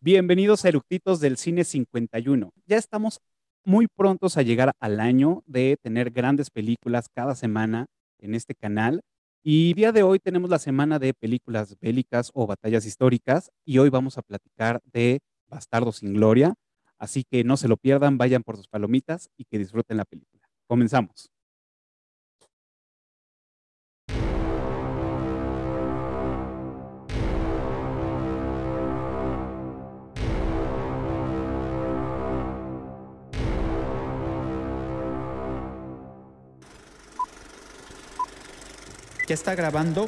Bienvenidos a Eructitos del Cine 51. Ya estamos muy prontos a llegar al año de tener grandes películas cada semana en este canal. Y día de hoy tenemos la semana de películas bélicas o batallas históricas y hoy vamos a platicar de Bastardo sin Gloria. Así que no se lo pierdan, vayan por sus palomitas y que disfruten la película. Comenzamos. ¿Ya está grabando?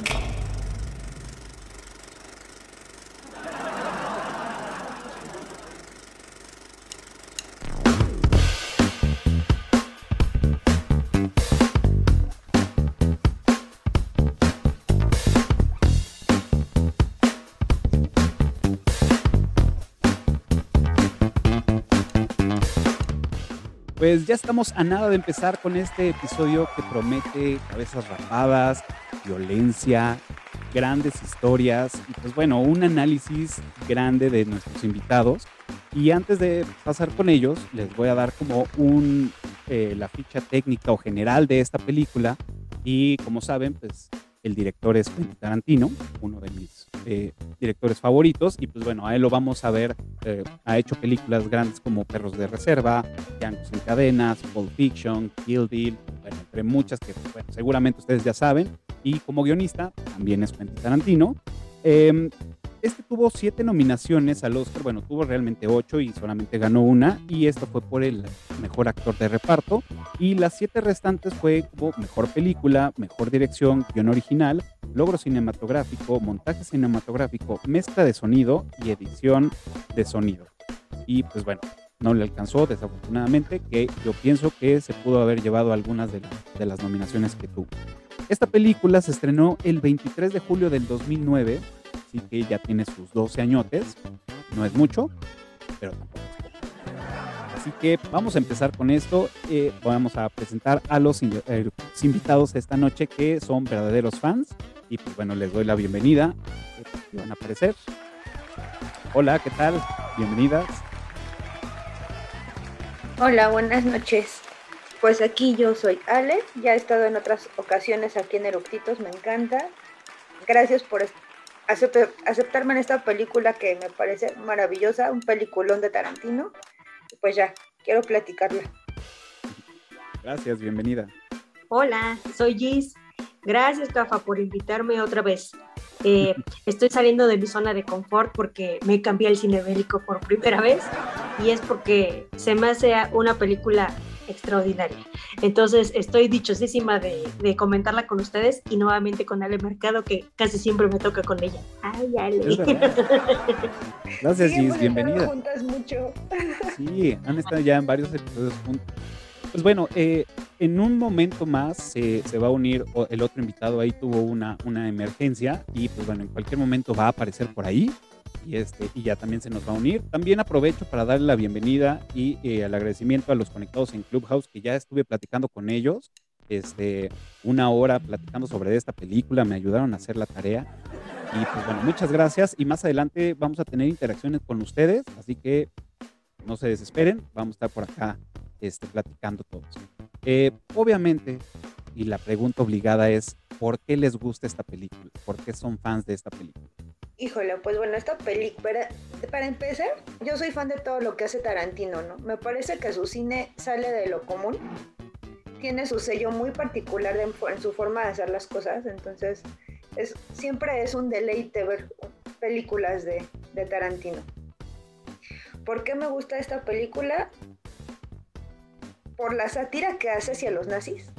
Pues ya estamos a nada de empezar con este episodio que promete cabezas rapadas, violencia, grandes historias y pues bueno, un análisis grande de nuestros invitados. Y antes de pasar con ellos, les voy a dar como la ficha técnica o general de esta película. Y como saben, pues el director es Quentin Tarantino, uno de mis directores favoritos. Y pues bueno, a él lo vamos a ver. Ha hecho películas grandes como Perros de Reserva, Django sin cadenas, Pulp Fiction, Kill Bill, bueno, entre muchas que bueno, seguramente ustedes ya saben. Y como guionista también es Quentin Tarantino. Este tuvo 7 nominaciones al Oscar, bueno, tuvo realmente 8 y solamente ganó una, y esto fue por el mejor actor de reparto, y las 7 restantes fue como mejor película, mejor dirección, guión original, logro cinematográfico, montaje cinematográfico, mezcla de sonido y edición de sonido. Y pues bueno, no le alcanzó desafortunadamente, que yo pienso que se pudo haber llevado algunas de las nominaciones que tuvo. Esta película se estrenó el 23 de julio del 2009, así que ya tiene sus 12 añotes. No es mucho, pero tampoco es poco. Así que vamos a empezar con esto. Vamos a presentar a los invitados esta noche que son verdaderos fans. Y pues bueno, les doy la bienvenida. Que van a aparecer. Hola, ¿qué tal? Bienvenidas. Hola, buenas noches. Pues aquí yo soy Ale, ya he estado en otras ocasiones aquí en Eructitos, me encanta. Gracias por aceptarme en esta película que me parece maravillosa, un peliculón de Tarantino. Pues ya, quiero platicarla. Gracias, bienvenida. Hola, soy Gis. Gracias, Cafa, por invitarme otra vez. Estoy saliendo de mi zona de confort porque me cambié al cine bélico por primera vez y es porque se me hace una película extraordinaria. Entonces estoy dichosísima de comentarla con ustedes y nuevamente con Ale Mercado, que casi siempre me toca con ella. Ay, Ale. Es Gracias, sí, Gis, bienvenida. Juntas mucho. Sí, han estado ya en varios episodios juntos. Pues bueno, en un momento más se va a unir el otro invitado. Ahí tuvo una emergencia y pues bueno, en cualquier momento va a aparecer por ahí y ya también se nos va a unir. También aprovecho para darle la bienvenida y el agradecimiento a los conectados en Clubhouse, que ya estuve platicando con ellos, una hora platicando sobre esta película, me ayudaron a hacer la tarea. Y pues bueno, muchas gracias y más adelante vamos a tener interacciones con ustedes, así que no se desesperen, vamos a estar por acá platicando todos. Obviamente, y la pregunta obligada es, ¿por qué les gusta esta película? ¿Por qué son fans de esta película? Híjole, pues bueno, esta película, para empezar, yo soy fan de todo lo que hace Tarantino, ¿no? Me parece que su cine sale de lo común, tiene su sello muy particular en su forma de hacer las cosas, entonces siempre es un deleite ver películas de Tarantino. ¿Por qué me gusta esta película? Por la sátira que hace hacia los nazis.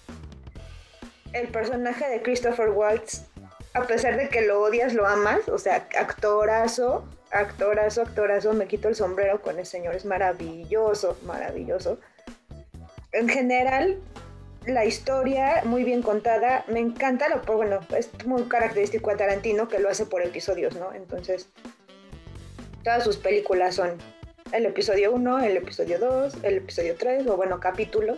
El personaje de Christopher Waltz, a pesar de que lo odias, lo amas, o sea, actorazo, me quito el sombrero con el señor, es maravilloso. En general, la historia muy bien contada, me encanta, bueno, es muy característico a Tarantino que lo hace por episodios, ¿no? Entonces, todas sus películas son el episodio 1, el episodio 2, el episodio 3, o bueno, capítulos.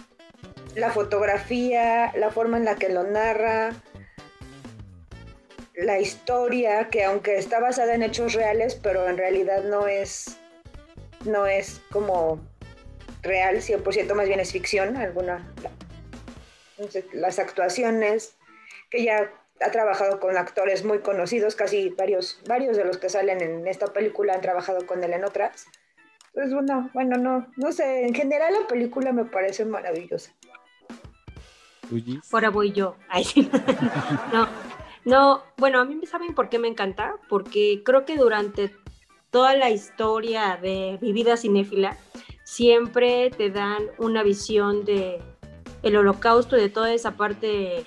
La fotografía, la forma en la que lo narra, la historia, que aunque está basada en hechos reales, pero en realidad no es como real, 100% más bien es ficción, no sé, las actuaciones, que ya ha trabajado con actores muy conocidos, casi varios de los que salen en esta película han trabajado con él en otras. Pues bueno, no sé, en general la película me parece maravillosa. ¿Tú, Gis? Ahora voy yo. Ay, sí. No, no, bueno, a mí saben por qué me encanta, porque creo que durante toda la historia de mi vida cinéfila siempre te dan una visión de el holocausto, de toda esa parte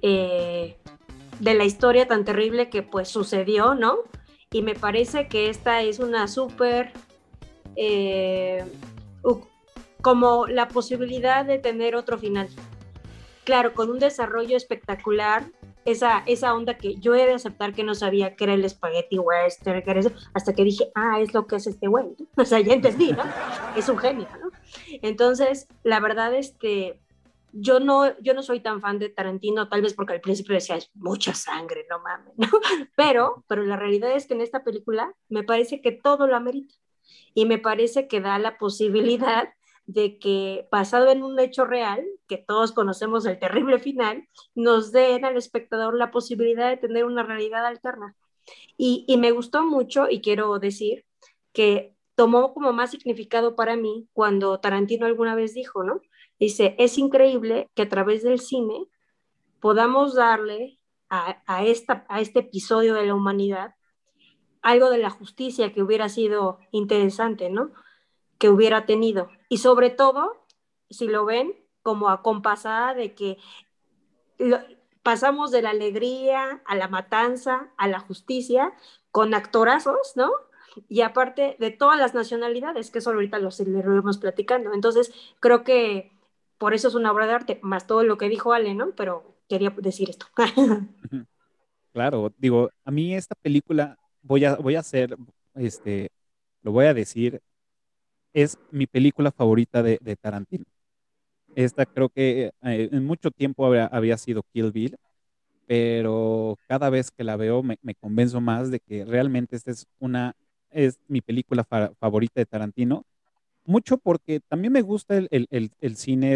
de la historia tan terrible que pues sucedió, ¿no? Y me parece que esta es una súper eh, como la posibilidad de tener otro final. Claro, con un desarrollo espectacular, esa onda que yo he de aceptar que no sabía que era el spaghetti western, que era eso, hasta que dije, es lo que es este güey, ¿no? O sea, ya entendí, ¿no? Es un genio, ¿no? Entonces, la verdad, yo no soy tan fan de Tarantino, tal vez porque al principio decía, es mucha sangre, no mames, ¿no? Pero la realidad es que en esta película me parece que todo lo amerita y me parece que da la posibilidad de que basado en un hecho real, que todos conocemos el terrible final, nos den al espectador la posibilidad de tener una realidad alterna. Y me gustó mucho y quiero decir que tomó como más significado para mí cuando Tarantino alguna vez dijo, ¿no? Dice, es increíble que a través del cine podamos darle a este episodio de la humanidad algo de la justicia que hubiera sido interesante, ¿no? Que hubiera tenido. Y sobre todo, si lo ven, como acompasada de que lo, pasamos de la alegría a la matanza, a la justicia, con actorazos, ¿no? Y aparte de todas las nacionalidades, que eso ahorita lo seguiremos platicando. Entonces, creo que por eso es una obra de arte, más todo lo que dijo Ale, ¿no? Pero quería decir esto. Claro, digo, a mí esta película voy a hacer, este, lo voy a decir, es mi película favorita de Tarantino. Esta creo que en mucho tiempo había sido Kill Bill, pero cada vez que la veo me convenzo más de que realmente es mi película favorita de Tarantino. Mucho porque también me gusta el cine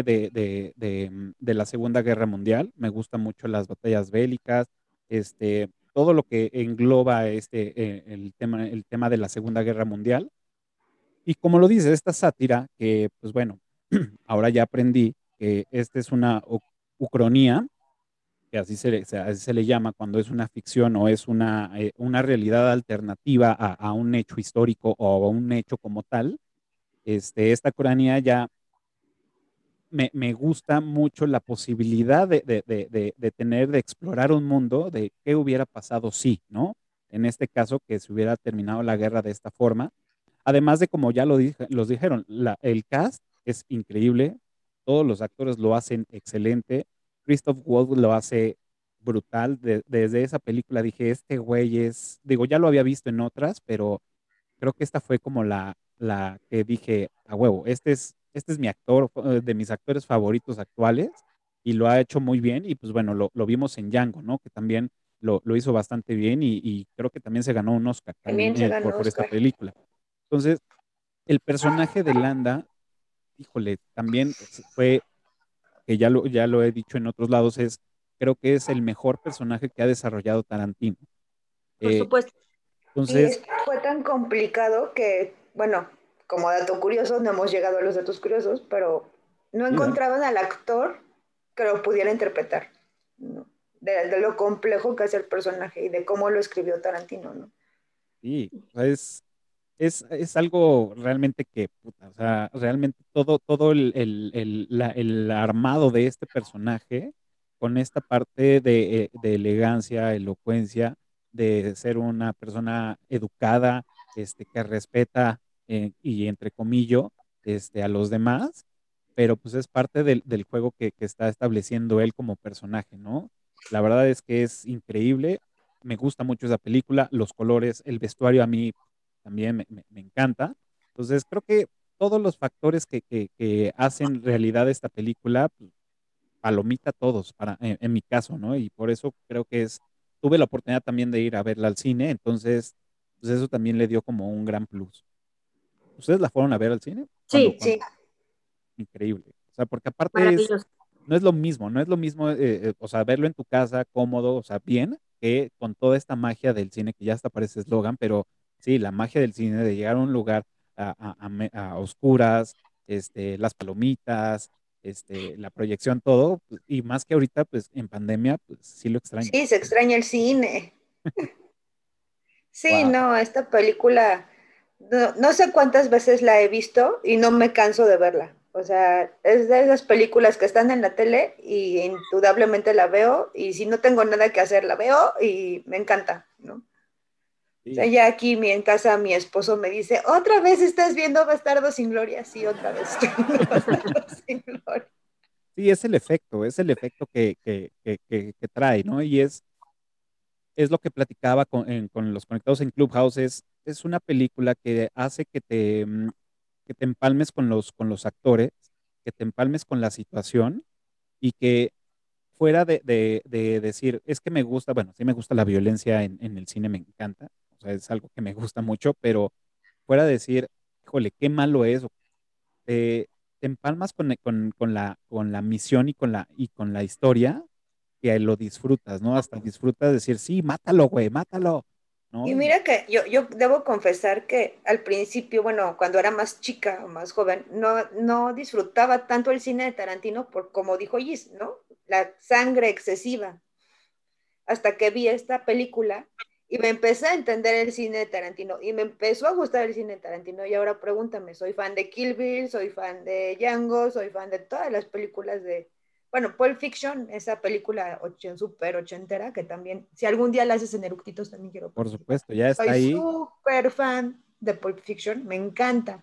de la Segunda Guerra Mundial, me gustan mucho las batallas bélicas, todo lo que engloba el tema de la Segunda Guerra Mundial. Y como lo dice, esta sátira, que pues bueno, ahora ya aprendí que esta es una ucronía, que así se le llama cuando es una ficción o es una realidad alternativa a un hecho histórico o a un hecho como tal. Esta ucronía ya me gusta mucho la posibilidad de tener, de explorar un mundo de qué hubiera pasado si, ¿no? En este caso, que se hubiera terminado la guerra de esta forma. Además de, como ya los dijeron, el cast es increíble, todos los actores lo hacen excelente, Christoph Waltz lo hace brutal, desde esa película dije, este güey digo, ya lo había visto en otras, pero creo que esta fue como la que dije, a huevo, este es mi actor, de mis actores favoritos actuales, y lo ha hecho muy bien, y pues bueno, lo vimos en Django, ¿no? Que también lo hizo bastante bien, y creo que también se ganó un Oscar también También se por, ganó por esta Oscar. película. Entonces, el personaje de Landa, híjole, también fue, que ya lo he dicho en otros lados, creo que es el mejor personaje que ha desarrollado Tarantino. Por Eh, supuesto. Y entonces, fue tan complicado que, bueno, como dato curioso, no hemos llegado a los datos curiosos, pero no sí, dale. encontraban al actor que lo pudiera interpretar, ¿no? De lo complejo que es el personaje y de cómo lo escribió Tarantino, ¿no? Sí, o sea, es algo realmente que, puta, o sea, realmente todo el armado de este personaje, con esta parte de elegancia, elocuencia, de ser una persona educada, que respeta, y entre comillas, a los demás, pero pues es parte del juego que está estableciendo él como personaje, ¿no? La verdad es que es increíble, me gusta mucho esa película, los colores, el vestuario a mí también me encanta. Entonces, creo que todos los factores que hacen realidad esta película, pues, palomita todos, en mi caso, ¿no? Y por eso creo que es tuve la oportunidad también de ir a verla al cine, entonces, pues eso también le dio como un gran plus. ¿Ustedes la fueron a ver al cine? ¿Cuándo? Sí, Sí, ¿Cuándo? Increíble. O sea, porque aparte maravilloso. no es lo mismo, no es lo mismo, o sea, verlo en tu casa cómodo, o sea, bien, que con toda esta magia del cine que ya hasta parece eslogan, pero sí, la magia del cine de llegar a un lugar a oscuras, las palomitas, la proyección, todo, pues, y más que ahorita, pues en pandemia, pues sí lo extraño. sí, se extraña el cine. Sí, Wow. no, esta película, no sé cuántas veces la he visto y no me canso de verla. O sea, es de esas películas que están en la tele y indudablemente la veo y si no tengo nada que hacer la veo y me encanta, ¿no? O sea, Sí, ya aquí en casa mi esposo me dice, ¿otra vez estás viendo Bastardo sin Gloria? Sí, otra vez estoy viendo Bastardo sin Gloria. sí, es el efecto que trae, ¿no? Y es lo que platicaba con los conectados en Clubhouse, es una película que hace que te empalmes con los actores, que te empalmes con la situación y que fuera de decir, es que me gusta, bueno, sí me gusta la violencia en el cine, me encanta, o sea, es algo que me gusta mucho, pero fuera de decir, híjole, qué malo es, te empalmas con la misión y con la historia que lo disfrutas, ¿no? Hasta disfrutas de decir, sí, mátalo, güey, mátalo, ¿no? Y Y mira que yo debo confesar que al principio, bueno, cuando era más chica o más joven, no disfrutaba tanto el cine de Tarantino por, como dijo Gis, ¿no? La sangre excesiva. Hasta que vi esta película y me empecé a entender el cine de Tarantino y me empezó a gustar el cine de Tarantino y ahora pregúntame, soy fan de Kill Bill, soy fan de Django, soy fan de todas las películas de, bueno, Pulp Fiction, esa película súper ochentera que también, si algún día la haces en Eructitos también quiero por participar. supuesto, ya está Soy ahí. súper fan de Pulp Fiction, me encanta,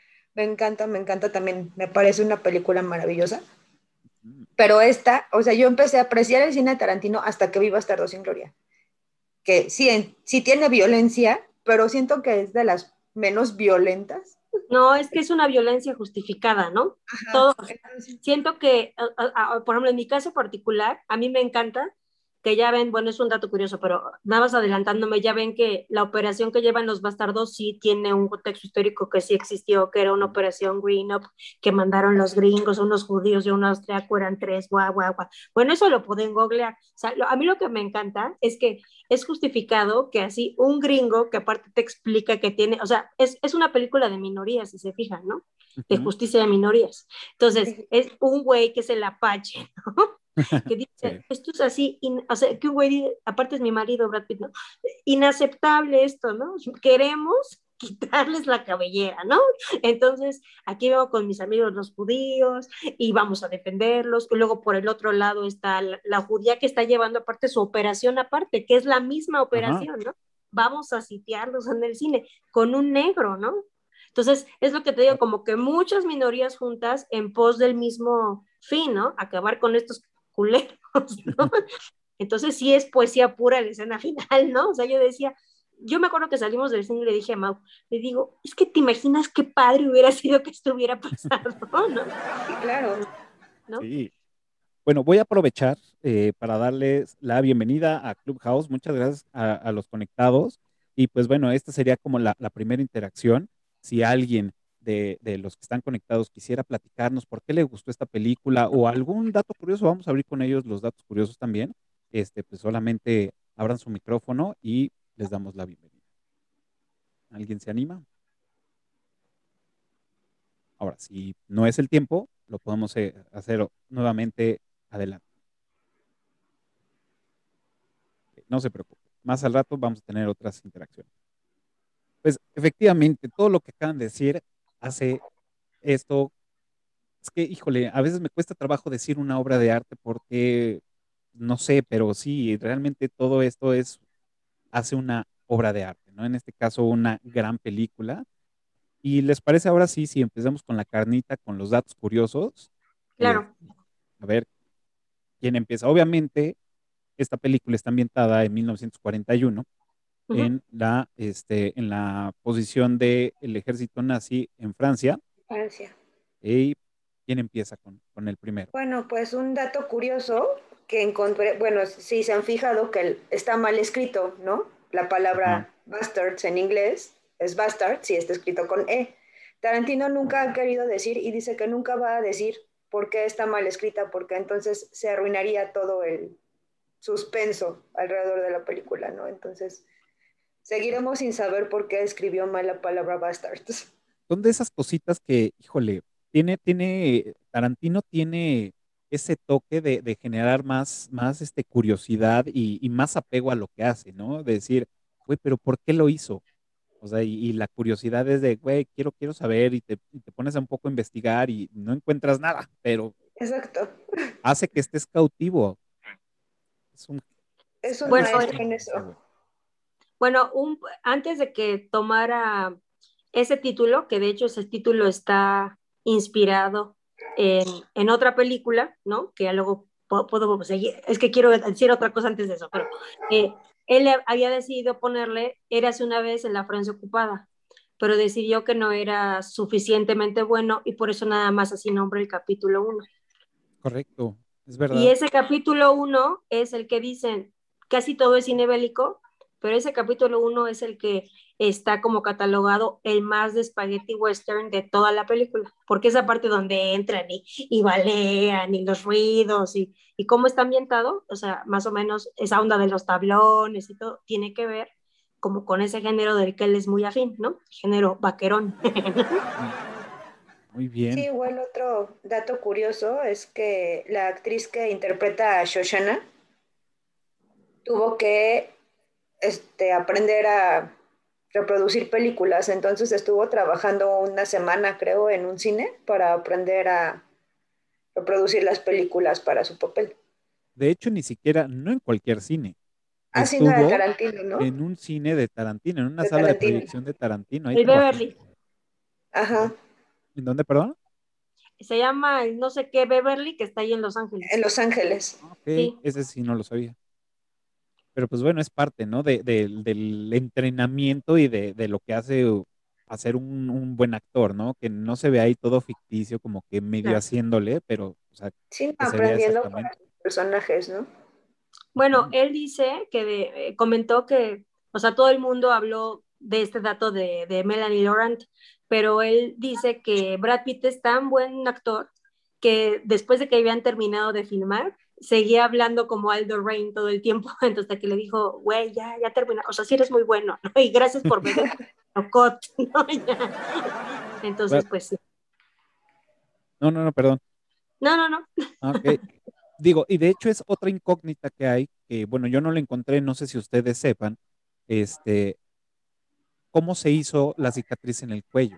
me encanta también, me parece una película maravillosa. Mm. Pero esta, o sea, yo empecé a apreciar el cine de Tarantino hasta que vi Bastardo sin Gloria, que sí, sí tiene violencia, pero siento que es de las menos violentas. No, es que es una violencia justificada, ¿no? Ajá, Todo, entonces, siento que, por ejemplo, en mi caso particular, a mí me encanta que ya ven, bueno, es un dato curioso, pero nada más adelantándome, ya ven que la operación que llevan los bastardos sí tiene un contexto histórico que sí existió, que era una operación Green Up, que mandaron los gringos, unos judíos de un austriaco, eran tres, guau, guau, guau. Bueno, eso lo pueden googlear. O sea, a mí lo que me encanta es que es justificado que así un gringo, que aparte te explica que tiene, o sea, es una película de minorías, si se fijan, ¿no? De Ujú. justicia de minorías. Entonces, sí, es un güey que es el Apache, ¿no? Que dice, Sí. esto es así, o sea, que un güey, aparte es mi marido, Brad Pitt, ¿no? Inaceptable esto, ¿no? Queremos quitarles la cabellera, ¿no? Entonces, aquí veo con mis amigos los judíos y vamos a defenderlos. Y luego por el otro lado está la judía que está llevando aparte su operación aparte, que es la misma Ajá. operación, ¿no? Vamos a sitiarlos en el cine con un negro, ¿no? Entonces, es lo que te digo, como que muchas minorías juntas en pos del mismo fin, ¿no? Acabar con estos culeros, ¿no? Entonces sí es poesía pura la escena final, ¿no? O sea, yo decía, yo me acuerdo que salimos del cine y le dije a Mau, le digo, es que te imaginas qué padre hubiera sido que esto hubiera pasado, ¿no? sí, claro. ¿No? Sí. Bueno, voy a aprovechar para darles la bienvenida a Clubhouse. Muchas gracias a los conectados. Y pues bueno, esta sería como la primera interacción. Si alguien de los que están conectados quisiera platicarnos por qué le gustó esta película o algún dato curioso, vamos a abrir con ellos los datos curiosos también. Pues solamente abran su micrófono y les damos la bienvenida. ¿Alguien se anima? Ahora, si no es el tiempo, lo podemos hacer nuevamente adelante. No se preocupe. Más al rato vamos a tener otras interacciones. Pues efectivamente, todo lo que acaban de decir hace esto. Es que, híjole, a veces me cuesta trabajo decir una obra de arte porque, no sé, pero sí, realmente todo esto hace una obra de arte, ¿no? En este caso, una gran película. ¿Y les parece ahora sí, si empezamos con la carnita, con los datos curiosos? Eh, Claro. a ver, ¿quién empieza? Obviamente, esta película está ambientada en 1941 Uh -huh. en la posición del ejército nazi en Francia. Francia. ¿Y quién empieza con el primero? Bueno, pues un dato curioso. que encontré, bueno, sí se han fijado que está mal escrito, ¿no? La Ajá. palabra bastards en inglés es bastard, sí está escrito con E. Tarantino nunca ha querido decir y dice que nunca va a decir por qué está mal escrita, porque entonces se arruinaría todo el suspenso alrededor de la película, ¿no? Entonces seguiremos sin saber por qué escribió mal la palabra bastards. Son de esas cositas que, híjole, Tarantino tiene ese toque de generar más curiosidad y más apego a lo que hace, ¿no? De decir, güey, pero ¿por qué lo hizo? O sea, y la curiosidad es de, güey, quiero saber y te pones a un poco a investigar y no encuentras nada, pero Exacto. hace que estés cautivo. Es un, Es un Bueno, es un maestro en eso. ese güey. bueno, antes de que tomara ese título, que de hecho ese título está inspirado en otra película, ¿no? Que ya luego puedo seguir. Es que quiero decir otra cosa antes de eso, pero eh, él había decidido ponerle Érase una vez en la Francia ocupada, pero decidió que no era suficientemente bueno y por eso nada más así nombra el capítulo uno. Correcto, es Y verdad. ese capítulo uno es el que dicen, casi todo es cine bélico, pero ese capítulo uno es el que está como catalogado el más de spaghetti western de toda la película, porque esa parte donde entran y balean y los ruidos y cómo está ambientado, o sea, más o menos esa onda de los tablones y todo, tiene que ver como con ese género del que él es muy afín, ¿no? Género vaquerón. Muy, muy Sí, bien. igual otro dato curioso es que la actriz que interpreta a Shoshana tuvo que aprender a reproducir películas, entonces estuvo trabajando una semana, creo, en un cine para aprender a reproducir las películas para su papel. De hecho, ni siquiera, no en cualquier cine. Así no era Estuvo Tarantino, ¿no? en un cine de Tarantino, en una De sala de Tarantino. proyección de Tarantino. Ahí El trabajó. Beverly, Ajá, ¿En dónde, perdón? se llama el no sé qué Beverly, que está ahí en Los en Ángeles. Los Ángeles. Ah, ok, Sí, ese sí no lo sabía. Pero pues bueno, es parte, ¿no? Del entrenamiento y de lo que hace hacer un buen actor, ¿no? Que no se ve ahí todo ficticio, como que medio claro. haciéndole, pero, o sea, Sí, que se vea aprendiendo para exactamente. sus personajes, ¿no? Bueno, Ujú. él dice que comentó que, o sea, todo el mundo habló de este dato de Melanie Laurent, pero él dice que Brad Pitt es tan buen actor que después de que habían terminado de filmar, seguía hablando como Aldo Rain todo el tiempo, entonces hasta que le dijo, güey, ya terminó, o sea, sí eres muy bueno, ¿no? Y gracias por ver Cot, ¿no? Ya. Bueno, Entonces, pues sí. no, no, no, perdón. No, no, no. Ah, ok. Digo, y de hecho es otra incógnita que hay, que bueno, yo no la encontré, no sé si ustedes sepan, este, cómo se hizo la cicatriz en el cuello.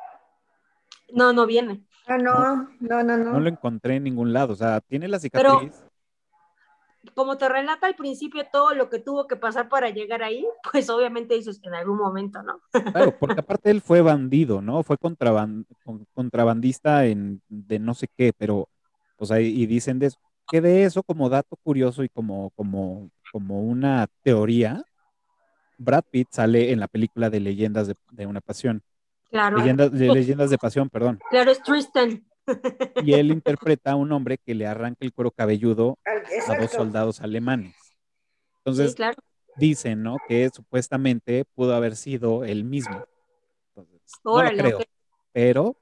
No, no viene. Ah, No, no, no, no, no lo no. encontré en ningún lado. O sea, tiene la Pero cicatriz. como te relata al principio todo lo que tuvo que pasar para llegar ahí, pues obviamente dices que en algún momento, ¿no? Claro, porque aparte él fue bandido, ¿no? Fue contrabandista de no sé qué, pero, o sea, y dicen de eso. Que de eso, como dato curioso y como una teoría, Brad Pitt sale en la película de Leyendas de una Pasión. Claro, Leyendas de Pasión, perdón. claro, es Tristan. Y él interpreta a un hombre que le arranca el cuero cabelludo Ah, a dos exacto. soldados alemanes. Sí, Entonces, claro. dicen, ¿no? Que supuestamente pudo haber sido él mismo. Entonces, no lo Órale, ok. creo, pero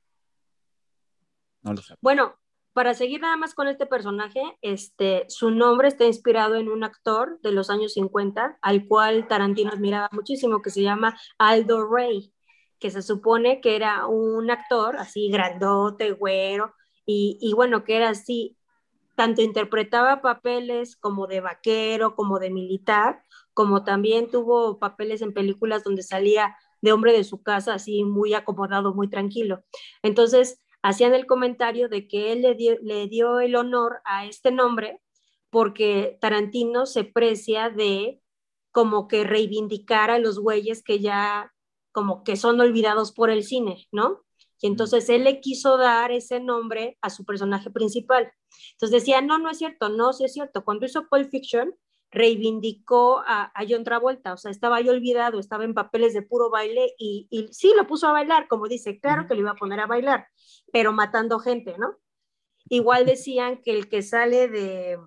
no lo sabía. Bueno, para seguir nada más con este personaje, su nombre está inspirado en un actor de los años 50 al cual Tarantino admiraba muchísimo, que se llama Aldo Ray, que se supone que era un actor así grandote, güero, y bueno, que era así, tanto interpretaba papeles como de vaquero, como de militar, como también tuvo papeles en películas donde salía de hombre de su casa, así muy acomodado, muy tranquilo. Entonces, hacían el comentario de que él le dio el honor a este nombre porque Tarantino se precia de como que reivindicar a los güeyes que ya como que son olvidados por el cine, ¿no? Y Mm. entonces él le quiso dar ese nombre a su personaje principal. Entonces decía, no, no es cierto, no, sí es cierto. Cuando hizo Pulp Fiction, reivindicó a John Travolta, o sea, estaba yo olvidado, estaba en papeles de puro baile y sí lo puso a bailar, como dice, claro Ujú. que lo iba a poner a bailar, pero matando gente, ¿no? Igual decían que el que sale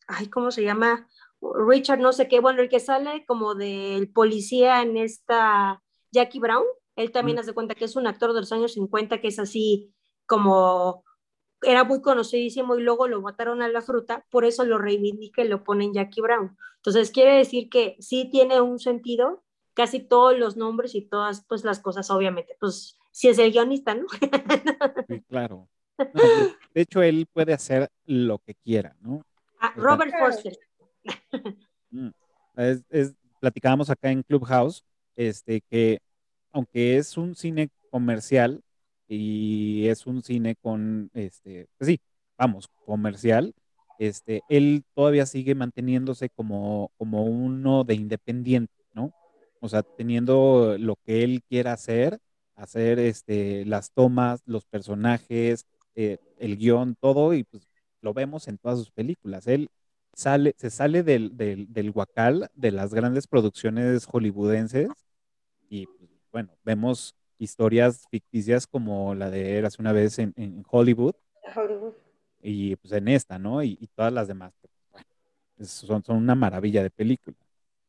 ay, ¿cómo se llama? Richard, no sé qué, bueno, el que sale como del policía en esta Jackie Brown, él Mm, también hace cuenta que es un actor de los años 50 que es así como, era muy conocidísimo y luego lo mataron a la fruta, por eso lo reivindica y lo ponen Jackie Brown. Entonces quiere decir que sí tiene un sentido, casi todos los nombres y todas pues las cosas, obviamente, pues si es el guionista, ¿no? sí, claro. No, de hecho, él puede hacer lo que quiera, ¿no? Ah, O sea, Robert Claro. Forster. mm, platicábamos acá en Clubhouse, que aunque es un cine comercial y es un cine con, pues sí, vamos, comercial, él todavía sigue manteniéndose como uno de independiente, ¿no? O sea, teniendo lo que él quiera hacer, las tomas, los personajes, el guión, todo, y pues lo vemos en todas sus películas. Él se sale del guacal de las grandes producciones hollywoodenses y pues, bueno, vemos historias ficticias como la de Érase una vez en Hollywood Hollywood. y pues en esta, ¿no? Y todas las demás. Bueno, son una maravilla de película.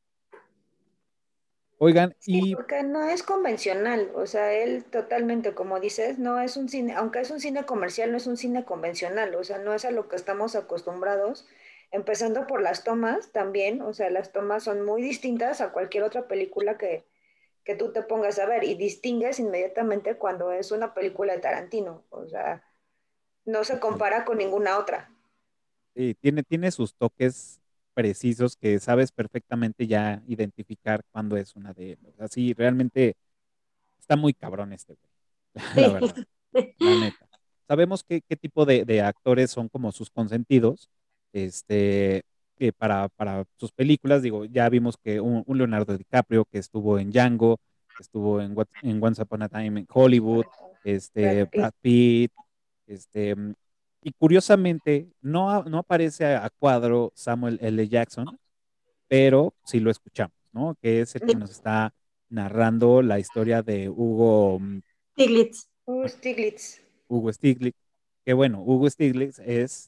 Oigan, Sí, y porque no es convencional, o sea, él totalmente, como dices, no es un cine, aunque es un cine comercial, no es un cine convencional, o sea, no es a lo que estamos acostumbrados, empezando por las tomas también, o sea, las tomas son muy distintas a cualquier otra película que tú te pongas a ver y distingues inmediatamente cuando es una película de Tarantino, o sea, no se compara con ninguna otra. tiene sus toques precisos que sabes perfectamente ya identificar cuándo es una de él. O sea, sí, realmente está muy cabrón este güey, la Sí. verdad. La neta. Sabemos qué tipo de actores son como sus consentidos, que para sus películas, digo, ya vimos que un Leonardo DiCaprio que estuvo en Django, estuvo en Once Upon a Time en Hollywood, Brad Brad Pitt. Pitt, este, mm, y curiosamente no aparece a cuadro Samuel L. Jackson, pero sí lo escuchamos, ¿no? Que es el que nos está narrando la historia de Stiglitz. Stiglitz. Hugo Stiglitz, que bueno, Hugo Stiglitz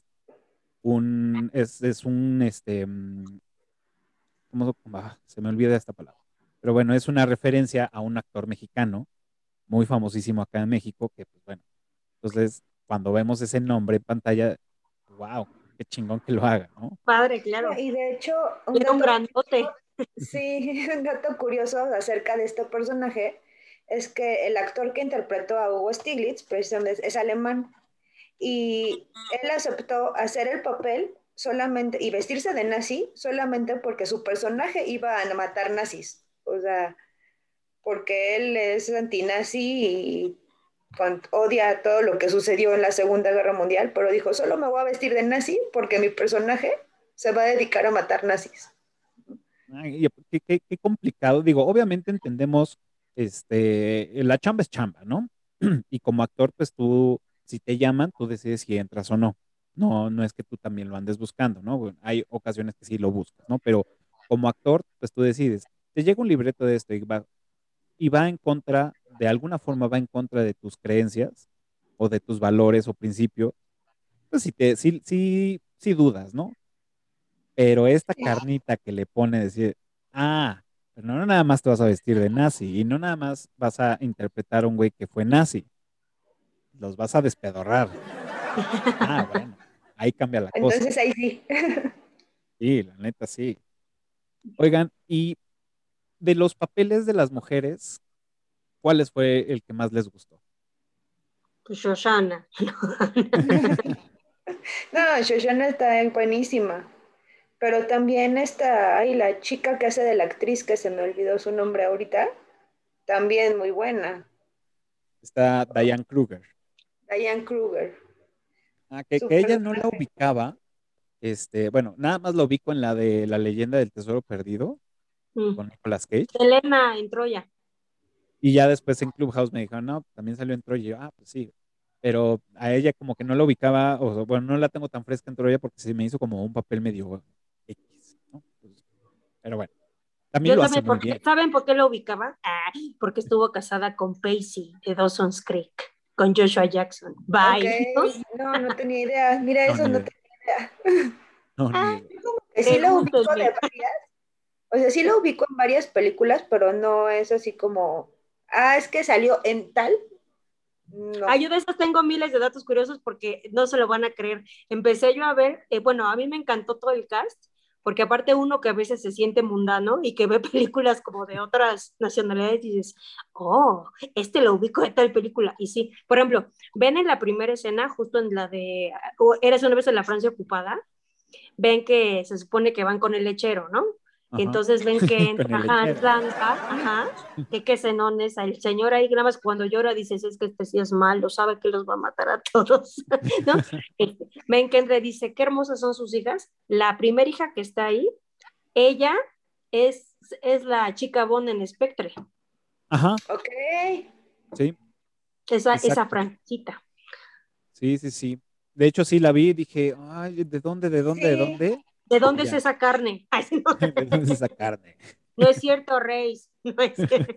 es un, se me olvida esta palabra, pero bueno, es una referencia a un actor mexicano muy famosísimo acá en México, que pues bueno, entonces cuando vemos ese nombre en pantalla, wow, qué chingón que lo haga, ¿no? Padre, claro. Y de hecho, un Era un dato, grandote. sí, un dato curioso acerca de este personaje es que el actor que interpretó a Hugo Stiglitz precisamente es alemán y él aceptó hacer el papel solamente y vestirse de nazi solamente porque su personaje iba a matar nazis. O sea, porque él es antinazi y odia todo lo que sucedió en la Segunda Guerra Mundial, pero dijo, solo me voy a vestir de nazi porque mi personaje se va a dedicar a matar nazis. Ay, qué complicado, digo, obviamente entendemos, la chamba es chamba, ¿no? Y como actor, pues tú, si te llaman, tú decides si entras o no. No es que tú también lo andes buscando, ¿no? Bueno, hay ocasiones que sí lo buscas, ¿no? Pero como actor, pues tú decides, te llega un libreto de esto y va en contra, de alguna forma va en contra de tus creencias o de tus valores o principios, pues sí dudas, ¿no? Pero esta carnita que le pone decir, pero no nada más te vas a vestir de nazi y no nada más vas a interpretar a un güey que fue nazi, los vas a despedorrar. Bueno, ahí cambia la cosa. Entonces ahí sí. Sí, la neta sí. Oigan, y de los papeles de las mujeres, ¿cuáles fue el que más les gustó? Pues Shoshana. No, Shoshana está buenísima. Pero también está, ay, la chica que hace de la actriz, que se me olvidó su nombre ahorita, también muy buena. Está Diane Kruger. Diane Kruger. Que ella no la ubicaba. Bueno, nada más lo ubico en la de La leyenda del tesoro perdido con Nicolas Cage. Elena en Troya. Y ya después en Clubhouse me dijeron, no, también salió en Troya. Y yo, pues sí. Pero a ella como que no la ubicaba, o bueno, no la tengo tan fresca en Troya porque se me hizo como un papel medio X, ¿no? Pero bueno, también Yo lo hace también, muy porque, bien. ¿saben por qué lo ubicaba? Porque estuvo casada con Pacey de Dawson's Creek, con Joshua Jackson. Ok, Bye. no, no tenía idea. Mira, No, eso ni no idea. tenía idea. No, ni Ah, idea. Que sí lo ubico de Pregúntenme. varias, o sea, sí lo ubico en varias películas, pero no es así como, es que salió en tal, Ay, no. yo de esas tengo miles de datos curiosos porque no se lo van a creer. Empecé yo a ver, bueno, a mí me encantó todo el cast, porque aparte uno que a veces se siente mundano y que ve películas como de otras nacionalidades, dices, oh, este lo ubico de tal película. Y sí, por ejemplo, ven en la primera escena, justo en la de Eres una vez en la Francia ocupada, ven que se supone que van con el lechero, ¿no? Y Ajá. entonces ven que Con entra el Hans lechero. Landa, ajá, que senones, el señor ahí nada más cuando llora dices, es que este sí es malo, sabe que los va a matar a todos, ¿no? Ven que entra y dice, qué hermosas son sus hijas. La primera hija que está ahí, ella es la chica Bond en Spectre, Ajá, Ok. sí, esa exacto. Francita. Sí, sí, sí. De hecho, sí la vi y dije, ay, ¿de dónde, de dónde, de Sí, dónde? ¿De Y dónde es ya, esa carne? Ay, no, ¿de dónde es esa carne? no es cierto, Reis. No es cierto.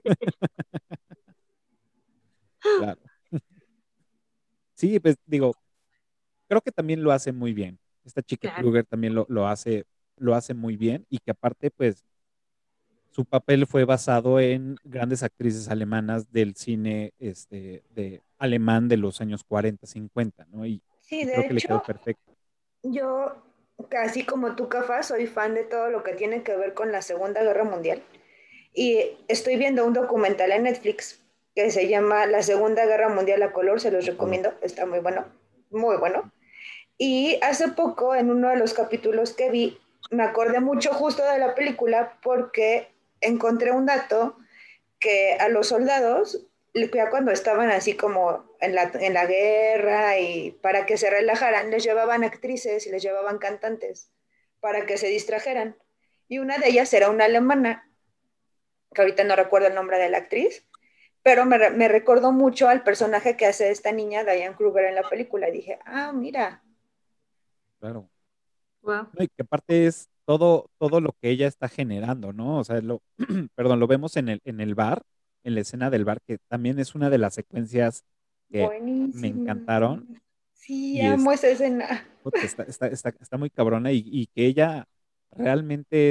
Claro. Sí, pues digo, creo que también lo hace muy bien. Esta chica Claro. Kruger también lo hace muy bien y que aparte, pues, su papel fue basado en grandes actrices alemanas del cine de alemán de los años 40, 50, ¿no? sí, Y creo de que le quedó hecho, perfecto. yo, casi como tú, Cafa, soy fan de todo lo que tiene que ver con la Segunda Guerra Mundial. Y estoy viendo un documental en Netflix que se llama La Segunda Guerra Mundial a color, se los A color. recomiendo, está muy bueno, muy bueno. Y hace poco, en uno de los capítulos que vi, me acordé mucho justo de la película porque encontré un dato que a los soldados, ya cuando estaban así como en la guerra y para que se relajaran, les llevaban actrices y les llevaban cantantes para que se distrajeran. Y una de ellas era una alemana, que ahorita no recuerdo el nombre de la actriz, pero me recordó mucho al personaje que hace esta niña, Diane Kruger, en la película. Y dije, mira, Claro. Wow. No, y que aparte es todo lo que ella está generando, ¿no? O sea, perdón, lo vemos en el bar, en la escena del bar, que también es una de las secuencias que me buenísima. encantaron. Sí, Y amo esa escena. puta, está muy cabrona y que ella realmente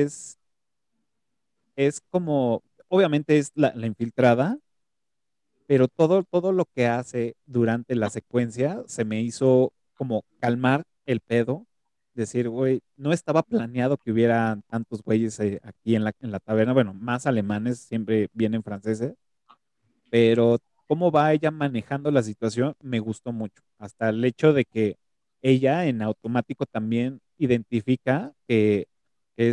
es como, obviamente es la infiltrada, pero todo lo que hace durante la secuencia se me hizo como calmar el pedo, decir, güey, no estaba planeado que hubiera tantos güeyes aquí en la taberna, bueno, más alemanes, siempre vienen franceses, pero cómo va ella manejando la situación me gustó mucho, hasta el hecho de que ella en automático también identifica que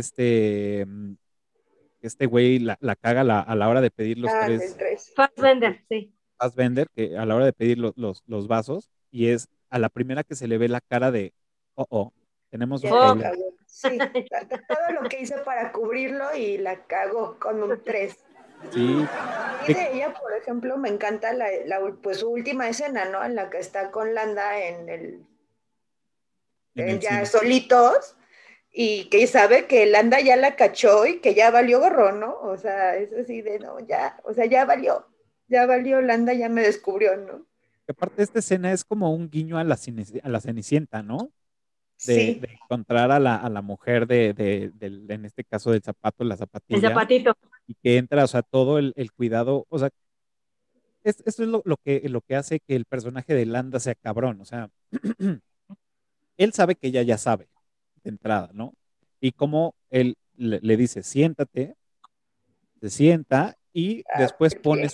que este güey la caga a la hora de pedir los Del tres tres. Fassbender, sí. Fassbender, que a la hora de pedir los vasos, y es a la primera que se le ve la cara de, oh, tenemos un Ya la Oh, problema. cagó. Sí, todo lo que hice para cubrirlo y la cagó con un 3. Sí, Y que, de ella, por ejemplo, me encanta pues su última escena, ¿no? En la que está con Landa en el ya cine. solitos y que sabe que Landa ya la cachó y que ya valió gorro, ¿no? O sea, es así de, no, ya, o sea, ya valió, Landa ya me descubrió, ¿no? Que aparte de esta escena es como un guiño a a la Cenicienta, ¿no? Sí, De encontrar a a la mujer en este caso del zapato, la el zapatilla, zapatito. y que entra, o sea, todo el cuidado, o sea, esto es lo que hace que el personaje de Landa sea cabrón, o sea, él sabe que ella ya sabe de entrada, ¿no? Y como él le dice, siéntate, se sienta y después el pone pie.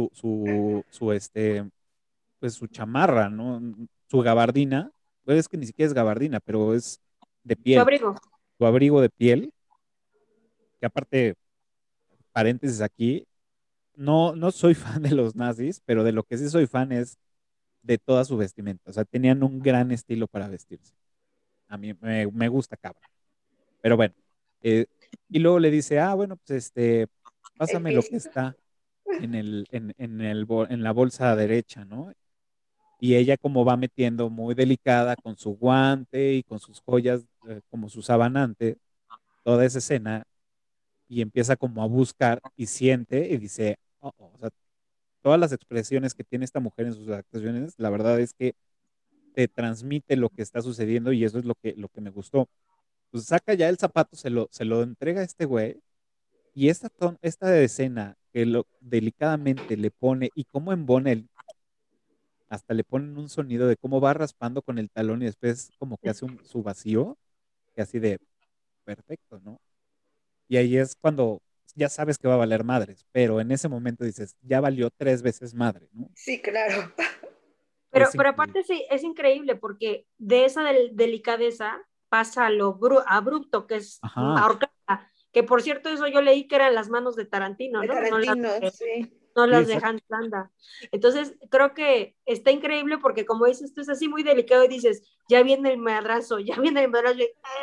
pues su chamarra, ¿no? Su gabardina, pues es que ni siquiera es gabardina, pero es de Su piel, abrigo. su abrigo de piel, que aparte, paréntesis aquí, no soy fan de los nazis, pero de lo que sí soy fan es de toda su vestimenta, o sea, tenían un gran estilo para vestirse. A mí me gusta cabrón. Pero bueno, eh, y luego le dice, bueno, pues El pásame lo que piecito. está en la bolsa derecha, ¿no? Y ella como va metiendo muy delicada con su guante y con sus joyas, como su sabanante, toda esa escena, y empieza como a buscar y siente y dice, o sea, todas las expresiones que tiene esta mujer en sus actuaciones, la verdad es que te transmite lo que está sucediendo y eso es lo que me gustó. pues saca ya el zapato, se lo entrega a este güey, y esta escena que delicadamente le pone, y cómo embona hasta le ponen un sonido de cómo va raspando con el talón y después como que hace su vacío, que así de perfecto, ¿no? Y ahí es cuando ya sabes que va a valer madres, pero en ese momento dices, ya valió 3 veces madre, ¿no? Sí, claro. Es Pero increíble. aparte sí, es increíble porque de esa delicadeza pasa a lo abrupto, que es Ajá, ahorcarla. Que por cierto, eso yo leí que eran las manos de Tarantino, De ¿no? No las Tarantino, de, sí. no sí, las de exacto. Hans Landa. Entonces, creo que está increíble porque como dices, esto es así muy delicado y dices, ya viene el madrazo, ya viene el madrazo.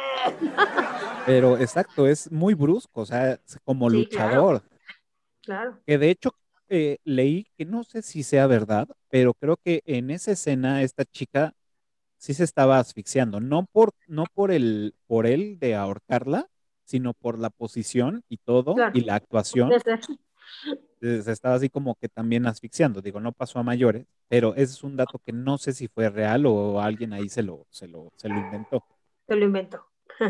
Pero exacto, es muy brusco, o sea, es como Sí, claro, luchador. claro. Que de hecho leí que no sé si sea verdad, pero creo que en esa escena esta chica sí se estaba asfixiando, no por él de ahorcarla, sino por la posición y todo, Claro, y la actuación, puede ser. se estaba así como que también asfixiando. Digo, no pasó a mayores, pero ese es un dato que no sé si fue real o alguien ahí se lo inventó. Te lo invento.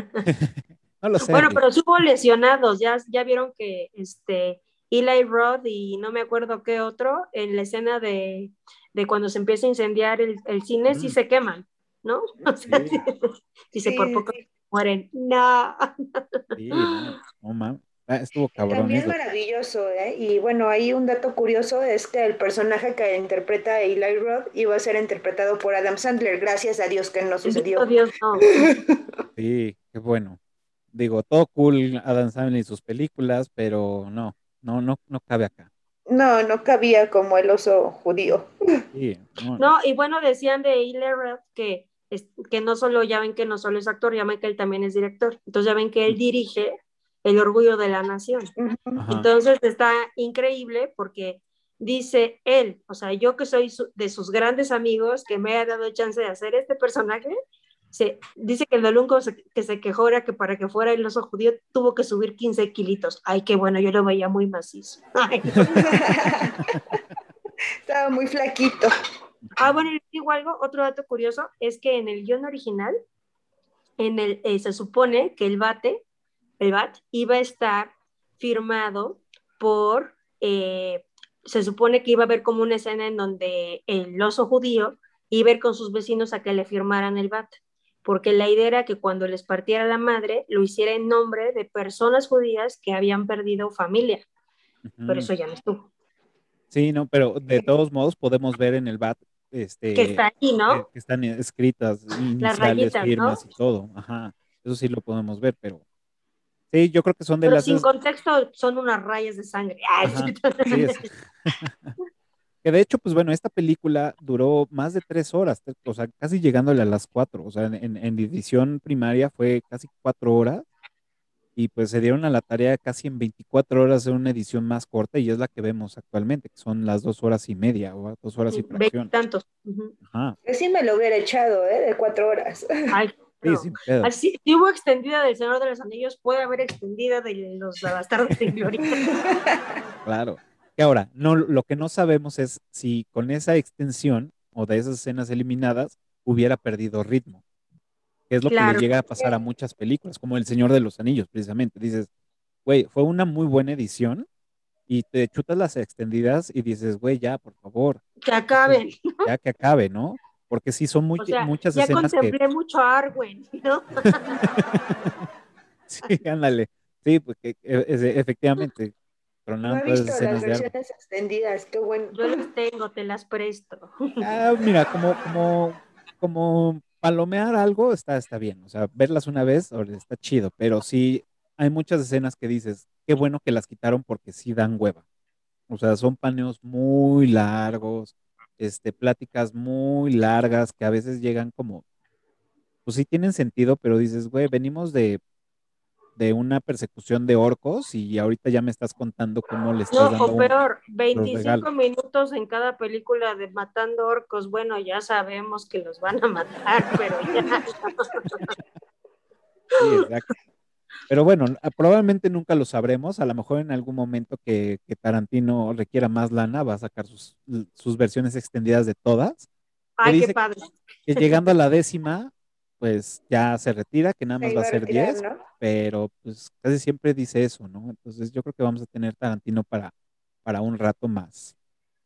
No lo sé, Bueno, Rick. pero sí hubo lesionados, ya vieron que Eli Roth y no me acuerdo qué otro, en la escena de cuando se empieza a incendiar el cine, sí Mm, se queman, ¿no? O sea, sí, dice, por Sí, sí, poco sí. mueren. No. sí, no, no mames. Estuvo cabrón También eso. maravilloso, ¿eh? Y bueno, ahí un dato curioso es que el personaje que interpreta a Eli Roth iba a ser interpretado por Adam Sandler. Gracias a Dios que no Bendito sucedió. Dios, no. Sí, qué bueno. Digo, todo cool Adam Sandler y sus películas, pero no, no, no, no cabe acá. No, no cabía como el oso judío. Sí, no, no. No, y bueno, decían de Eli Roth que no solo, ya ven que no solo es actor, ya ven que él también es director. Entonces ya ven que él dirige El Orgullo de la Nación. Ujú. Ajá. Entonces está increíble porque dice él, o sea, yo que soy de sus grandes amigos, que me ha dado chance de hacer este personaje, dice que el único que se quejó era que para que fuera el oso judío tuvo que subir 15 kilitos. Ay, qué bueno, yo lo veía muy macizo. Ay, no. Estaba muy flaquito. Bueno, y les digo algo, otro dato curioso es que en el guión original, se supone que el BAT iba a estar firmado por, se supone que iba a haber como una escena en donde el oso judío iba a ir con sus vecinos a que le firmaran el BAT, porque la idea era que cuando les partiera la madre, lo hiciera en nombre de personas judías que habían perdido familia, pero Ujú. eso ya no estuvo. Sí, no, pero de todos modos podemos ver en el BAT, Que está ahí, ¿no? que están escritas Las iniciales, rayitas, ¿no? firmas y todo. Ajá. Eso sí lo podemos ver, pero sí, yo creo que son de Pero las, sin contexto son unas rayas de sangre. Ay, ajá. Sí, es. Que de hecho, pues bueno, esta película duró más de 3 horas, o sea, casi llegándole a las 4. O sea, en edición primaria fue casi 4 horas. Y pues se dieron a la tarea casi en 24 horas de una edición más corta y es la que vemos actualmente, que son las 2 horas y media o 2 horas y sí, fracción. veintitantos. Uh-huh. Ajá, Yo sí me lo hubiera echado, ¿eh? De 4 horas. Ay, sí, pero sin pedo, así, si hubo extendida del Señor de los Anillos, puede haber extendida de los Bastardos sin Gloria. claro. Que ahora, no, lo que no sabemos es si con esa extensión o de esas escenas eliminadas hubiera perdido ritmo, que es lo que le Claro, llega a pasar a muchas películas, como El Señor de los Anillos, precisamente. Dices, güey, fue una muy buena edición y te chutas las extendidas y dices, güey, ya, por favor, que esto acaben. ya que acabe, ¿no? Porque sí son O sea, muchas ya escenas que, contemplé mucho a Arwen, ¿no? sí, ándale, sí, porque efectivamente No tronaron he todas esas visto las escenas de Arwen. versiones extendidas, qué bueno. Yo las tengo, te las presto. Mira, como palomear algo está bien, o sea, verlas una vez está chido, pero sí hay muchas escenas que dices, qué bueno que las quitaron porque sí dan hueva. O sea, son paneos muy largos, pláticas muy largas que a veces llegan como, pues sí tienen sentido, pero dices, güey, venimos de una persecución de orcos y ahorita ya me estás contando cómo le No, estás dando o peor, los regalos. 25 minutos en cada película de matando orcos. Bueno, ya sabemos que los van a matar, pero ya. Sí, exacto. Pero bueno, probablemente nunca lo sabremos. A lo mejor en algún momento que Tarantino requiera más lana, va a sacar sus versiones extendidas de todas. Que Ay, qué dice padre. que llegando a la 10ª, pues ya se retira, que nada Se más va a iba a ser retirar, 10, ¿no? pero pues casi siempre dice eso, ¿no? Entonces yo creo que vamos a tener Tarantino para un rato más.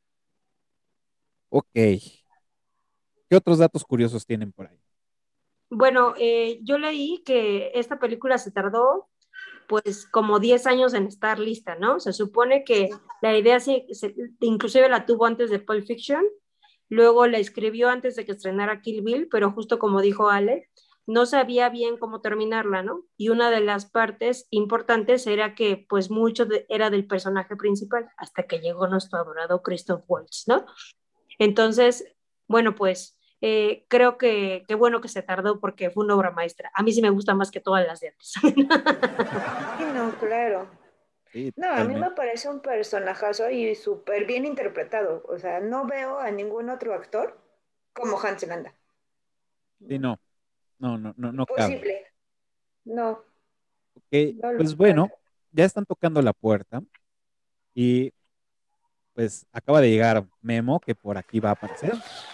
Ok. ¿Qué otros datos curiosos tienen por ahí? Bueno, yo leí que esta película se tardó pues como 10 años en estar lista, ¿no? Se supone que la idea inclusive la tuvo antes de Pulp Fiction, luego la escribió antes de que estrenara Kill Bill, pero justo como dijo Ale, no sabía bien cómo terminarla, ¿no? Y una de las partes importantes era que pues era del personaje principal hasta que llegó nuestro adorado Christoph Waltz, ¿no? Entonces, bueno, pues creo que bueno que se tardó porque fue una obra maestra. A mí sí me gusta más que todas las de antes. Sí, no, claro. Sí, No, a mí me totalmente. parece un personajazo y súper bien interpretado. O sea, no veo a ningún otro actor como Hans Landa. Sí, ¿No? no, no, no, no, no cabe. Imposible. No, Ok, no lo pues bueno, encuentro. ya están tocando la puerta y pues acaba de llegar Memo, que por aquí va a aparecer.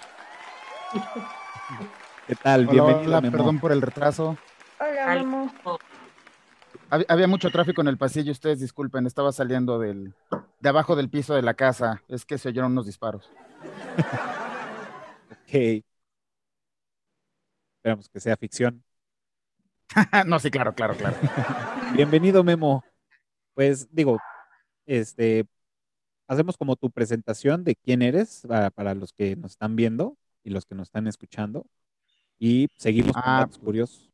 ¿Qué tal? Hola, Bienvenido, hola, Memo. perdón por el retraso. Hola, Memo. Había mucho tráfico en el pasillo, ustedes disculpen, estaba saliendo de abajo del piso de la casa, es que se oyeron unos disparos. Ok, esperamos que sea ficción. No, sí, claro, claro, claro. Bienvenido, Memo. Pues digo, este, hacemos como tu presentación de quién eres para los que nos están viendo y los que nos están escuchando y seguimos con Ah, datos curiosos.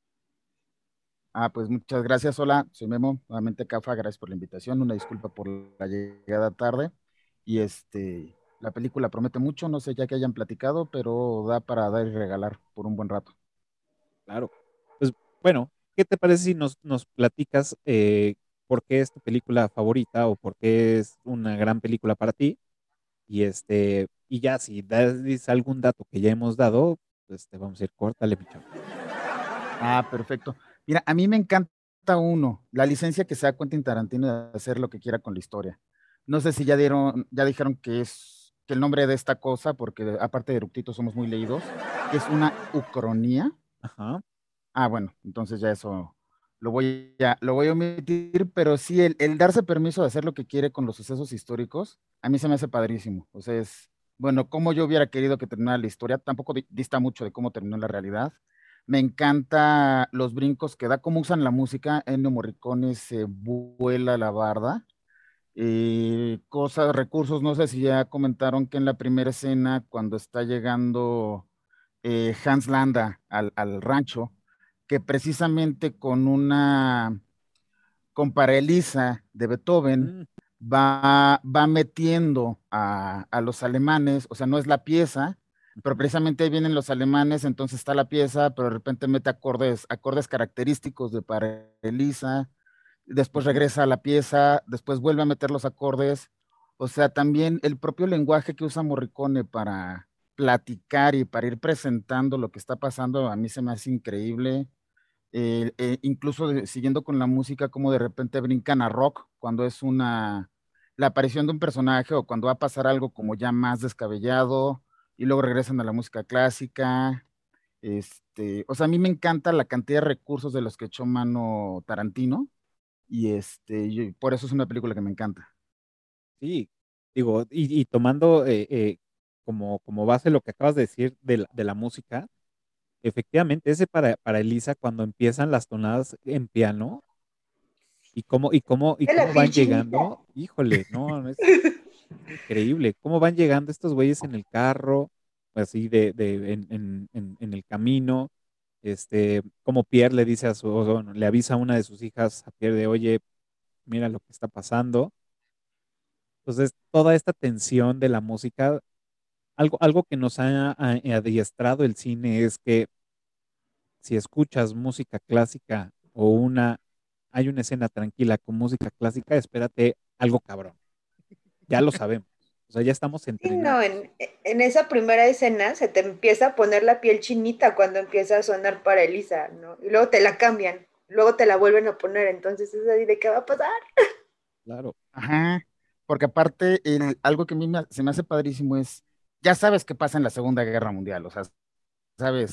pues muchas gracias, hola, soy Memo, nuevamente Cafa, gracias por la invitación, una disculpa por la llegada tarde. Y la película promete mucho, no sé ya que hayan platicado, pero da para dar y regalar por un buen rato. Claro. Pues bueno, ¿qué te parece si nos platicas por qué es tu película favorita o por qué es una gran película para ti? Y ya si das algún dato que ya hemos dado, pues te vamos a ir, córtale, mi chavo. Perfecto. Mira, a mí me encanta la licencia que se da Quentin Tarantino de hacer lo que quiera con la historia. No sé si ya dijeron que el nombre de esta cosa, porque aparte de Eructito somos muy leídos, que es una ucronía. Ajá, Bueno, entonces ya eso lo voy a omitir, pero sí, el darse permiso de hacer lo que quiere con los sucesos históricos, a mí se me hace padrísimo. O sea, bueno, como yo hubiera querido que terminara la historia, tampoco dista mucho de cómo terminó la realidad. Me encanta los brincos que da, cómo usan la música. Ennio Morricone se vuela la barda. Cosas, recursos, no sé si ya comentaron que en la primera escena, cuando está llegando Hans Landa al rancho, que precisamente con Parelisa de Beethoven mm, va metiendo a los alemanes, o sea, no es la pieza, pero ujú, precisamente ahí vienen los alemanes, entonces está la pieza, pero de repente mete acordes característicos de Parelisa, después ujú. regresa a la pieza, después vuelve a meter los acordes, o sea, también el propio lenguaje que usa Morricone para platicar y para ir presentando lo que está pasando, a mí se me hace increíble. Incluso siguiendo con la música, como de repente brincan a rock cuando es la aparición de un personaje o cuando va a pasar algo como ya más descabellado y luego regresan a la música clásica. O sea, a mí me encanta la cantidad de recursos de los que echó mano Tarantino y por eso es una película que me encanta. Sí, digo, y tomando como base lo que acabas de decir de la música, efectivamente, ese para Elisa, cuando empiezan las tonadas en piano y De la cómo van piel chinita. llegando, híjole, no, no es increíble, cómo van llegando estos güeyes en el carro, así en el camino, como Pierre le dice o bueno, le avisa a una de sus hijas a Pierre de, oye, mira lo que está pasando. Entonces, toda esta tensión de la música, algo que nos ha adiestrado el cine es que si escuchas música clásica hay una escena tranquila con música clásica, espérate algo cabrón. Ya lo sabemos. O sea, ya estamos Sí, no, entrenados. en esa primera escena se te empieza a poner la piel chinita cuando empieza a sonar para Elisa, ¿no? Y luego te la cambian, luego te la vuelven a poner, entonces es así de qué va a pasar. Claro. Ajá, porque aparte, algo que a mí se me hace padrísimo es, ya sabes qué pasa en la Segunda Guerra Mundial, o sea, sabes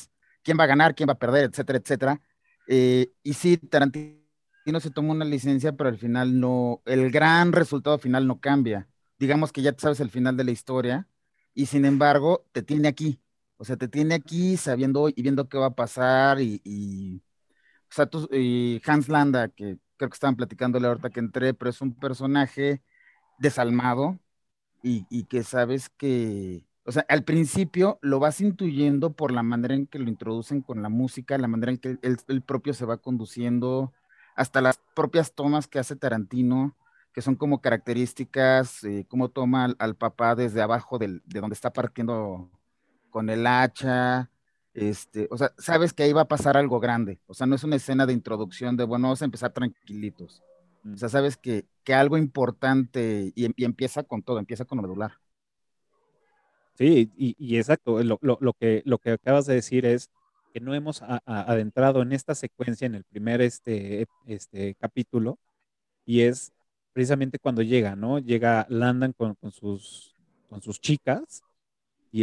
quién va a ganar, quién va a perder, etcétera, etcétera. Y sí, Tarantino se toma una licencia, pero al final no, el gran resultado final no cambia. Digamos que ya te sabes el final de la historia y sin embargo te tiene aquí. O sea, te tiene aquí sabiendo y viendo qué va a pasar o sea, y Hans Landa, que creo que estaban platicándole ahorita que entré, pero es un personaje desalmado y que sabes que, o sea, al principio lo vas intuyendo por la manera en que lo introducen con la música, la manera en que él propio se va conduciendo, hasta las propias tomas que hace Tarantino, que son como características, cómo toma al papá desde abajo de donde está partiendo con el hacha. O sea, sabes que ahí va a pasar algo grande. O sea, no es una escena de introducción de, bueno, vamos a empezar tranquilitos. O Mm. sea, sabes que algo importante y empieza con todo, empieza con lo medular. Sí, y exacto, lo que acabas de decir es que no hemos adentrado en esta secuencia en el primer capítulo, y es precisamente cuando llega, ¿no? Llega Landon con sus chicas, y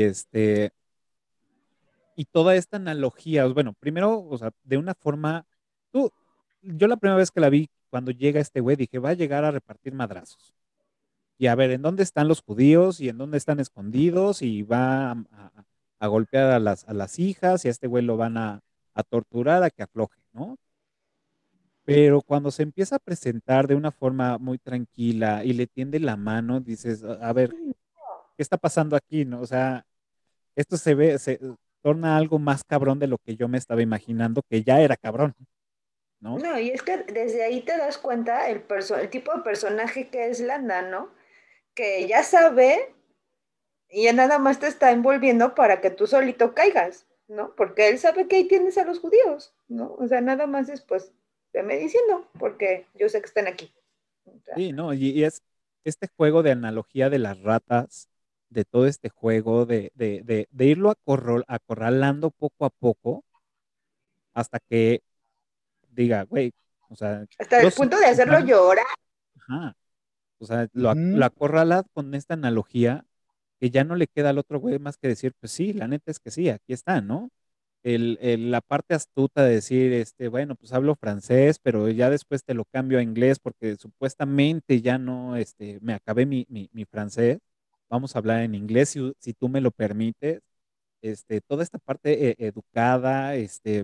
y toda esta analogía, bueno, primero, o sea, de una forma, tú, yo la primera vez que la vi, cuando llega este güey, dije, va a llegar a repartir madrazos. Y a ver, ¿en dónde están los judíos y en dónde están escondidos? Y va a golpear a las hijas y a este güey lo van a torturar, a que afloje, ¿no? Pero cuando se empieza a presentar de una forma muy tranquila y le tiende la mano, dices, a ver, ¿qué está pasando aquí, no? O sea, esto se torna algo más cabrón de lo que yo me estaba imaginando, que ya era cabrón, ¿no? No, y es que desde ahí te das cuenta el tipo de personaje que es Landa, ¿no? Que ya sabe y ya nada más te está envolviendo para que tú solito caigas, ¿no? Porque él sabe que ahí tienes a los judíos, ¿no? O sea, nada más es pues, veme diciendo, porque yo sé que están aquí. O sea, Sí, ¿no? Y es este juego de analogía de las ratas, de todo este juego, de irlo acorralando poco a poco hasta que diga, güey, o sea, hasta yo el soy punto de hacerlo culpable. llorar. Ajá. O sea, lo Ujú. acorrala con esta analogía que ya no le queda al otro güey más que decir, pues sí, la neta es que sí, aquí está, ¿no? La parte astuta de decir, bueno, pues hablo francés, pero ya después te lo cambio a inglés porque supuestamente ya no, me acabé mi francés. Vamos a hablar en inglés si tú me lo permites. Toda esta parte educada,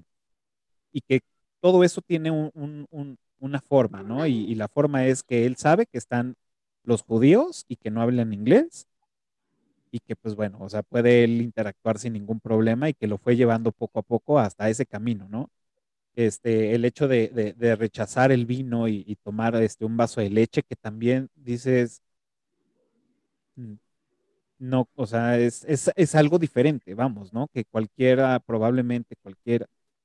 y que todo eso tiene una forma, ¿no? Y la forma es que él sabe que están los judíos y que no hablan inglés y que pues bueno, o sea, puede él interactuar sin ningún problema y que lo fue llevando poco a poco hasta ese camino, ¿no? El hecho de rechazar el vino y tomar un vaso de leche, que también dices, mm, no, o sea, es algo diferente, vamos, ¿no? Que cualquiera, probablemente cualquier,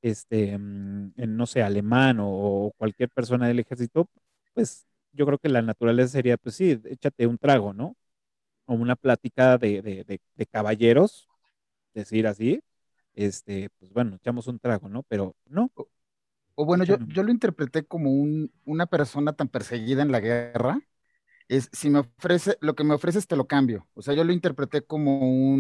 no sé, alemán o cualquier persona del ejército, pues yo creo que la naturaleza sería, pues sí, échate un trago, ¿no? O una plática de caballeros, decir así, pues bueno, echamos un trago, ¿no? Pero no, O, o bueno, yo, échame un... yo lo interpreté como una persona tan perseguida en la guerra. Si me ofrece, lo que me ofreces te lo cambio. O sea, yo lo interpreté como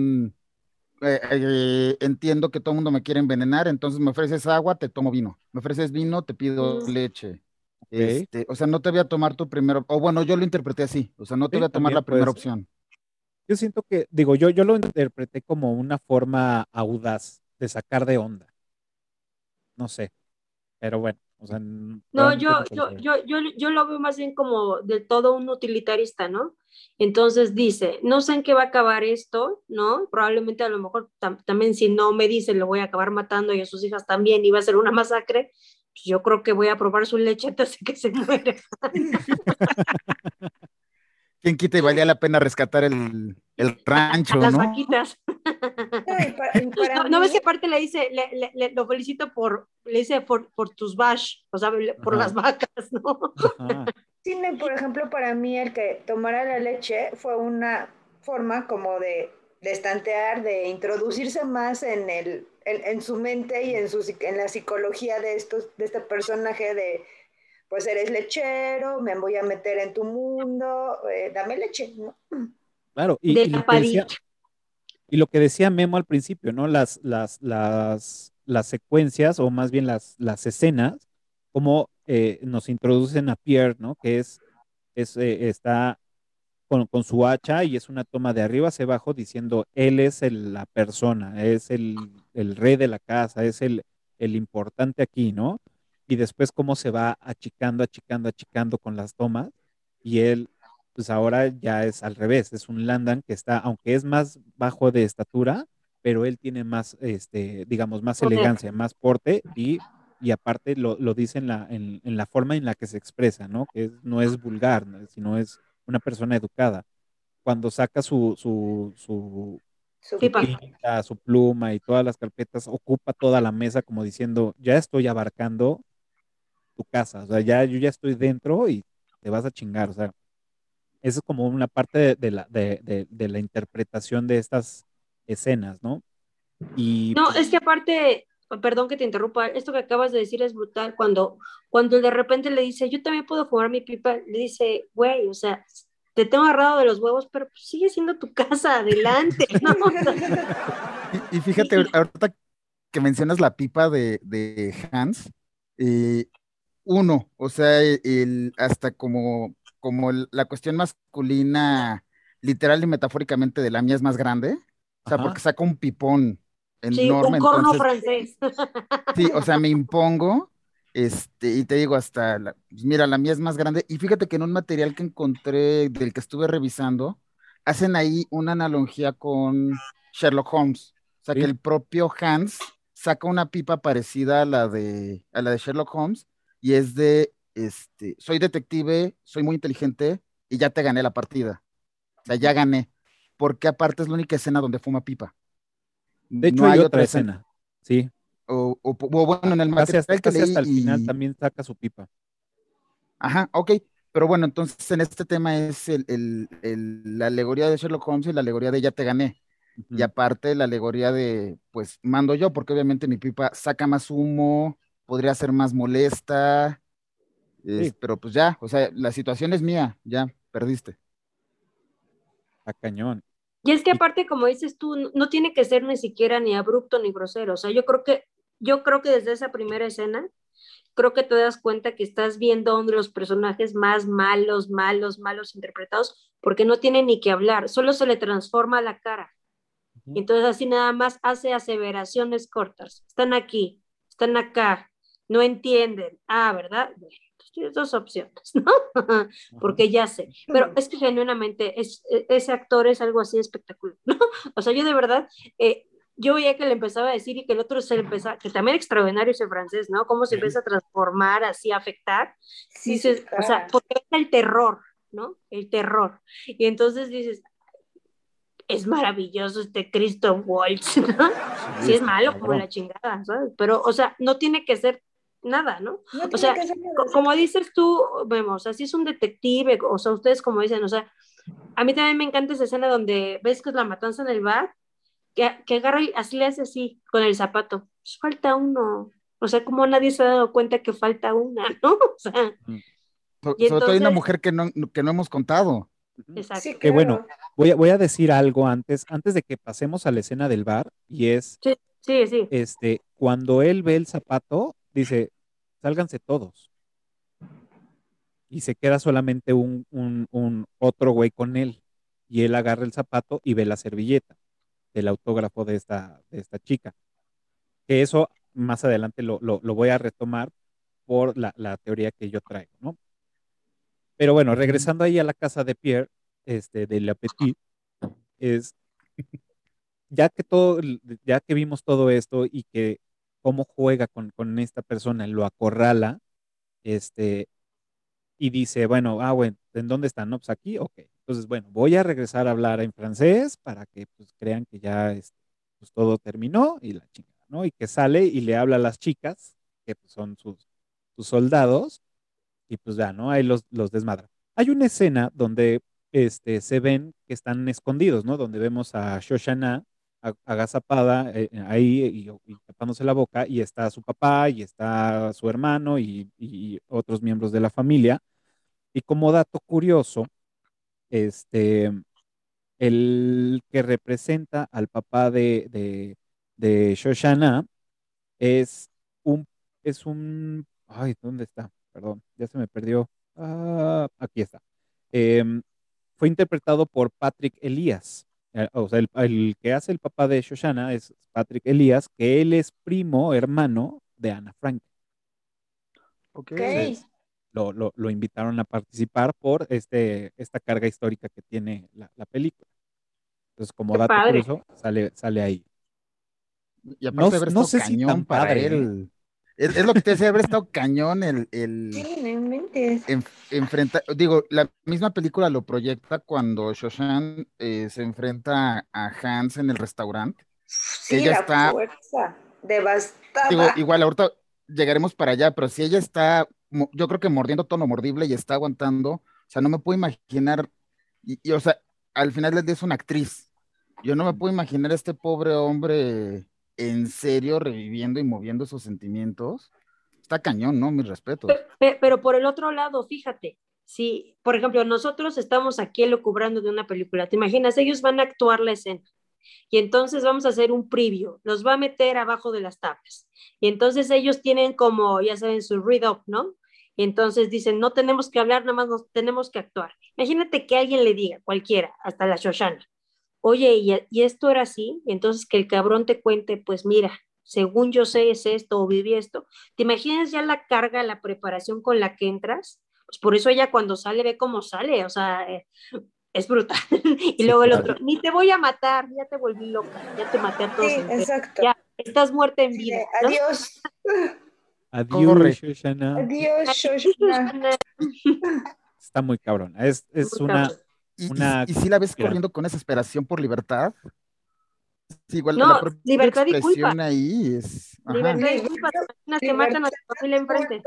entiendo que todo el mundo me quiere envenenar, entonces me ofreces agua, te tomo vino. Me ofreces vino, te pido Mm. leche. Ok, O sea, no te voy a tomar tu primero, o bueno, yo lo interpreté así, o sea, no te voy sí, a tomar también la puede primera ser. opción. Yo siento que, digo, yo lo interpreté como una forma audaz de sacar de onda, no sé, pero bueno, o sea, No, probablemente nunca lo sabré. yo lo veo más bien como del todo un utilitarista, ¿no? Entonces dice, no sé en qué va a acabar esto, ¿no? Probablemente a lo mejor también si no me dice, lo voy a acabar matando y a sus hijas también y va a ser una masacre, pues yo creo que voy a probar su leche hasta que se muere. ¿Quién quita y valía la pena rescatar el rancho, Las ¿no? vaquitas. No, y para No, no ves que mí, aparte le dice, lo felicito le dice por tus bash, o sea, por las Ajá, vacas, ¿no? ajá, cine, por ejemplo, para mí el que tomara la leche fue una forma como de estantear, de introducirse más en su mente y en la psicología de este personaje de, pues eres lechero, me voy a meter en tu mundo, dame leche, ¿no? claro, De la padilla. y lo que decía Memo al principio, ¿no? las secuencias, o más bien las escenas, como nos introducen a Pierre, ¿no? Que está con su hacha y es una toma de arriba hacia abajo diciendo, él es la persona, es el rey de la casa, es el importante aquí, ¿no? Y después cómo se va achicando, achicando, achicando con las tomas y él, pues ahora ya es al revés, es un Landan que está, aunque es más bajo de estatura, pero él tiene más, digamos, más Poder. elegancia, más porte y aparte lo dice en la forma en la que se expresa, ¿no? Que no es vulgar, ¿no? Sino es una persona educada. Cuando saca Su su Pipa. pipa. tinta, su pluma y todas las carpetas, ocupa toda la mesa como diciendo, ya estoy abarcando tu casa, o sea, yo ya estoy dentro y te vas a chingar, o sea, eso es como una parte de la interpretación de estas escenas, ¿no? Y No, pues, es que aparte, perdón que te interrumpa, esto que acabas de decir es brutal. Cuando de repente le dice, yo también puedo fumar mi pipa, le dice, güey, o sea, te tengo agarrado de los huevos, pero pues sigue siendo tu casa, adelante, ¿no? Y fíjate, Y, ahorita que mencionas la pipa de Hans, eh, uno, o sea, hasta la cuestión masculina, literal y metafóricamente de la mía es más grande, o sea, porque ajá, saca un pipón sí, un enorme, corno entonces, francés. sí, o sea, me impongo, y te digo, pues mira, la mía es más grande, y fíjate que en un material que encontré, del que estuve revisando, hacen ahí una analogía con Sherlock Holmes, o sea, que sí, el propio Hans saca una pipa parecida a la de Sherlock Holmes, y es soy detective, soy muy inteligente, y ya te gané la partida, o sea, ya gané, porque aparte es la única escena donde fuma pipa, de hecho no hay hay otra otra escena, escena, sí, o bueno, en el material que casi leí hasta el final y, también saca su pipa. ajá, ok, pero bueno, entonces en este tema es la alegoría de Sherlock Holmes y la alegoría de ya te gané. Y Ujú. aparte la alegoría de, pues mando yo, porque obviamente mi pipa saca más humo, podría ser más molesta, Sí, pero pues ya, o sea, la situación es mía, ya, perdiste. está cañón. Y es que Y aparte, como dices tú, no tiene que ser ni siquiera ni abrupto ni grosero. O sea, yo creo que desde esa primera escena, creo que te das cuenta que estás viendo a uno de los personajes más malos, malos, malos interpretados, porque no tiene ni que hablar, solo se le transforma la cara. Y ujú, entonces así nada más hace aseveraciones cortas. Están aquí, están acá, no entienden. Ah, ¿verdad? Bueno, pues tienes dos opciones, ¿no? ajá. Porque ya sé. Pero es que genuinamente ese actor es algo así espectacular, ¿no? O sea, yo de verdad, yo veía que le empezaba a decir y que el otro se le empezaba, que también extraordinario ese francés, ¿no? Cómo se Sí. empieza a transformar, así a afectar. Sí, su Dices, o sea, cara. porque es el terror, ¿no? El terror. Y entonces dices, es maravilloso este Christoph Waltz, ¿no? Sí, Sí es está malo como cabrón. la chingada, ¿sabes? Pero, o sea, no tiene que ser nada, ¿no? No O tiene sea, que ser nada, como exacto. dices tú, vemos, así es un detective, o sea, ustedes como dicen, o sea, a mí también me encanta esa escena donde ves que es la matanza en el bar, que agarra y así le hace así, con el zapato. Pues falta uno. O sea, como nadie se ha dado cuenta que falta una, ¿no? O sea, Ujú, y Sobre todo hay una entonces, mujer que no hemos contado. ujú. Sí, exacto. Que bueno, claro. voy a decir algo antes de que pasemos a la escena del bar, y es, Sí, sí, sí. cuando él ve el zapato, dice, sálganse todos, y se queda solamente un otro güey con él, y él agarra el zapato y ve la servilleta del autógrafo de esta chica, que eso más adelante lo voy a retomar por la teoría que yo traigo, ¿no? Pero bueno, Ujú. regresando ahí a la casa de Pierre, de Le Petit, es ya que vimos todo esto y que cómo juega con esta persona, lo acorrala, este, y dice, bueno, bueno, ¿en dónde están? No, pues aquí, ok. Entonces, bueno, voy a regresar a hablar en francés para que pues crean que ya pues, todo terminó y la chingada, ¿no? Y que sale y le habla a las chicas, que pues, son sus soldados, y pues ya, ¿no? Ahí los desmadra. Hay una escena donde se ven que están escondidos, ¿no? Donde vemos a Shoshana agazapada ahí y tapándose la boca, y está su papá, y está su hermano, y otros miembros de la familia. Y como dato curioso, este, el que representa al papá de Shoshana Es un, ay, ¿dónde está? Perdón, ya se me perdió. Aquí está. Em, Fue interpretado por Patrick Elias. O sea, el que hace el papá de Shoshana es Patrick Elias, que él es primo hermano de Anna Frank. Ok. Ok. Entonces, lo invitaron a participar por esta carga histórica que tiene la película. Entonces, como Qué dato padre. curioso, sale ahí. Y No, aparte de haber no estado sé si tan cañón para padre, ¿eh? él. Es lo que te decía, haber estado cañón Sí, no inventes. enfrentar. Digo, la misma película lo proyecta cuando Shoshan se enfrenta a Hans en el restaurante, que Sí, ella la está, fuerza digo, devastada. igual ahorita llegaremos para allá, pero si ella está, yo creo que mordiendo tono mordible y está aguantando, o sea, no me puedo imaginar, o sea, al final es una actriz. Yo no me puedo imaginar a este pobre hombre en serio reviviendo y moviendo sus sentimientos. Está cañón, ¿no? Mis respetos. Pero por el otro lado, fíjate, si, por ejemplo, nosotros estamos aquí elucubrando de una película, ¿te imaginas? Ellos van a actuar la escena y entonces vamos a hacer un preview, los va a meter abajo de las tablas. Y entonces ellos tienen como, ya saben, su read up, ¿no? Y entonces dicen, no tenemos que hablar, nada más nos tenemos que actuar. Imagínate que alguien le diga, cualquiera, hasta la Shoshana, oye, y esto era así, y entonces que el cabrón te cuente, pues mira, según yo sé es esto o viví esto. ¿Te imaginas ya la carga, la preparación con la que entras? Pues por eso ella cuando sale ve cómo sale, o sea, es brutal. Y Sí, luego el claro. otro, ni te voy a matar, ya te volví loca, ya te maté a Sí, todos enteros, exacto. ya estás muerta en Así vida, de, ¿no? adiós. Adiós, Corre. Shoshana. Adiós, Shoshana. Está muy cabrón. Es Muy cabrón. una Y si la ves gran. corriendo con desesperación por libertad, sí, igual la No, propia libertad y culpa, expresión ahí es, ajá, libertad y culpa, Libertad, te imaginas que matan a libertad, tu familia enfrente. culpa,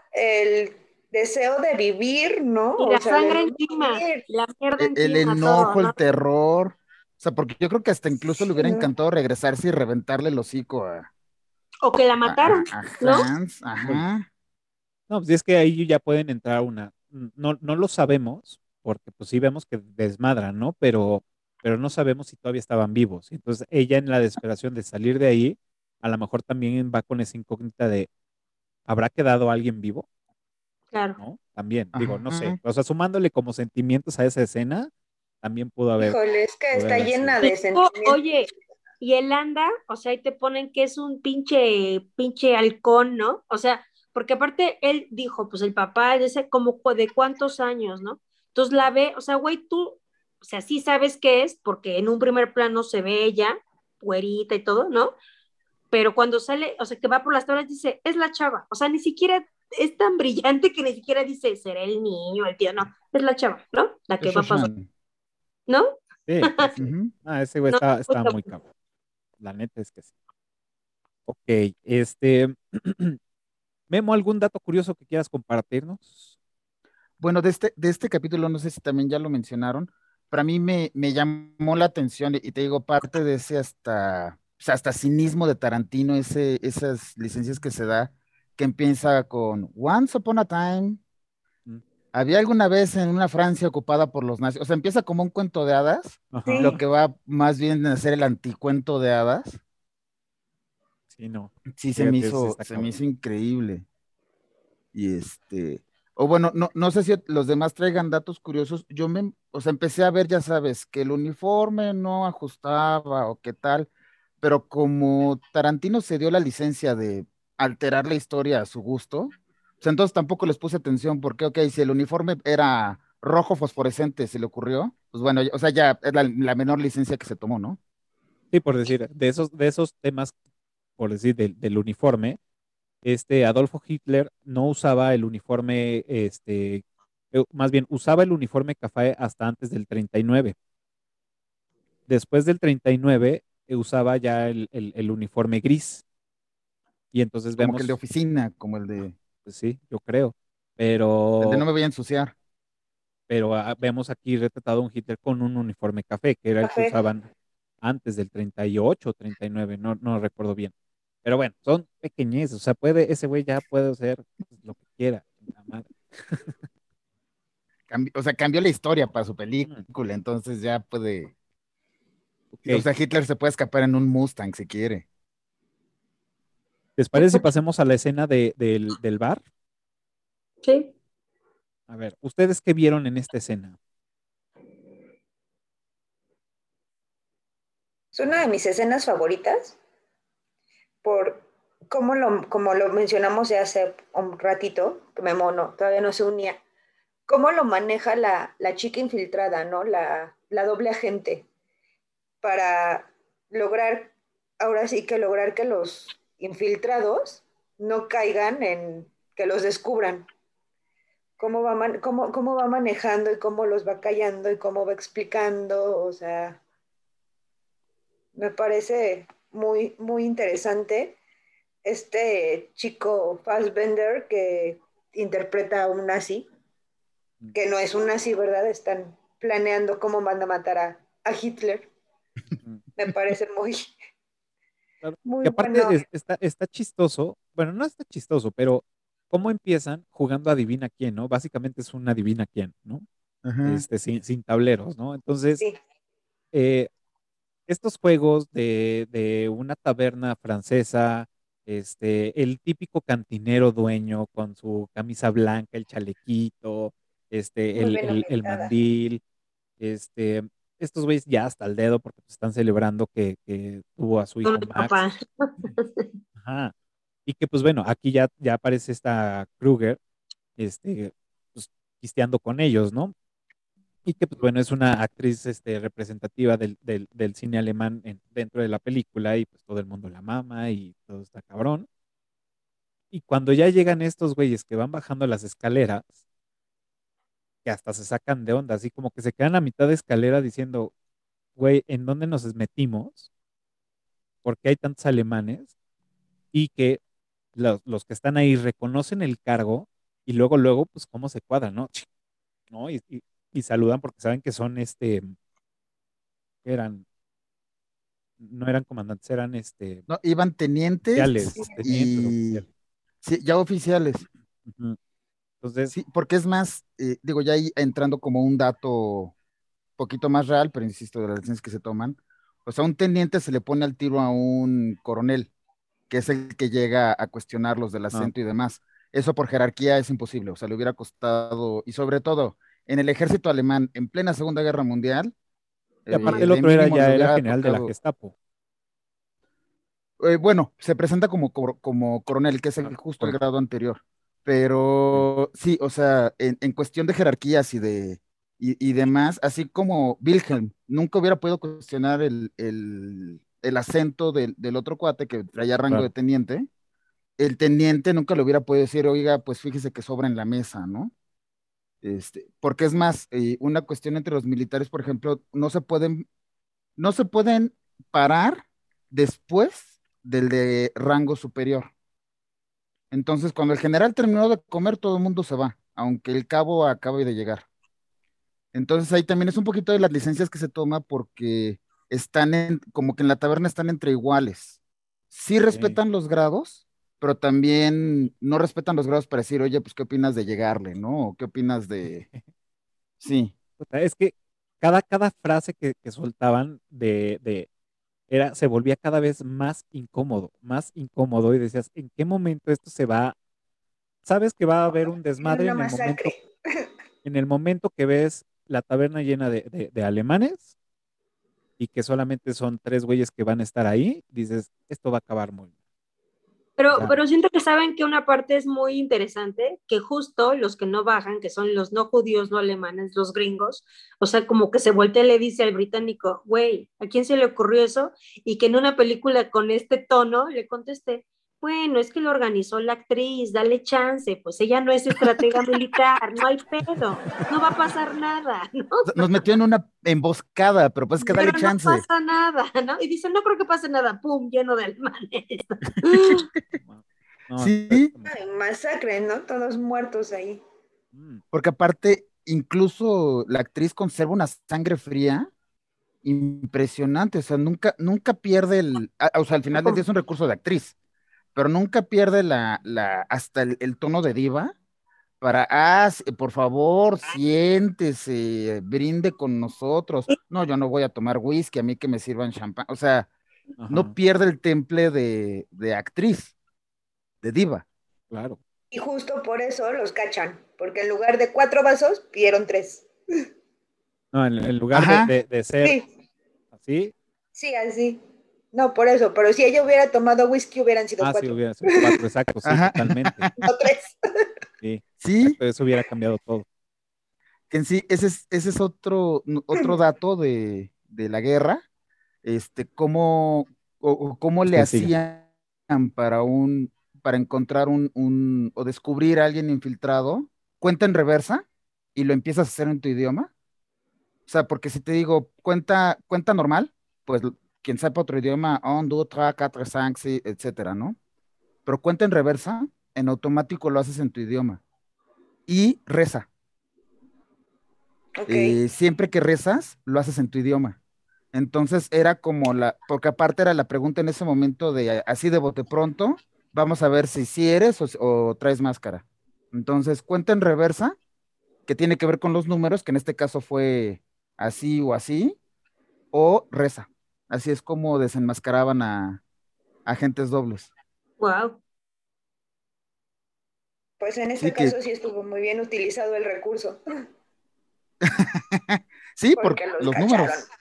el deseo de vivir, ¿no? Y O la sea, de sangre no encima, morir. y la mierda el encima, todo, enojo, el ¿no? terror, o sea, porque yo creo que hasta incluso le Sí, hubiera ¿no? encantado regresarse y reventarle el hocico O que la mataron, a ¿no? Hans, Uy, ajá, no, pues es que ahí ya pueden entrar no lo sabemos, porque pues sí vemos que desmadran, ¿no? Pero no sabemos si todavía estaban vivos. Entonces ella en la desesperación de salir de ahí, a lo mejor también va con esa incógnita de, ¿habrá quedado alguien vivo? Claro. ¿No? También, digo, no sé. ajá, O sea, sumándole como sentimientos a esa escena, también Híjole, es que pudo está haber llena sido. de sentimientos. Oye, y el anda, o sea, ahí te ponen que es un pinche halcón, ¿no? O sea, porque aparte él dijo, pues el papá es ese como de cuántos años, ¿no? Entonces la ve, o sea, güey, tú, o sea, sí sabes qué es, porque en un primer plano se ve ella, güerita y todo, ¿no? Pero cuando sale, o sea, que va por las tablas, dice, es la chava, o sea, ni siquiera es tan brillante que ni siquiera dice, será el niño, el tío, no, es la chava, ¿no? La es que va a pasar, Shoshan. ¿no? Sí, sí, sí. Ujú. Ese güey No, está muy cabrón. La neta es que sí. Ok, Memo, ¿algún dato curioso que quieras compartirnos? Bueno, de este capítulo, no sé si también ya lo mencionaron, pero a mí me llamó la atención y te digo, parte de ese hasta, o sea, hasta cinismo de Tarantino, esas licencias que se da, que empieza con Once Upon a Time, Mm, había alguna vez en una Francia ocupada por los nazis, o sea, empieza como un cuento de hadas, Ajá, lo Sí, que va más bien a ser el anticuento de hadas, sí, no. sí Fíjate, ese está se me cabrón. hizo increíble. Y o bueno, no sé si los demás traigan datos curiosos. O sea, empecé a ver, ya sabes, que el uniforme no ajustaba o qué tal, pero como Tarantino se dio la licencia de alterar la historia a su gusto, pues entonces tampoco les puse atención porque, ok, si el uniforme era rojo fosforescente, se le ocurrió, pues bueno, o sea, ya es la menor licencia que se tomó, ¿no? Sí, por decir, de esos temas, por decir, del uniforme, Adolfo Hitler no usaba el uniforme, más bien usaba el uniforme café hasta antes del 39. Después del 39 usaba ya el uniforme gris. Y entonces Como que el de vemos, oficina, como pues sí, yo creo, el de pero, no me voy a ensuciar. pero vemos aquí retratado un Hitler con un uniforme café, que era el que café. usaban antes del 38 o 39, no recuerdo bien. Pero bueno, son pequeñeces, o sea, ese güey ya puede hacer pues, lo que quiera, la madre. O sea, cambió la historia para su Mm, película, entonces ya puede, o ok, sea, Hitler se puede escapar en un Mustang si quiere. ¿Les parece si pasemos a la escena del bar? Sí. A ver, ¿ustedes qué vieron en esta escena? Es una de mis escenas favoritas por como lo mencionamos ya hace un ratito, que Memo todavía no se unía, cómo lo maneja la chica infiltrada, ¿no? La doble agente para lograr, ahora sí que lograr que los infiltrados no caigan en que los descubran. Cómo va manejando y cómo los va callando y cómo va explicando, o sea, me parece muy interesante este chico Fassbender que interpreta a un nazi, que no es un nazi, ¿verdad? Están planeando cómo van a matar a Hitler. Mm. Me parece Claro. muy Que aparte bueno. está chistoso, bueno, no está chistoso, pero cómo empiezan jugando adivina quién, ¿no? Básicamente es un adivina quién, ¿no? Ajá. Sin tableros, ¿no? Entonces, Sí, eh, estos juegos de una taberna francesa, el típico cantinero dueño con su camisa blanca, el chalequito, muy bien el orientada. mandil, este, estos güeyes ya hasta el dedo porque pues, están celebrando que tuvo a su Con hijo mi Max. papá. Ajá. Y que pues bueno, aquí ya aparece esta Kruger, pues pisteando con ellos, ¿no? Y que pues bueno, es una actriz representativa del cine alemán dentro de la película y pues todo el mundo la mama y todo está cabrón. Y cuando ya llegan estos güeyes que van bajando las escaleras, que hasta se sacan de onda, así como que se quedan a mitad de escalera diciendo, güey, ¿en dónde nos metimos? ¿Por qué hay tantos alemanes? Y que los que están ahí reconocen el cargo y luego, pues cómo se cuadran, ¿no? ¿No? Y saludan porque saben que son eran, no eran comandantes, eran No, iban tenientes tenientes, y oficiales. sí, ya oficiales. Ujú. Entonces, Sí, porque es más, digo, ya ahí entrando como un dato poquito más real, pero insisto, de las decisiones que se toman. O sea, un teniente se le pone al tiro a un coronel, que es el que llega a cuestionarlos del ah, acento y demás. Eso por jerarquía es imposible, o sea, le hubiera costado, y sobre todo, en el ejército alemán, en plena Segunda Guerra Mundial, y aparte el de otro mínimo le ya era hubiera general de la tocado, Gestapo. bueno, se presenta como coronel, que es Ah, justo el por- grado anterior, ok. pero sí, o sea, en cuestión de jerarquías y demás, así como Wilhelm nunca hubiera podido cuestionar el acento del otro cuate que traía rango de Claro. teniente, el teniente nunca le hubiera podido decir, oiga, pues fíjese que sobra en la mesa, ¿no? Porque es más, una cuestión entre los militares, por ejemplo, no se pueden parar después del de rango superior. Entonces, cuando el general terminó de comer, todo el mundo se va, aunque el cabo acabe de llegar. Entonces, ahí también es un poquito de las licencias que se toma porque como que en la taberna están entre iguales. Sí Ok. respetan los grados, pero también no respetan los grados para decir, oye, pues, ¿qué opinas de llegarle, no? ¿O qué opinas de...? Sí. Puta, es que cada frase que soltaban se volvía cada vez más incómodo y decías, ¿en qué momento esto se va? Sabes que va a haber un Era desmadre una masacre. en el momento que ves la taberna llena de alemanes y que solamente son tres güeyes que van a estar ahí, dices, esto va a acabar muy mal. O sea, Pero siento que saben que una parte es muy interesante, que justo los que no bajan, que son los no judíos, no alemanes, los gringos, o sea, como que se voltea y le dice al británico, güey, ¿a quién se le ocurrió eso? Y que en una película con este tono le conteste, bueno, es que lo organizó la actriz, dale chance, pues ella no es estratega militar, no hay pedo, no va a pasar nada, ¿no? Nos metió en una emboscada, pero pues es que dale Pero no chance. pasa nada, ¿no? Y dice, no creo que pase nada, pum, lleno de alemanes. no, no, Sí, Ay, masacre, ¿no? Todos muertos ahí. mm, porque aparte, incluso la actriz conserva una sangre fría impresionante, o sea, nunca pierde o sea, al final del día es un recurso de actriz, pero nunca pierde hasta el tono de diva para, por favor, siéntese, brinde con nosotros. No, yo no voy a tomar whisky, a mí que me sirvan champán, o sea, no ajá. pierde el temple de actriz. de diva. Claro. Y justo por eso los cachan, porque en lugar de 4 vasos, pidieron 3. No, en lugar Ajá. de ser Sí, así, sí, así. No, por eso, pero si ella hubiera tomado whisky, hubieran sido sí, 4, hubiera sido 4, exacto, sí, Ajá. totalmente. no 3. Sí, Sí, exacto, eso hubiera cambiado todo. que en sí, ese es otro dato de la guerra, cómo le Usted siga. hacían para encontrar o descubrir a alguien infiltrado, cuenta en reversa y lo empiezas a hacer en tu idioma. O sea, porque si te digo cuenta normal, pues quien sepa otro idioma, un, dos, tres, cuatro, cinco, sí, etcétera, ¿no? Pero cuenta en reversa, en automático lo haces en tu idioma. Y reza. Ok, Siempre que rezas, lo haces en tu idioma. Entonces era como porque aparte era la pregunta en ese momento de así de bote pronto, vamos a ver si eres o traes máscara. Entonces cuenta en reversa, que tiene que ver con los números, que en este caso fue así, o reza. Así es como desenmascaraban a agentes dobles. Wow. pues en este Sí, que caso sí estuvo muy bien utilizado el recurso, sí, por porque los los cacharon. números.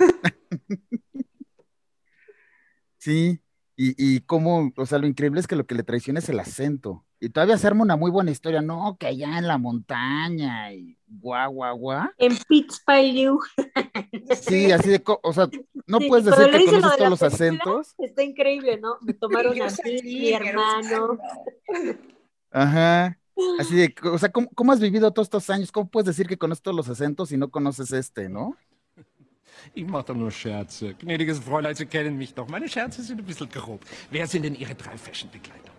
Sí, y cómo, o sea, lo increíble es que lo que le traiciona es el acento. Y todavía se arma una muy buena historia, no, que allá en la montaña y guau, guau, guau. En Pittsburgh. Sí, así o sea, no Sí, puedes cuando decir le que dicen lo conoces de todos la los película, acentos. está increíble, ¿no? Me Y tomaron yo a mí, mi salí en hermano. Jerusalén. Ajá. Así o sea, ¿cómo has vivido todos estos años? ¿Cómo puedes decir que conoces todos los acentos y no conoces no? Ich mache doch nur Scherze. Gnädiges Fräulein, Sie kennen mich doch. Meine Scherze sind ein bisschen grob. Wer sind denn Ihre 3 Fashion-Begleiter?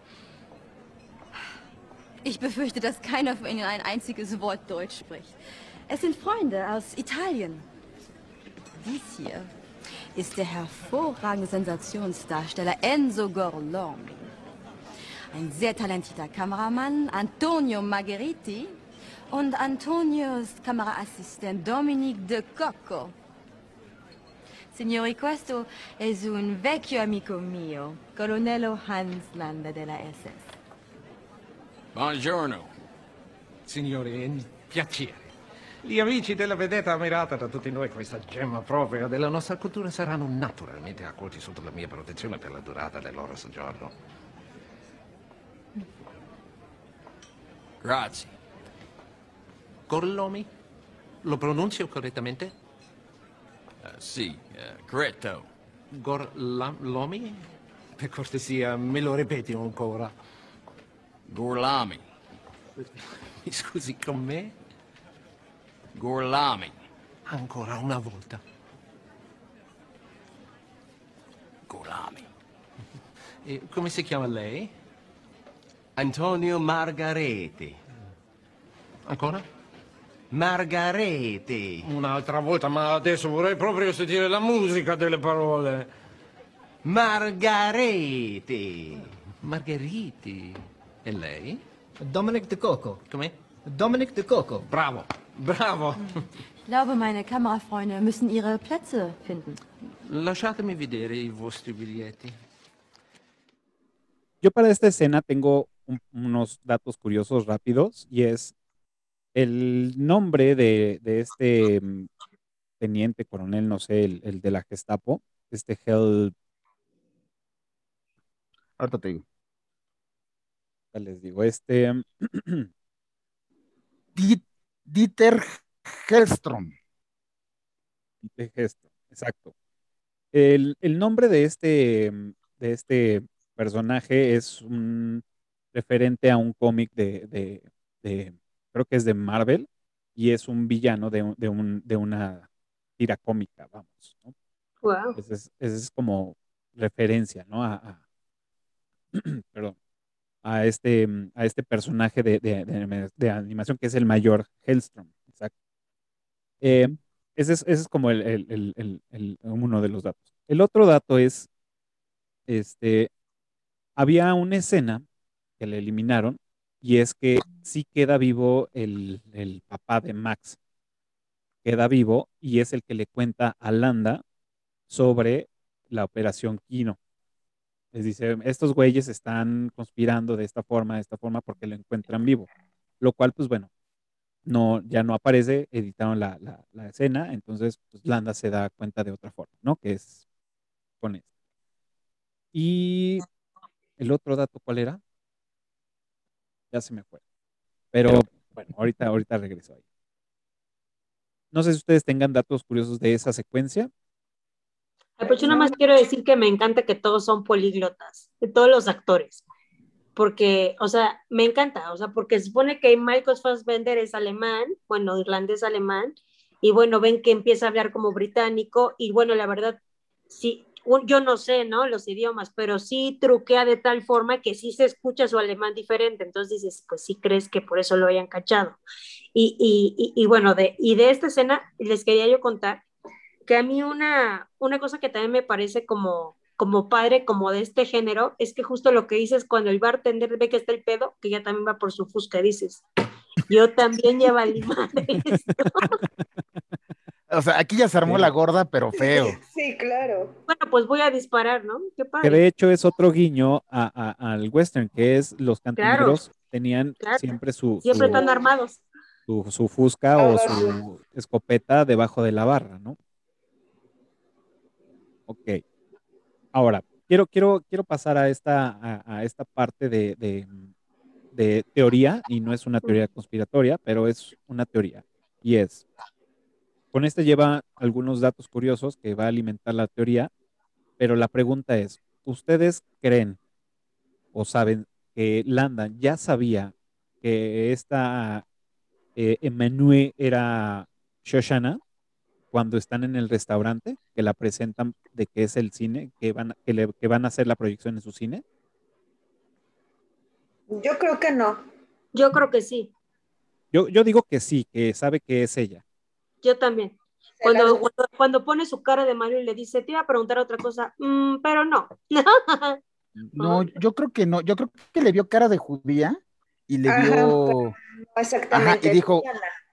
Ich befürchte, dass keiner von Ihnen ein einziges Wort Deutsch spricht. Es sind Freunde aus Italien. Dies hier ist der hervorragende Sensationsdarsteller Enzo Gorlami. Ein sehr talentierter Kameramann, Antonio Margheriti. Und Antonios Kameraassistent Dominique De Cocco. Signori, questo è un vecchio amico mio, colonnello Hans Landa della SS. Buongiorno. Signore, è un piacere. Gli amici della vedetta ammirata da tutti noi, questa gemma propria della nostra cultura, saranno naturalmente accolti sotto la mia protezione per la durata del loro soggiorno. Grazie. Gorlomi? Lo pronuncio correttamente? Sì, corretto. Gorlomi? Per cortesia, me lo ripeti ancora. Gorlami. Mi scusi, con me? Gorlami. Ancora una volta. Gorlami. E come si chiama lei? Antonio Margarete. Ancora? Margarete. Un'altra volta, ma adesso vorrei proprio sentire la musica delle parole. Margarete. Margheriti. E lei? Dominic De Coco. Come? Dominic De Coco. Bravo, bravo. Ich glaube, meine Kamerafreunde müssen ihre Plätze finden. Lasciatemi vedere i vostri biglietti. Yo para esta escena tengo unos datos curiosos rápidos y es el nombre de este teniente coronel, no sé, el de la Gestapo, Ahorita te digo. les digo, Dieter Hellstrom. gesto, exacto. El nombre de este personaje es un referente a un cómic creo que es de Marvel, y es un villano de una tira cómica, vamos, ¿no? Wow. Ese es como referencia, ¿no? Perdón, a este personaje de animación que es el mayor Hellstrom. Exacto. Eh, ese es como uno de los datos. El otro dato es, este, había una escena que le eliminaron, y es que sí queda vivo el papá de Max. Queda vivo y es el que le cuenta a Landa sobre la operación Kino. Les dice, estos güeyes están conspirando de esta forma, porque lo encuentran vivo. Lo cual, pues bueno, no, ya no aparece, editaron la escena, entonces pues Landa se da cuenta de otra forma, ¿no? Que es con esto. Y el otro dato, ¿cuál era? Ya se me fue. Pero bueno, ahorita regreso ahí. No sé si ustedes tengan datos curiosos de esa secuencia. Ay, pues yo nada más quiero decir que me encanta que todos son políglotas, de todos los actores, porque, o sea, me encanta, o sea, porque se supone que Michael Fassbender es alemán, bueno, irlandés alemán, y bueno, ven que empieza a hablar como británico, y bueno, la verdad, sí, yo no sé, ¿no? Los idiomas, pero sí truquea de tal forma que sí se escucha su alemán diferente, entonces dices, pues sí crees que por eso lo hayan cachado. Y bueno, de esta escena les quería yo contar que a mí una cosa que también me parece como padre, como de este género, es que justo lo que dices cuando el bartender ve que está el pedo, que ya también va por su fusca, dices, yo también lleva madre esto. O sea, aquí ya se armó la Sí. gorda, pero feo. Sí, claro. Bueno, pues voy a disparar, ¿no? Qué Que de padre. hecho es otro guiño al western, que es los Claro, cantinegros tenían claro. siempre Siempre están armados. su fusca o Abajo. su escopeta debajo de la barra, ¿no? Ok. Ahora, quiero pasar a esta parte de teoría, y no es una teoría conspiratoria, pero es una teoría. Y es, con este lleva algunos datos curiosos que va a alimentar la teoría, pero la pregunta es, ¿ustedes creen o saben que Landa ya sabía que esta Emmanuel era Shoshana cuando están en el restaurante, que la presentan de que es el cine, que van a hacer la proyección en su cine? Yo creo que no. Yo creo que sí, Yo digo que sí, que sabe que es ella. yo también. Se las- Cuando pone su cara de Mario y le dice, te iba a preguntar otra cosa, pero no. No, yo creo que no. Yo creo que le vio cara de judía y le Ajá, pero vio. no Ajá, y exactamente. dijo,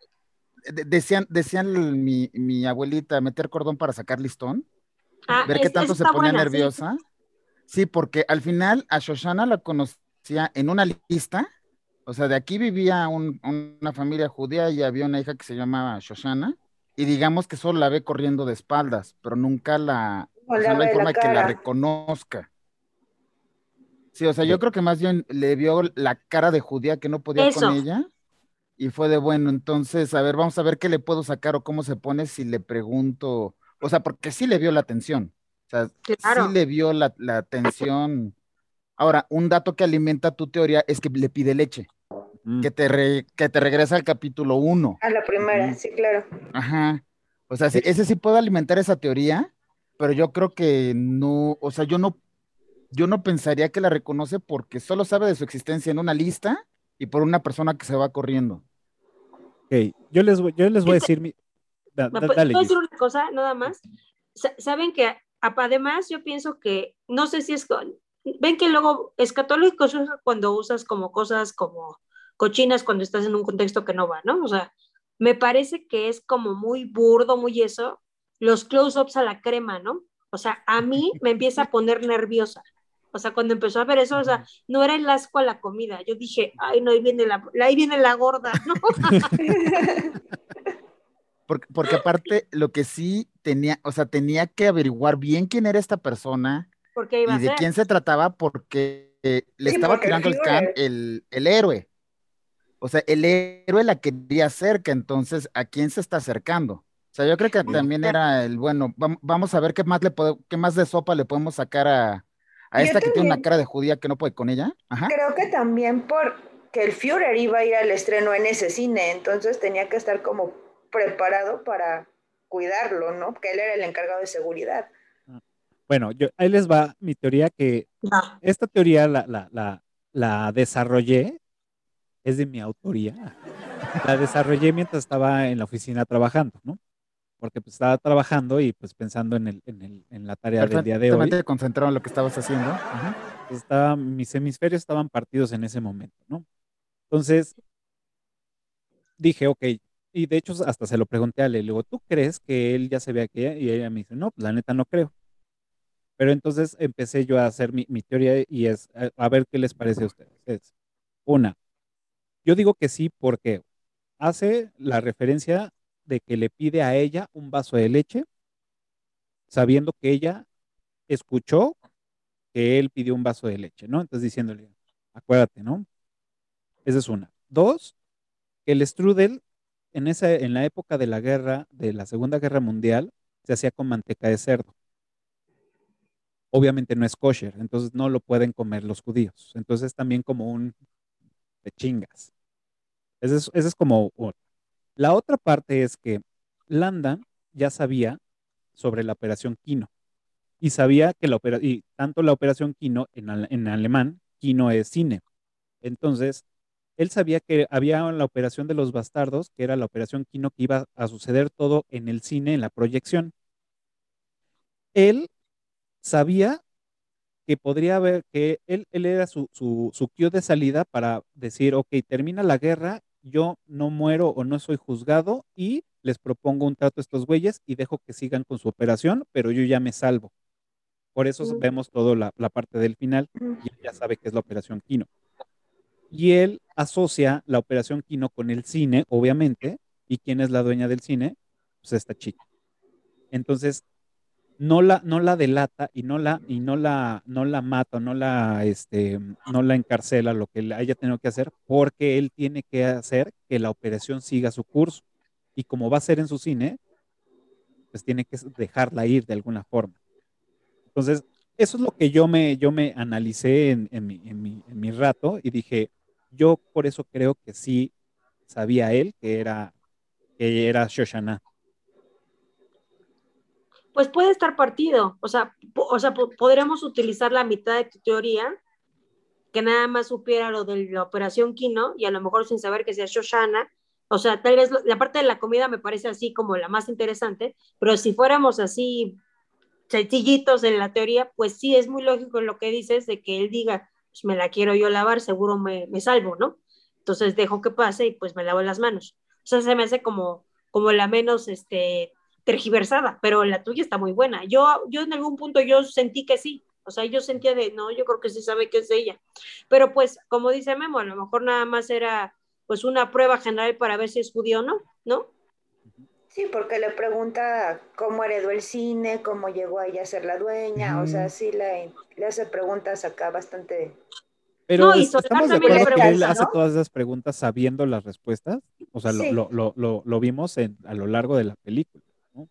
decían mi abuelita, meter cordón para sacar listón, Ah, ver qué esa tanto se está ponía buena, sí. nerviosa. Sí, porque al final a Shoshana la conocía en una lista. O sea, de aquí vivía una familia judía y había una hija que se llamaba Shoshana. Y digamos que solo la ve corriendo de espaldas, pero nunca No o le sea, no hay ve la forma de que la cara. reconozca. Sí, o sea, Ok. yo creo que más bien le vio la cara de judía que no podía con Eso, ella y fue de bueno, entonces, a ver, vamos a ver qué le puedo sacar o cómo se pone si le pregunto, o sea, porque sí le vio la atención, o sea, sí claro. le vio la atención. Ahora, un dato que alimenta tu teoría es que le pide leche, Mm, que te regresa al capítulo uno. A la primera, ujú. sí, claro. Ajá. O sea, sí, Eh, ese sí puede alimentar esa teoría, pero yo creo que no, o sea, yo no pensaría que la reconoce porque solo sabe de su existencia en una lista y por una persona que se va corriendo. ok, yo les voy a decir dale, ¿Puedo decir Gis. una cosa nada más? Saben que además yo pienso que, no sé si es, ven que luego escatológico es cuando usas como cosas como cochinas cuando estás en un contexto que no va, ¿no? O sea, me parece que es como muy burdo, muy eso, los close-ups a la crema, ¿no? O sea, a mí me empieza a poner nerviosa. O sea, cuando empezó a ver eso, o sea, no era el asco a la comida. Yo dije, ay, no, ahí viene la gorda, ¿no? Porque aparte, lo que sí tenía, o sea, tenía que averiguar bien quién era esta persona ¿Por qué iba y a de ser? quién se trataba porque le Sí, estaba porque el tirando el can Führer. el héroe. O sea, el héroe la quería cerca, entonces, ¿a quién se está acercando? O sea, yo creo que Sí. también era el, bueno, vamos a ver qué más de sopa le podemos sacar a Yo esta que tiene una también cara de judía que no puede con ella. Ajá. creo que también porque el Führer iba a ir al estreno en ese cine, entonces tenía que estar como preparado para cuidarlo, ¿no? Que él era el encargado de seguridad. Bueno, ahí les va mi teoría, que No. esta teoría la desarrollé, es de mi autoría. La desarrollé mientras estaba en la oficina trabajando, ¿no? Porque pues estaba trabajando y pues pensando en la tarea del día de hoy. Perfectamente concentrado en lo que estabas haciendo. Ajá. Pues, mis hemisferios estaban partidos en ese momento, ¿no? Entonces dije, ok, y de hecho hasta se lo pregunté a Ale, le digo, ¿tú crees que él ya se ve aquí? Y ella me dice, no, pues la neta no creo. Pero entonces empecé yo a hacer mi teoría y es a ver qué les parece a ustedes. Es, una, yo digo que sí porque hace la referencia de que le pide a ella un vaso de leche, sabiendo que ella escuchó que él pidió un vaso de leche, ¿no? Entonces diciéndole, acuérdate, ¿no? Esa es una. Dos, que el strudel en la época de la guerra, de la Segunda Guerra Mundial, se hacía con manteca de cerdo. Obviamente no es kosher, entonces no lo pueden comer los judíos. Entonces también como un de chingas. Ese es como uno. La otra parte es que Landa ya sabía sobre la operación Kino y sabía que y tanto la operación Kino en alemán, Kino es cine. Entonces, él sabía que había la operación de los bastardos, que era la operación Kino, que iba a suceder todo en el cine, en la proyección. Él sabía que podría haber, que él era su cue de salida para decir, ok, termina la guerra, yo no muero o no soy juzgado y les propongo un trato a estos güeyes y dejo que sigan con su operación, pero yo ya me salvo. Por eso vemos toda la parte del final y él ya sabe que es la operación Kino. Y él asocia la operación Kino con el cine, obviamente, y quién es la dueña del cine, pues esta chica. Entonces, no la delata y no la mata, no la encarcela, lo que haya tenido que hacer, porque él tiene que hacer que la operación siga su curso. Y como va a ser en su cine, pues tiene que dejarla ir de alguna forma. Entonces, eso es lo que yo me analicé en mi rato y dije, yo por eso creo que sí sabía él que era Shoshana. Pues puede estar partido, podríamos utilizar la mitad de tu teoría, que nada más supiera lo de la operación Kino y a lo mejor sin saber que sea Shoshana. O sea, tal vez la parte de la comida me parece así como la más interesante, pero si fuéramos así sencillitos en la teoría, pues sí es muy lógico lo que dices de que él diga, pues me la quiero yo lavar, seguro me salvo, ¿no? Entonces dejo que pase y pues me lavo las manos. O sea, se me hace como la menos tergiversada, pero la tuya está muy buena. Yo en algún punto yo sentí que sí, o sea, yo sentía no, yo creo que sí sabe que es ella. Pero pues, como dice Memo, a lo mejor nada más era pues una prueba general para ver si es judío o no, ¿no? Sí, porque le pregunta cómo heredó el cine, cómo llegó a ella a ser la dueña, o sea, sí le hace preguntas acá bastante... Pero No, y Soledad estamos de también le acuerdo que él pregunta, hace ¿no? todas esas preguntas sabiendo las respuestas. O sea, Sí. lo vimos a lo largo de la película, ¿no?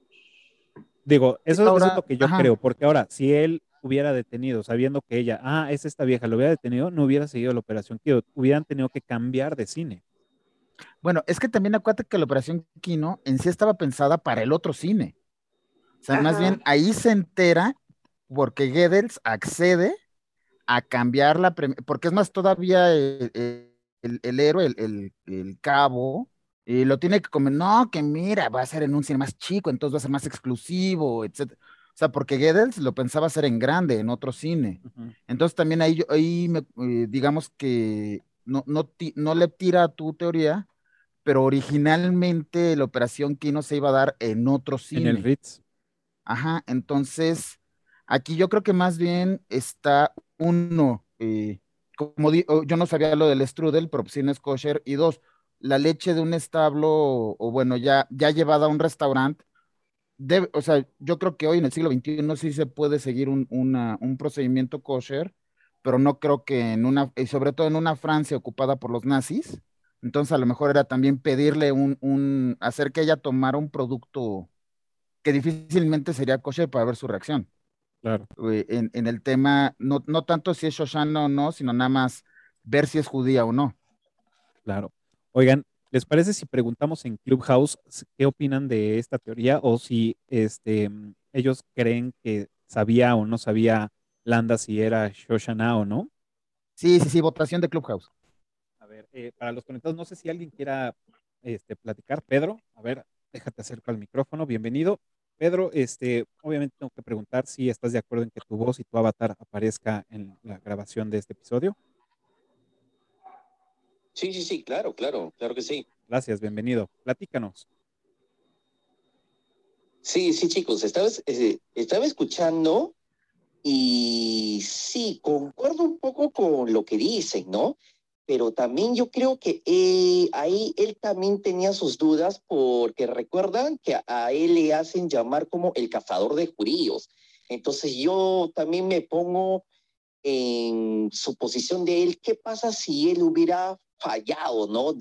Digo, eso es Ahora, lo que yo creo, porque ahora, si él hubiera detenido, sabiendo que ella, es esta vieja, lo hubiera detenido, no hubiera seguido la operación Kyo, hubieran tenido que cambiar de cine. bueno, es que también acuérdate que la operación Kino en sí estaba pensada para el otro cine. O sea, más Ajá. bien ahí se entera porque Goebbels accede a cambiar porque es más, todavía el héroe, el cabo, lo tiene que comer, no, que mira, va a ser en un cine más chico, entonces va a ser más exclusivo, etc. O sea, porque Goebbels lo pensaba hacer en grande, en otro cine. Ujú. Entonces también ahí digamos que no le tira a tu teoría, pero originalmente la operación Kino se iba a dar en otro En el cine. Ritz. Ajá, entonces aquí yo creo que más bien está uno, yo no sabía lo del strudel, pero pues sí no es kosher, y dos, la leche de un establo, o bueno, ya llevada a un restaurante, o sea, yo creo que hoy en el siglo XXI sí se puede seguir un procedimiento kosher, pero no creo que y sobre todo en una Francia ocupada por los nazis, entonces a lo mejor era también pedirle hacer que ella tomara un producto que difícilmente sería kosher para ver su reacción. Claro, En el tema, no tanto si es Shoshana o no, sino nada más ver si es judía o no. claro. Oigan, ¿les parece si preguntamos en Clubhouse qué opinan de esta teoría o si ellos creen que sabía o no sabía Landa si era Shoshana o no? Sí, sí, sí, votación de Clubhouse. A ver, para los conectados, no sé si alguien quiera platicar. Pedro, a ver, déjate acerco al micrófono. Bienvenido. Pedro, obviamente tengo que preguntar si estás de acuerdo en que tu voz y tu avatar aparezca en la grabación de este episodio. Sí, sí, sí, claro, claro, claro que sí. Gracias, bienvenido. Platícanos. Sí, sí, chicos, estaba escuchando Y sí, concuerdo un poco con lo que dicen, ¿no? Pero también yo creo que ahí él también tenía sus dudas porque recuerdan que a él le hacen llamar como el cazador de judíos. Entonces yo también me pongo en su posición de él, ¿qué pasa si él hubiera fallado, ¿no?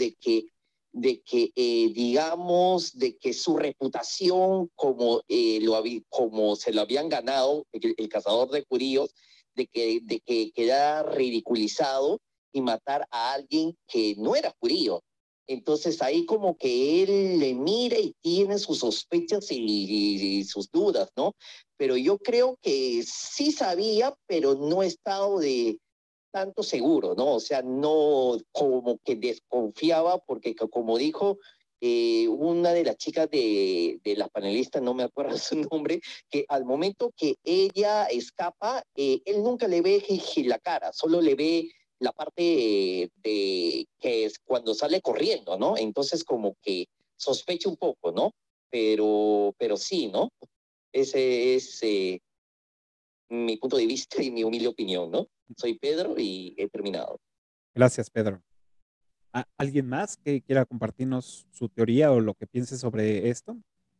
Digamos, de que su reputación, como se lo habían ganado el cazador de judíos, de que quedara ridiculizado y matar a alguien que no era judío. Entonces ahí como que él le mira y tiene sus sospechas y sus dudas, ¿no? Pero yo creo que sí sabía, pero no he estado de tanto seguro, ¿no? O sea, no como que desconfiaba, porque como dijo una de las chicas de las panelistas, no me acuerdo su nombre, que al momento que ella escapa, él nunca le ve la cara, solo le ve la parte de que es cuando sale corriendo, ¿no? Entonces como que sospecha un poco, ¿no? Pero sí, ¿no? Ese es mi punto de vista y mi humilde opinión, ¿no? Soy Pedro y he terminado. Gracias, Pedro. ¿Alguien más que quiera compartirnos su teoría o lo que piense sobre esto?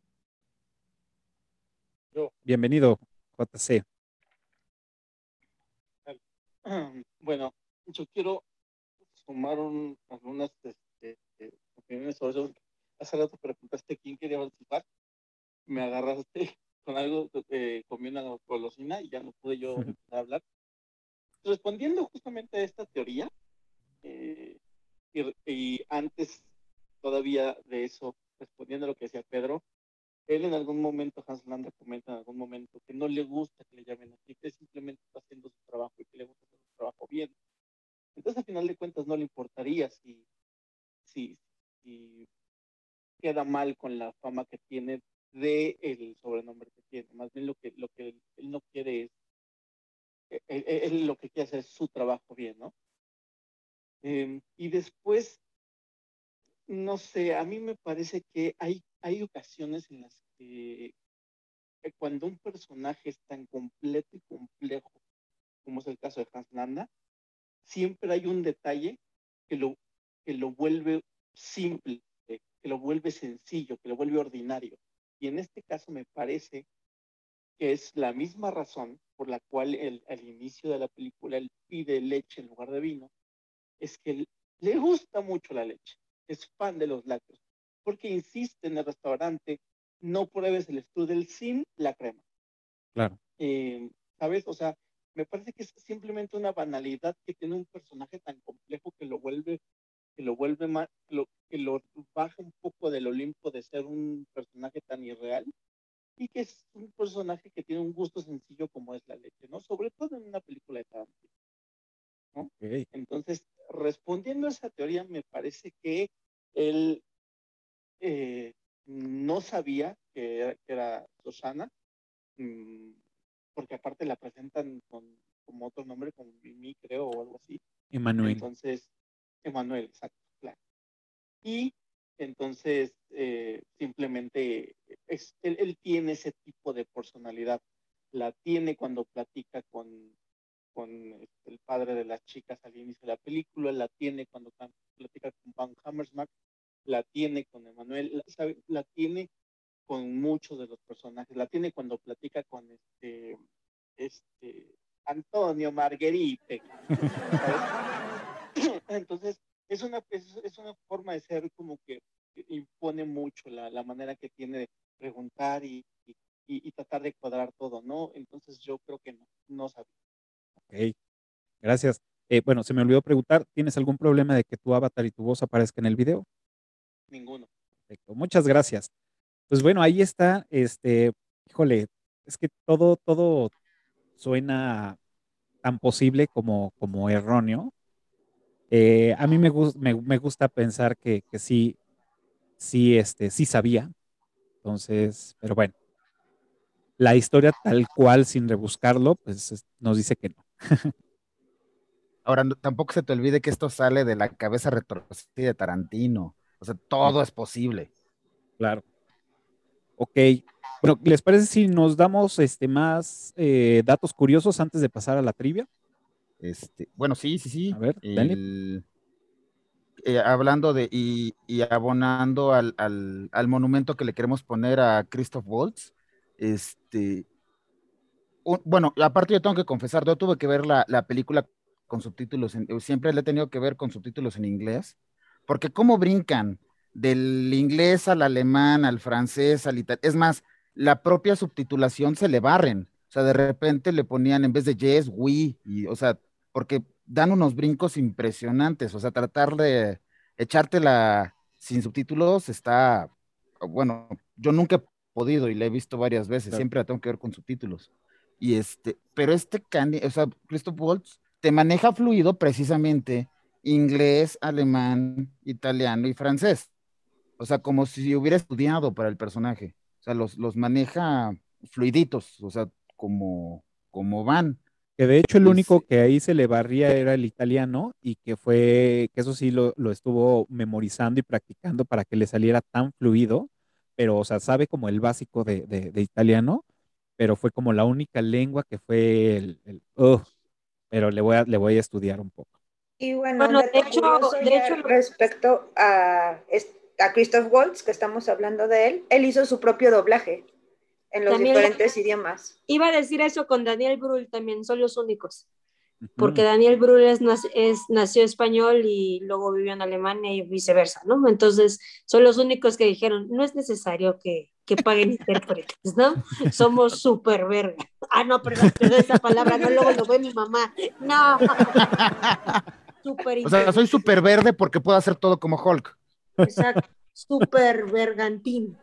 Yo. Bienvenido, JC. Bueno, yo quiero sumar algunas opiniones sobre eso. Hace rato preguntaste quién quería participar. Me agarraste con algo, comí una golosina y ya no pude yo empezar a hablar. Respondiendo justamente a esta teoría, y antes todavía de eso, respondiendo a lo que decía Pedro, él en algún momento, Hans Landa comenta en algún momento que no le gusta que le llamen así, que simplemente está haciendo su trabajo y que le gusta hacer su trabajo bien. Entonces, al final de cuentas, no le importaría si queda mal con la fama que tiene de el sobrenombre que tiene. Más bien lo que él no quiere es, él lo que quiere hacer es su trabajo bien, ¿no? Y después, no sé, a mí me parece que hay ocasiones en las que cuando un personaje es tan completo y complejo, como es el caso de Hans Landa, siempre hay un detalle que lo vuelve simple, que lo vuelve sencillo, que lo vuelve ordinario. Y en este caso me parece que es la misma razón por la cual al inicio de la película él pide leche en lugar de vino, es que le gusta mucho la leche, es fan de los lácteos, porque insiste en el restaurante, no pruebes el strudel sin la crema. Claro. ¿Sabes? O sea, me parece que es simplemente una banalidad que tiene un personaje tan complejo que lo vuelve más, que lo baja un poco del Olimpo de ser un personaje tan irreal, y que es un personaje que tiene un gusto sencillo como es la leche, ¿no? Sobre todo en una película de Tarantino, ¿no? Okay. Entonces, respondiendo a esa teoría, me parece que él no sabía que era Susana, porque aparte la presentan como otro nombre, como Mimi, creo, o algo así. Emanuel. Entonces, Emanuel, exacto, claro. Y entonces, simplemente, él tiene ese tipo de personalidad. La tiene cuando platica con el padre de las chicas al inicio de la película, la tiene cuando platica con Van Hammersmark, la tiene con Emanuel, la tiene con muchos de los personajes, la tiene cuando platica con Antonio Margherite. Entonces, es una forma de ser como que impone mucho la manera que tiene de preguntar y tratar de cuadrar todo, ¿no? Entonces yo creo que no sabía. Ok, gracias. Bueno, se me olvidó preguntar, ¿tienes algún problema de que tu avatar y tu voz aparezcan en el video? Ninguno. Perfecto, muchas gracias. Pues bueno, ahí está, híjole, es que todo suena tan posible como erróneo. A mí me gusta pensar que sí sabía. Entonces, pero bueno, la historia tal cual, sin rebuscarlo, pues nos dice que no. Ahora, tampoco se te olvide que esto sale de la cabeza retorcida de Tarantino. O sea, todo es posible. Claro. Ok, Bueno, ¿les parece si nos damos más datos curiosos antes de pasar a la trivia? Bueno, sí. A ver, dale. Hablando y abonando al monumento que le queremos poner a Christoph Waltz, bueno, aparte yo tengo que confesar, yo tuve que ver la película con subtítulos, siempre le he tenido que ver con subtítulos en inglés, porque cómo brincan del inglés al alemán, al francés, al italiano, es más, la propia subtitulación se le barren, o sea, de repente le ponían en vez de yes, we, y, o sea, porque dan unos brincos impresionantes, o sea, tratar de echártela sin subtítulos está, bueno, yo nunca he podido y la he visto varias veces, Claro. siempre la tengo que ver con subtítulos. Pero o sea, Christoph Waltz te maneja fluido precisamente inglés, alemán, italiano y francés. O sea, como si hubiera estudiado para el personaje. O sea, los maneja fluiditos, o sea, como van. Que de hecho el único que ahí se le barría era el italiano y que eso sí lo estuvo memorizando y practicando para que le saliera tan fluido, pero o sea, sabe como el básico de italiano, pero fue como la única lengua que fue pero le voy a estudiar un poco. Y bueno, un dato curioso ya respecto a Christoph Waltz, que estamos hablando de él hizo su propio doblaje en los diferentes idiomas. Iba a decir eso con Daniel Brühl también, son los únicos. Porque Daniel Brühl nació español y luego vivió en Alemania y viceversa, ¿no? Entonces, son los únicos que dijeron, no es necesario que paguen intérpretes, ¿no? Somos súper verga. Ah, no, perdón, esa palabra, no, luego lo ve mi mamá. No. O sea, soy súper verde porque puedo hacer todo como Hulk. Exacto, súper vergantín.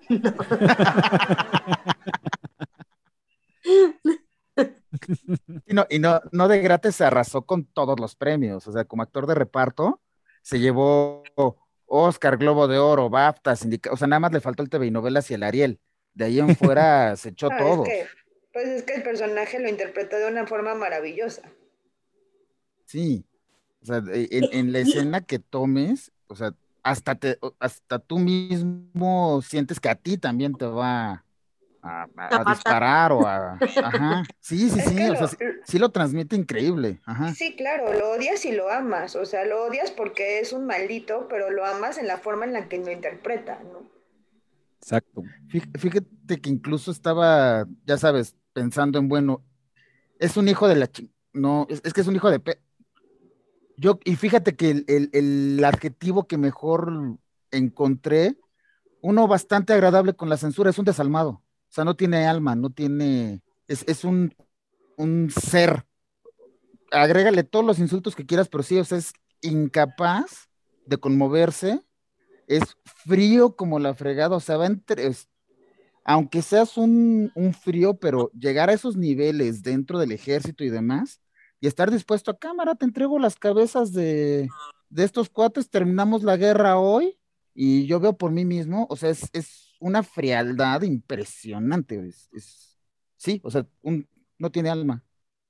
Y no de gratis se arrasó con todos los premios, o sea, como actor de reparto se llevó Oscar, Globo de Oro, BAFTA, o sea, nada más le faltó el TV y novelas y el Ariel, de ahí en fuera se echó todo. Es que el personaje lo interpretó de una forma maravillosa. Sí, o sea, en la escena que tomes, o sea, hasta tú mismo sientes que a ti también te va a disparar o ajá, sí, o sea, sí lo transmite increíble, ajá. Sí, claro, lo odias y lo amas, o sea, lo odias porque es un maldito, pero lo amas en la forma en la que lo interpreta, ¿no? Exacto. Fíjate que incluso estaba, ya sabes, pensando en, bueno, es un hijo de la no, es que es un hijo de y fíjate que el adjetivo que mejor encontré, uno bastante agradable con la censura, es un desalmado. O sea, no tiene alma, no tiene, es un ser. Agrégale todos los insultos que quieras, pero sí, o sea, es incapaz de conmoverse, es frío como la fregada, o sea, aunque seas un frío, pero llegar a esos niveles dentro del ejército y demás, y estar dispuesto a cámara, te entrego las cabezas de estos cuates, terminamos la guerra hoy, y yo veo por mí mismo, o sea, es una frialdad impresionante, sí, o sea, no tiene alma.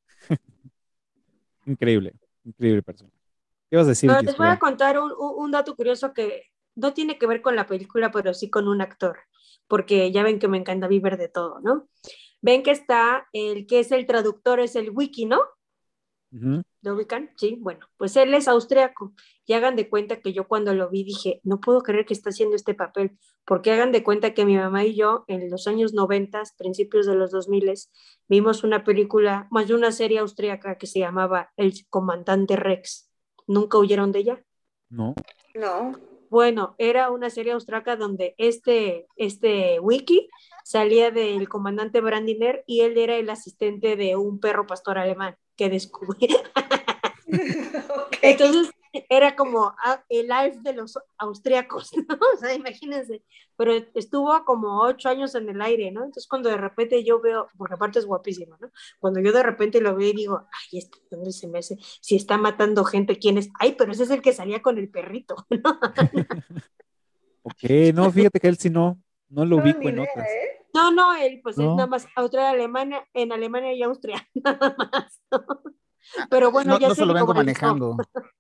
Increíble persona. ¿Qué vas a decir? Les voy a contar un dato curioso que no tiene que ver con la película, pero sí con un actor, porque ya ven que me encanta vivir de todo, ¿no? Ven que está el que es el traductor, es el Wiki, ¿no? ¿Lo ubican? Sí, bueno, pues él es austriaco y hagan de cuenta que yo cuando lo vi dije, no puedo creer que está haciendo este papel, porque hagan de cuenta que mi mamá y yo en los años 90, principios de los 2000, vimos una película, más de una serie austriaca que se llamaba El Comandante Rex. ¿Nunca oyeron de ella? No. Bueno, era una serie austriaca donde este Wiki salía del comandante Brandiner y él era el asistente de un perro pastor alemán que descubría. Entonces era como el Alf de los austriacos, ¿no? O sea, imagínense, pero estuvo como 8 años en el aire, ¿no? Entonces cuando de repente yo veo, porque aparte es guapísimo, ¿no? Cuando yo de repente lo veo y digo, ay, ¿dónde se me hace? Si está matando gente, ¿quién es? Ay, pero ese es el que salía con el perrito, ¿no? Ok, no, fíjate que él sí no lo ubico en otras. No, él pues es nada más Alemania, en Alemania y Austria, nada más, ¿no? Pero bueno, ya no se lo vengo manejando.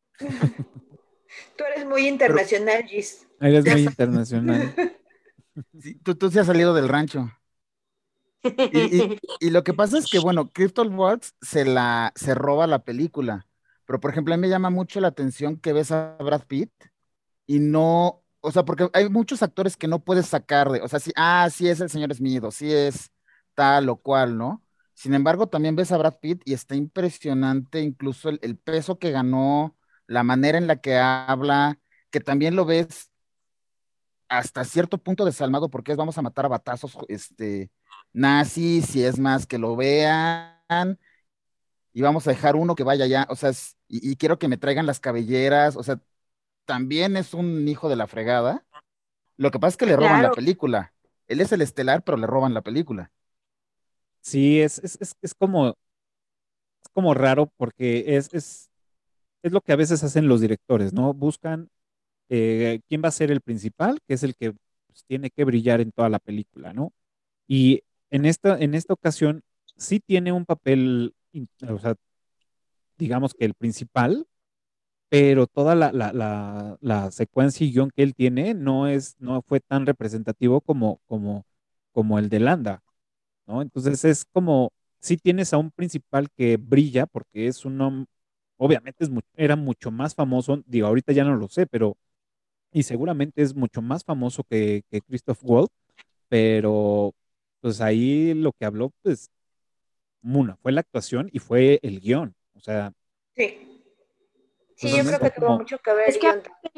Tú eres muy internacional, Gis. Eres muy internacional. Sí, tú sí has salido del rancho. Y lo que pasa es que, bueno, Christoph Waltz se roba la película, pero por ejemplo, a mí me llama mucho la atención que ves a Brad Pitt y no, o sea, porque hay muchos actores que no puedes sacar de, o sea, sí, sí es el señor Smith, o sí es tal o cual, ¿no? Sin embargo, también ves a Brad Pitt y está impresionante incluso el peso que ganó, la manera en la que habla, que también lo ves hasta cierto punto desalmado porque es vamos a matar a batazos, nazis, y es más que lo vean, y vamos a dejar uno que vaya allá, o sea, y quiero que me traigan las cabelleras, o sea, también es un hijo de la fregada. Lo que pasa es que le roban la Claro, película. Él es el estelar, pero le roban la película. Sí, es como raro porque es lo que a veces hacen los directores, ¿no? Buscan quién va a ser el principal, que es el que pues, tiene que brillar en toda la película, ¿no? Y en esta ocasión sí tiene un papel, o sea, digamos que el principal, pero toda la secuencia y guión que él tiene no fue tan representativo como el de Landa, ¿no? Entonces es como, si tienes a un principal que brilla, porque es un hombre, obviamente era mucho más famoso, digo, ahorita ya no lo sé, pero, y seguramente es mucho más famoso que Christoph Waltz, pero pues ahí lo que habló, pues, una, fue la actuación y fue el guión, o sea, Sí, sí, yo entonces creo son que tuvo como, mucho que ver es el que guión. aparte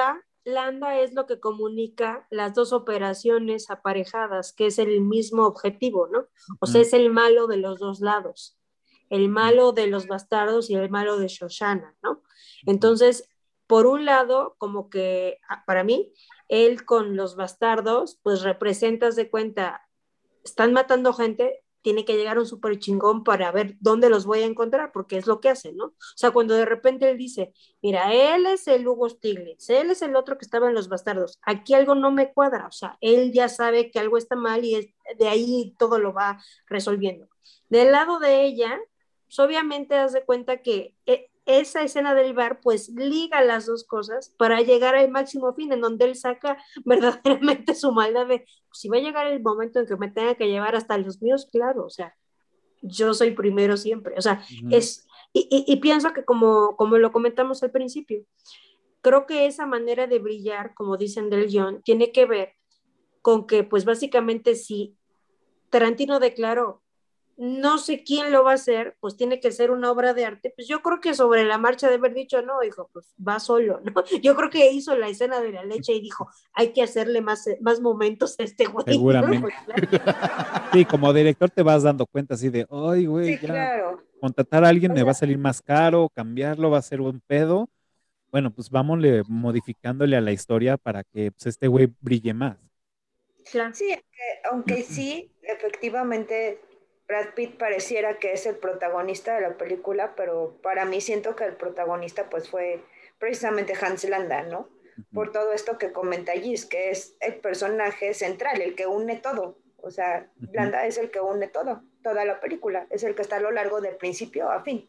Landa es lo que comunica las dos operaciones aparejadas, que es el mismo objetivo, ¿no? O sea, mm, es el malo de los dos lados, el malo de los bastardos y el malo de Shoshana, ¿no? Entonces, por un lado, como que para mí, él con los bastardos, pues representas de cuenta, están matando gente, tiene que llegar un súper chingón para ver dónde los voy a encontrar, porque es lo que hace, ¿no? O sea, cuando de repente él dice, mira, él es el Hugo Stiglitz, él es el otro que estaba en Los Bastardos, aquí algo no me cuadra, o sea, él ya sabe que algo está mal y de ahí todo lo va resolviendo. Del lado de ella, pues obviamente das de cuenta que esa escena del bar pues liga las dos cosas para llegar al máximo fin en donde él saca verdaderamente su maldad de si va a llegar el momento en que me tenga que llevar hasta los míos, claro, o sea, yo soy primero siempre, o sea, ujú. y pienso que como lo comentamos al principio, creo que esa manera de brillar, como dicen del guión, tiene que ver con que, pues básicamente, si Tarantino declaró, no sé quién lo va a hacer, pues tiene que ser una obra de arte, pues yo creo que sobre la marcha de haber dicho, no, hijo, pues va solo, ¿no? Yo creo que hizo la escena de la leche y dijo, hay que hacerle más momentos a este güey, ¿no? Seguramente. Pues, claro. Sí, como director te vas dando cuenta así de, ay, güey, Sí, ya claro. contratar a alguien O me va a sea, salir más caro, cambiarlo va a ser un pedo. Bueno, pues vámonle modificándole a la historia para que pues, este güey brille más. Claro. sí, aunque sí, efectivamente, Brad Pitt pareciera que es el protagonista de la película, pero para mí siento que el protagonista pues fue precisamente Hans Landa, ¿no? Ujú, Por todo esto que comenta Gis, que es el personaje central, el que une todo. O sea, ujú. Landa es el que une todo, toda la película, es el que está a lo largo de principio a fin.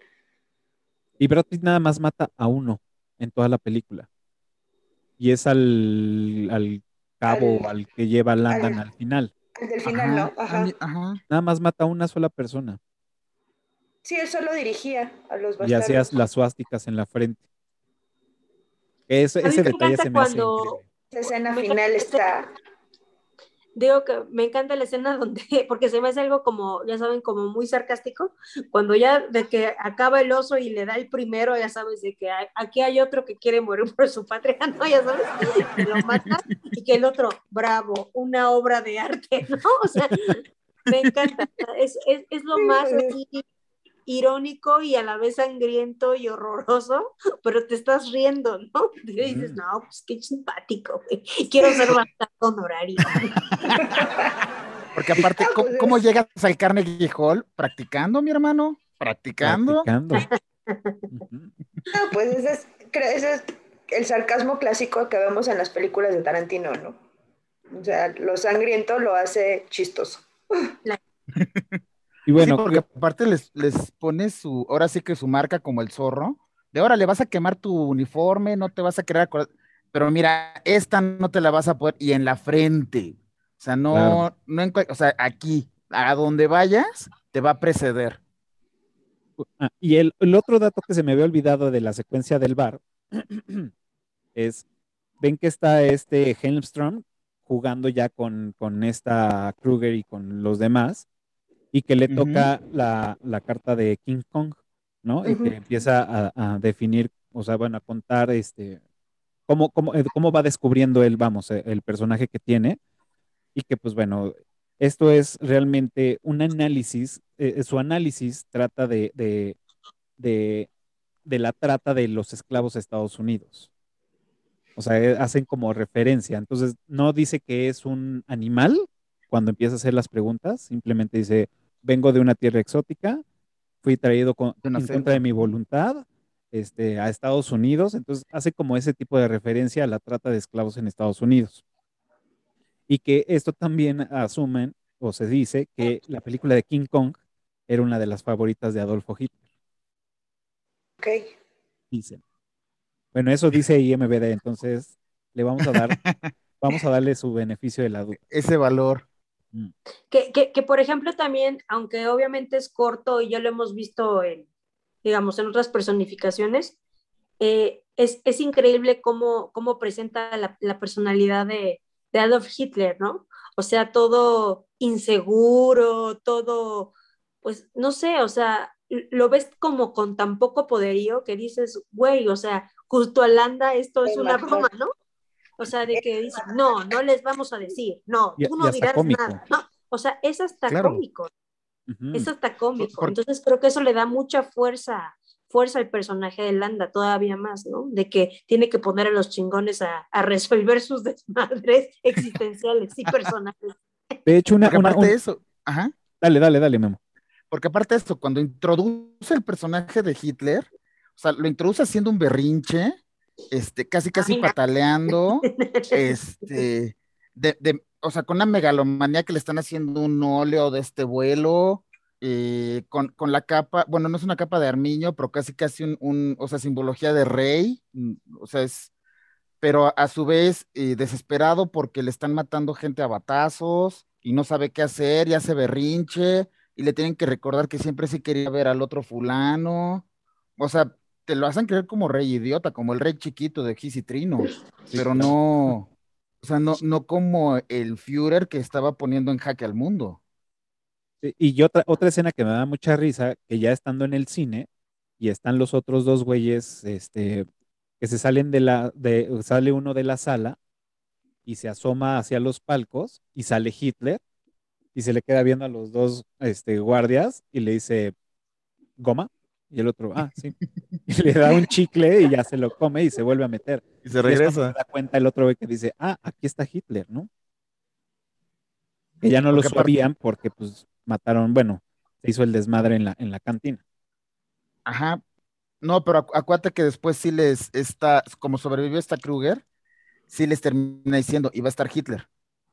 Y Brad Pitt nada más mata a uno en toda la película. Y es al cabo, Al, al que lleva a Landon al, al final. al del final, Ajá, ¿no? Ajá. ajá. Nada más mata a una sola persona. Sí, él solo dirigía a los Y hacías bastardos. las suásticas en la frente. A mí Ese me detalle encanta se me hace increíble. Esa escena me encanta final la escena, está. digo que me encanta la escena donde, porque se me hace algo como, ya saben, como muy sarcástico, cuando ya de que acaba el oso y le da el primero, ya sabes, de que aquí hay otro que quiere morir por su patria, ¿no? Ya sabes, que lo mata y que el otro, bravo, una obra de arte, ¿no? O sea, me encanta, es lo Sí, más pues así irónico y a la vez sangriento y horroroso, pero te estás riendo, ¿no? Y dices, Ujú. no, pues qué simpático, güey. Quiero ser bastardo honorario. Porque aparte, pues ¿cómo llegas al Carnegie Hall? Practicando, mi hermano, practicando. Practicando. Ujú. pues ese es el sarcasmo clásico que vemos en las películas de Tarantino, ¿no? O sea, lo sangriento lo hace chistoso. Y Sí, bueno, porque aparte les pone ahora sí que su marca como el zorro, de ahora le vas a quemar tu uniforme, no te vas a querer acordar, pero mira, esta no te la vas a poder, y en la frente, o sea, claro. no, o sea, aquí, a donde vayas, te va a preceder. Y el otro dato que se me había olvidado de la secuencia del bar es, ven que está este Helmstrom jugando ya con esta Kruger y con los demás, y que le toca la carta de King Kong, ¿no? Y que empieza a definir, o sea, bueno, a contar cómo va descubriendo él, vamos, el personaje que tiene, y que pues bueno, esto es realmente un análisis, su análisis trata de, de la trata de los esclavos a Estados Unidos. O sea, hacen como referencia. Entonces, no dice que es un animal cuando empieza a hacer las preguntas, simplemente dice, vengo de una tierra exótica, fui traído en contra de mi voluntad a Estados Unidos. Entonces, hace como ese tipo de referencia a la trata de esclavos en Estados Unidos. Y que esto también asumen o se dice que la película de King Kong era una de las favoritas de Adolfo Hitler. Ok. Dicen. Bueno, eso dice IMDb, entonces le vamos a darle su beneficio de la duda. Ese valor. Que, por ejemplo, también, aunque obviamente es corto y ya lo hemos visto digamos, en otras personificaciones, es increíble cómo presenta la personalidad de Adolf Hitler, ¿no? O sea, todo inseguro, todo, pues, no sé, o sea, lo ves como con tan poco poderío que dices, güey, o sea, justo Alanda, esto es una broma, ¿no? O sea, de que dice, no les vamos a decir, no, tú no dirás nada, ¿no? O sea, es hasta cómico, es hasta cómico. Entonces creo que eso le da mucha fuerza al personaje de Landa todavía más, ¿no? De que tiene que poner a los chingones a resolver sus desmadres existenciales y personales. De hecho, aparte de eso, Dale, Memo. Porque aparte de esto, cuando introduce el personaje de Hitler, o sea, lo introduce haciendo un berrinche, casi pataleando, o sea, con una megalomanía que le están haciendo un óleo de este vuelo, con la capa, bueno, no es una capa de armiño, pero casi o sea, simbología de rey, o sea, pero a su vez desesperado porque le están matando gente a batazos y no sabe qué hacer, y hace berrinche, y le tienen que recordar que siempre sí quería ver al otro fulano, o sea, te lo hacen creer como rey idiota, como el rey chiquito de Gis y Trino, pero claro. no, o sea, no como el Führer que estaba poniendo en jaque al mundo. Y otra escena que me da mucha risa, que ya estando en el cine, y están los otros dos güeyes, que se salen sale uno de la sala y se asoma hacia los palcos y sale Hitler y se le queda viendo a los dos guardias y le dice, ¿goma? Y el otro, sí. Y le da un chicle y ya se lo come y se vuelve a meter. Y se regresa. Se da cuenta el otro güey que dice, aquí está Hitler, ¿no? Que ya no lo sabían porque pues mataron, bueno, se hizo el desmadre en la cantina. Ajá. No, pero acuérdate que después sí como sobrevivió esta Kruger, sí les termina diciendo, iba a estar Hitler.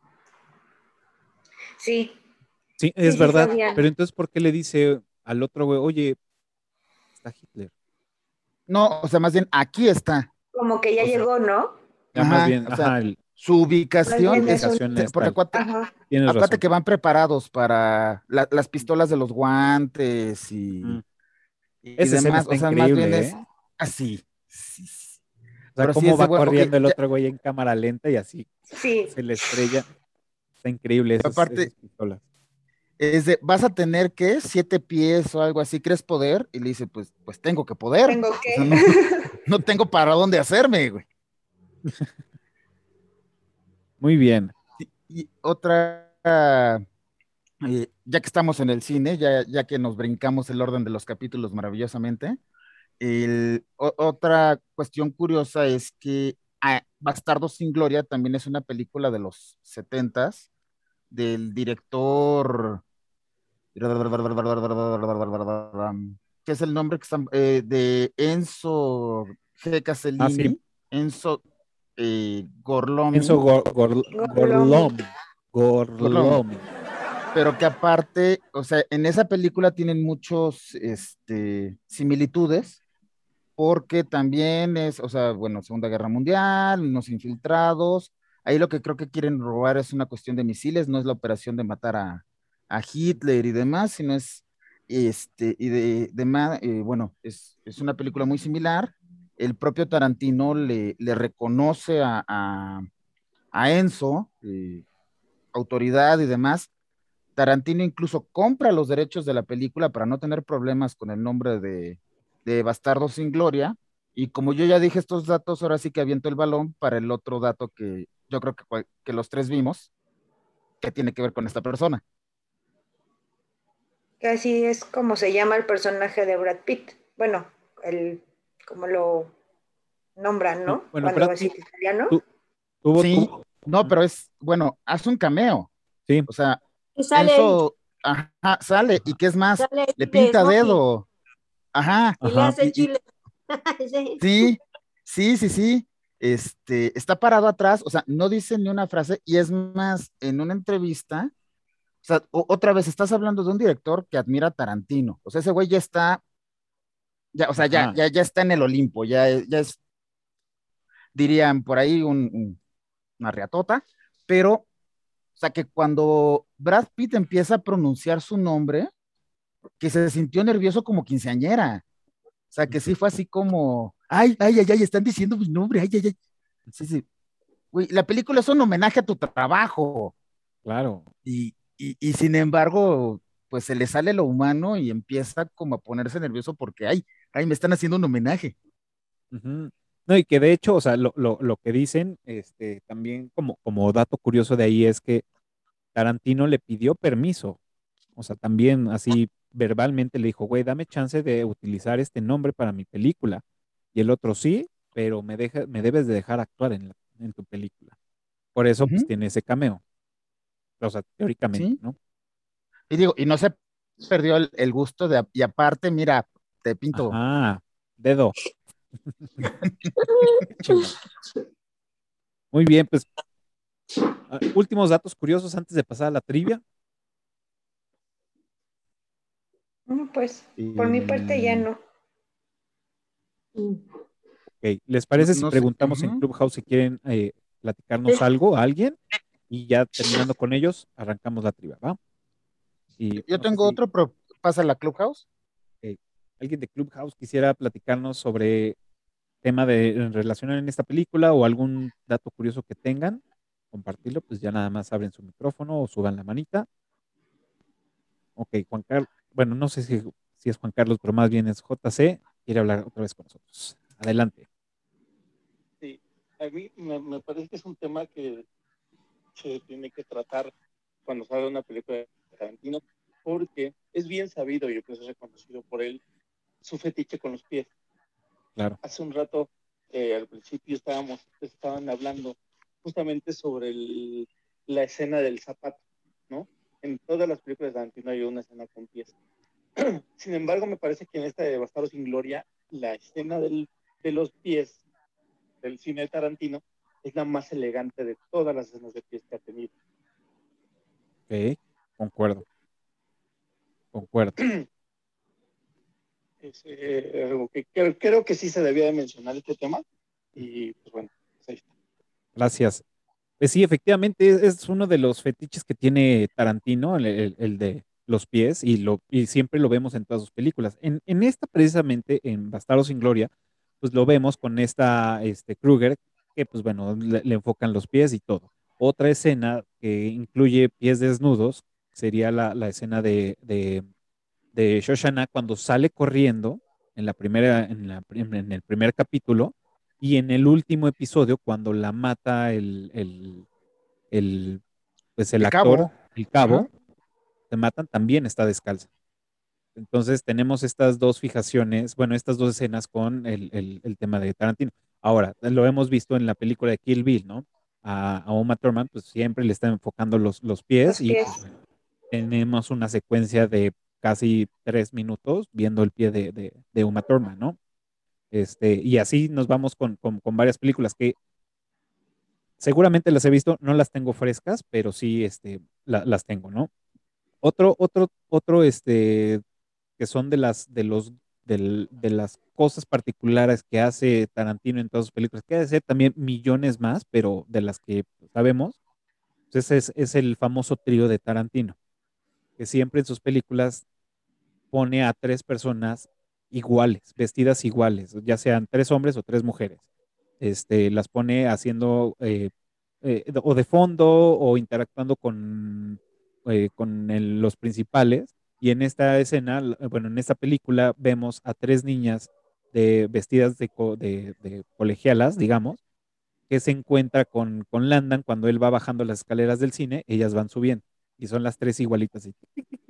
Sí. Sí, es verdad. Pero entonces, ¿por qué le dice al otro güey, oye, está Hitler? No, o sea, más bien, aquí está. Como que ya llegó, ¿no? Ya más bien, o sea, su ubicación es porque acuérdate que van preparados para las pistolas de los guantes y demás. O sea, más bien es así. Sí. O sea, cómo va corriendo el otro güey en cámara lenta y así se le estrella. Está increíble esas pistolas. Vas a tener que 7 pies o algo así, ¿crees poder? Y le dice, pues tengo que poder. Tengo que. O sea, no tengo para dónde hacerme, güey. Muy bien. Y otra, ya que estamos en el cine, ya que nos brincamos el orden de los capítulos maravillosamente, otra cuestión curiosa es que Bastardos sin Gloria también es una película de los 70s del director, ¿qué es el nombre que están? De Enzo G. Castellini, Enzo Gorlomi. Enzo Gorlomi. Pero que aparte, o sea, en esa película tienen muchos similitudes, porque también es, o sea, bueno, Segunda Guerra Mundial, unos infiltrados. Ahí lo que creo que quieren robar es una cuestión de misiles, no es la operación de matar a a Hitler y demás, sino es, y bueno, es una película muy similar. El propio Tarantino le reconoce a Enzo, autoridad y demás. Tarantino incluso compra los derechos de la película para no tener problemas con el nombre de Bastardo sin Gloria. Y como yo ya dije estos datos, ahora sí que aviento el balón para el otro dato que yo creo que los tres vimos, que tiene que ver con esta persona. Que así es como se llama el personaje de Brad Pitt. Bueno, como lo nombran, ¿no? Bueno, Cuando Brad es Pitt italiano. Sí, no, pero bueno, hace un cameo. Sí. O sea, Y sale Enzo, ajá, sale, y qué es más, Sale le de pinta Smokey. dedo. Ajá. Y le hace Y chile. sí, sí. Está parado atrás, o sea, no dice ni una frase, y es más, en una entrevista, o sea, otra vez estás hablando de un director que admira a Tarantino. O sea, ese güey ya está, o sea, Ajá. ya está en el Olimpo, ya es, dirían por ahí una riatota, pero, o sea, que cuando Brad Pitt empieza a pronunciar su nombre, que se sintió nervioso como quinceañera. O sea, que sí fue así como, ay, están diciendo mi nombre, ay. Sí. Güey, la película es un homenaje a tu trabajo. Claro. Y sin embargo, pues se le sale lo humano y empieza como a ponerse nervioso porque, ay, me están haciendo un homenaje. Ujú. No, y que de hecho, o sea, lo que dicen, también como dato curioso de ahí es que Tarantino le pidió permiso, o sea, también así verbalmente le dijo, güey, dame chance de utilizar este nombre para mi película. Y el otro sí, pero me debes de dejar actuar en tu película. Por eso, pues, Ujú, tiene ese cameo, o sea, teóricamente, sí. ¿no? Y digo, y no se perdió el gusto y aparte, mira, te pinto. Ajá, dedo. Chingón. Muy bien, pues, últimos datos curiosos antes de pasar a la trivia. Pues por mi parte ya no. Ok, ¿les parece si No sé. preguntamos en Ujú. Clubhouse si quieren platicarnos algo a alguien? Y ya terminando con ellos, arrancamos la trivia, ¿va? Y Yo no sé tengo si otro, pero pasa la Clubhouse. alguien de Clubhouse quisiera platicarnos sobre tema de en relación en esta película o algún dato curioso que tengan, compartirlo, pues ya nada más abren su micrófono o suban la manita. Ok, Juan Carlos, bueno, no sé si es Juan Carlos, pero más bien es JC, quiere hablar otra vez con nosotros. Adelante. Sí, a mí me parece que es un tema que se tiene que tratar cuando sale una película de Tarantino, porque es bien sabido, yo creo que es reconocido por él, su fetiche con los pies. Claro. Hace un rato, al principio estaban hablando justamente sobre la escena del zapato, ¿no? En todas las películas de Tarantino hay una escena con pies. Sin embargo, me parece que en esta de Bastardo sin Gloria, la escena de los pies del cine de Tarantino es la más elegante de todas las escenas de pies que ha tenido. Ok, concuerdo. Es algo que creo que sí se debía de mencionar este tema y pues bueno, pues ahí está. Gracias. Pues sí, efectivamente es uno de los fetiches que tiene Tarantino, el de los pies, y siempre lo vemos en todas sus películas. En esta, precisamente, en Bastardos sin Gloria, pues lo vemos con esta Kruger, que pues bueno, le enfocan los pies y todo. Otra escena que incluye pies desnudos sería la escena de Shoshana cuando sale corriendo en el primer capítulo y en el último episodio cuando la mata el, pues el El actor, cabo. el Ajá. cabo, te matan, también está descalza. Entonces tenemos estas dos fijaciones, bueno, estas dos escenas con el tema de Tarantino. Ahora, lo hemos visto en la película de Kill Bill, ¿no? A Uma Thurman, pues siempre le está enfocando los pies Los y pies. pues, tenemos una secuencia de casi 3 minutos viendo el pie de Uma Thurman, ¿no? Y así nos vamos con varias películas que seguramente las he visto, no las tengo frescas, pero sí las tengo, ¿no? Otro, que son de las cosas particulares que hace Tarantino en todas sus películas, que ha de ser también millones más, pero de las que sabemos, pues ese es el famoso trío de Tarantino. que siempre en sus películas pone a tres personas iguales, vestidas iguales, ya sean tres hombres o tres mujeres. Las pone haciendo o de fondo o interactuando con los principales. Y en esta escena, bueno, en esta película vemos a tres niñas vestidas de colegialas, digamos, que se encuentra con Landan cuando él va bajando las escaleras del cine, ellas van subiendo. Y son las tres igualitas, y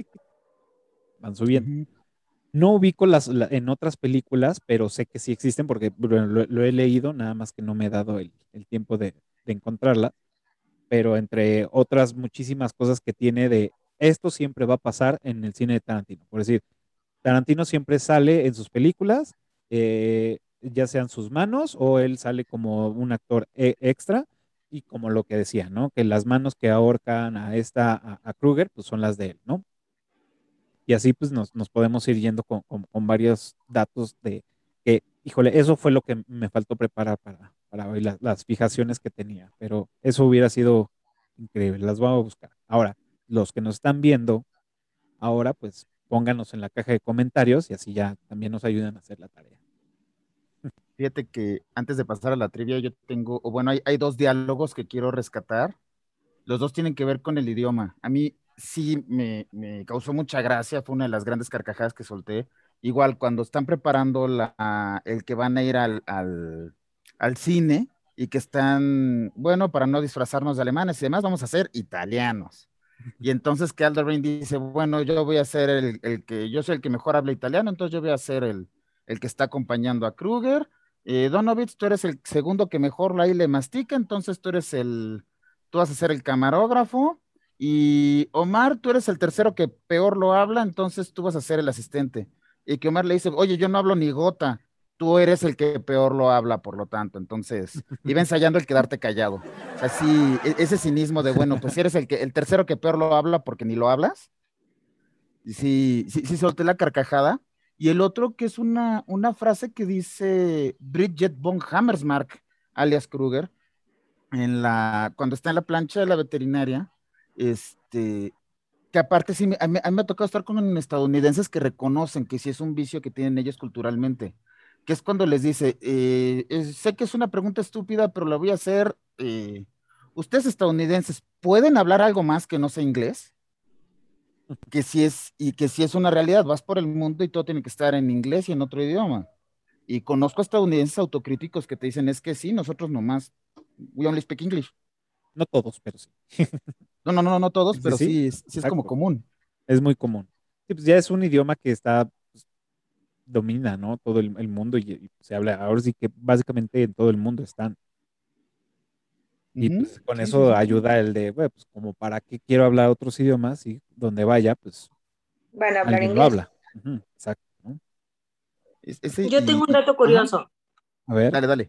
van subiendo. Ujú. No ubico en otras películas, pero sé que sí existen porque bueno, lo he leído, nada más que no me he dado el tiempo de encontrarla. Pero entre otras muchísimas cosas que tiene de esto siempre va a pasar en el cine de Tarantino. Por decir, Tarantino siempre sale en sus películas, ya sean sus manos o él sale como un actor extra y como lo que decía, ¿no? Que las manos que ahorcan a Kruger, pues son las de él, ¿no? Y así pues nos podemos ir yendo con varios datos de que, híjole, eso fue lo que me faltó preparar para hoy, las fijaciones que tenía, pero eso hubiera sido increíble, las vamos a buscar. Ahora, los que nos están viendo, ahora pues pónganos en la caja de comentarios y así ya también nos ayudan a hacer la tarea. Fíjate que antes de pasar a la trivia, yo tengo, o bueno, hay dos diálogos que quiero rescatar. Los dos tienen que ver con el idioma. A mí sí me causó mucha gracia, fue una de las grandes carcajadas que solté. Igual, cuando están preparando el que van a ir al cine y que están, bueno, para no disfrazarnos de alemanes y demás, vamos a ser italianos. Y entonces que Aldo Rain dice, bueno, yo voy a ser yo soy el que mejor habla italiano, entonces yo voy a ser el que está acompañando a Kruger. Donovitz, tú eres el segundo que mejor ahí le mastica, entonces tú vas a ser el camarógrafo. Y Omar, tú eres el tercero que peor lo habla, entonces tú vas a ser el asistente. Y que Omar le dice, oye, yo no hablo ni gota, tú eres el que peor lo habla, por lo tanto. Entonces, iba ensayando el quedarte callado. O sea, sí, ese cinismo de, bueno, pues si eres el tercero que peor lo habla porque ni lo hablas. Y sí, sí, sí solté la carcajada. Y el otro que es una frase que dice Bridget von Hammersmark, alias Kruger, cuando está en la plancha de la veterinaria, que aparte sí, a mí me ha tocado estar con estadounidenses que reconocen que sí es un vicio que tienen ellos culturalmente, que es cuando les dice, sé que es una pregunta estúpida, pero la voy a hacer, ¿ustedes estadounidenses pueden hablar algo más que no sea inglés? Que sí es una realidad, vas por el mundo y todo tiene que estar en inglés y en otro idioma. Y conozco estadounidenses autocríticos que te dicen, es que sí, nosotros nomás, we only speak English. No todos, pero sí. No todos, Sí, pero sí, sí es como exacto. común. Es muy común. Sí, pues ya es un idioma que pues, domina, ¿no? Todo el mundo y se habla. Ahora sí que básicamente en todo el mundo están. Y Ujú, pues con sí, sí, eso sí. ayuda el de, bueno, pues como para qué quiero hablar otros idiomas y donde vaya, pues Van a hablar alguien lo inglés. habla. Ujú, exacto, ¿no? Yo tengo un dato ajá, curioso. A ver, dale.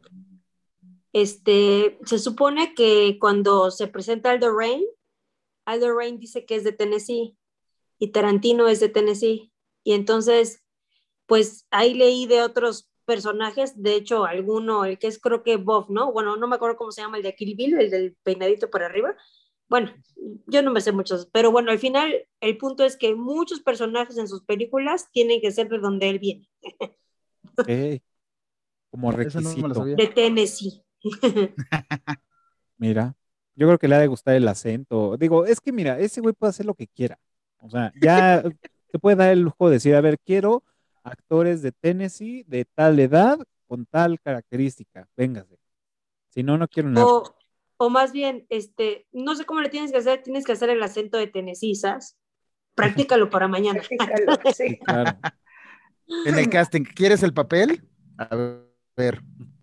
Se supone que cuando se presenta Aldo Rain dice que es de Tennessee y Tarantino es de Tennessee. Y entonces, pues ahí leí de otros personajes, de hecho, alguno, el que es creo que Bob, ¿no? Bueno, no me acuerdo cómo se llama, el de Kill Bill, el del peinadito por arriba. Bueno, yo no me sé muchos, pero bueno, al final el punto es que muchos personajes en sus películas tienen que ser de donde él viene, ok, como Eso no me lo requisito. sabía. de Tennessee. Mira, yo creo que le ha de gustar el acento. Digo, es que mira, ese güey puede hacer lo que quiera. O sea, ya se puede dar el lujo de decir, a ver, quiero actores de Tennessee de tal edad con tal característica. Véngase. Si no, no quiero nada. O, o más bien, no sé cómo le tienes que hacer el acento de Tennessee, ¿sabes? Practícalo para mañana. Practícalo, Sí, sí. claro. En el casting, ¿quieres el papel? A ver.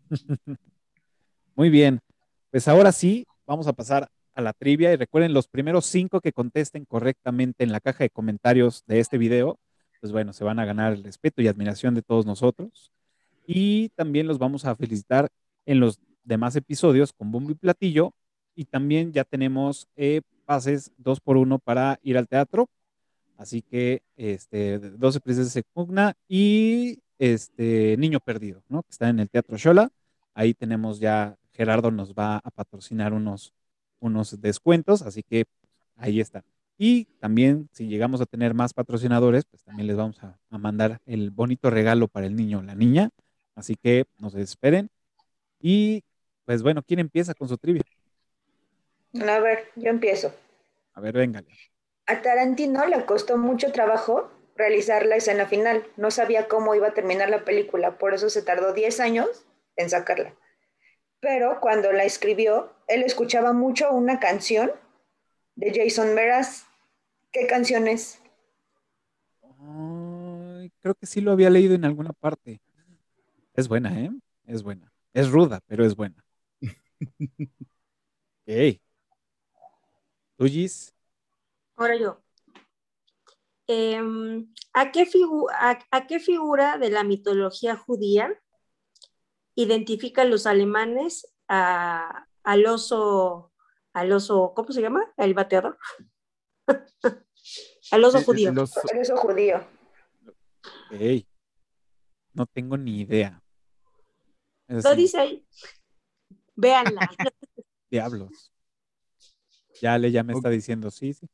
Muy bien. Pues ahora sí, vamos a pasar a la trivia y recuerden los primeros 5 que contesten correctamente en la caja de comentarios de este video, pues bueno, se van a ganar el respeto y admiración de todos nosotros. Y también los vamos a felicitar en los demás episodios con bombo y platillo. Y también ya tenemos pases 2 por 1 para ir al teatro. Así que 12 princesas de Pugna y Niño Perdido, ¿no? Que está en el Teatro Xola. Ahí tenemos ya, Gerardo nos va a patrocinar unos descuentos, así que ahí está. Y también, si llegamos a tener más patrocinadores, pues también les vamos a mandar el bonito regalo para el niño o la niña. Así que no se desesperen. Y pues bueno, ¿quién empieza con su trivia? A ver, yo empiezo. A ver, véngale. A Tarantino le costó mucho trabajo realizar la escena final. No sabía cómo iba a terminar la película, por eso se tardó 10 años en sacarla. Pero cuando la escribió, él escuchaba mucho una canción de Jason Mraz. ¿Qué canción es? Ay, creo que sí lo había leído en alguna parte. Es buena, ¿eh? Es buena. Es ruda, pero es buena. Ok. ¿Tú, Gis? Ahora yo. ¿A qué figura de la mitología judía identifican los alemanes al oso, ¿cómo se llama? ¿El bateador? Al oso judío. El oso judío. Ok. No tengo ni idea. Es Lo así, dice ahí. Véanla. diablos. Ya me está diciendo, sí, sí.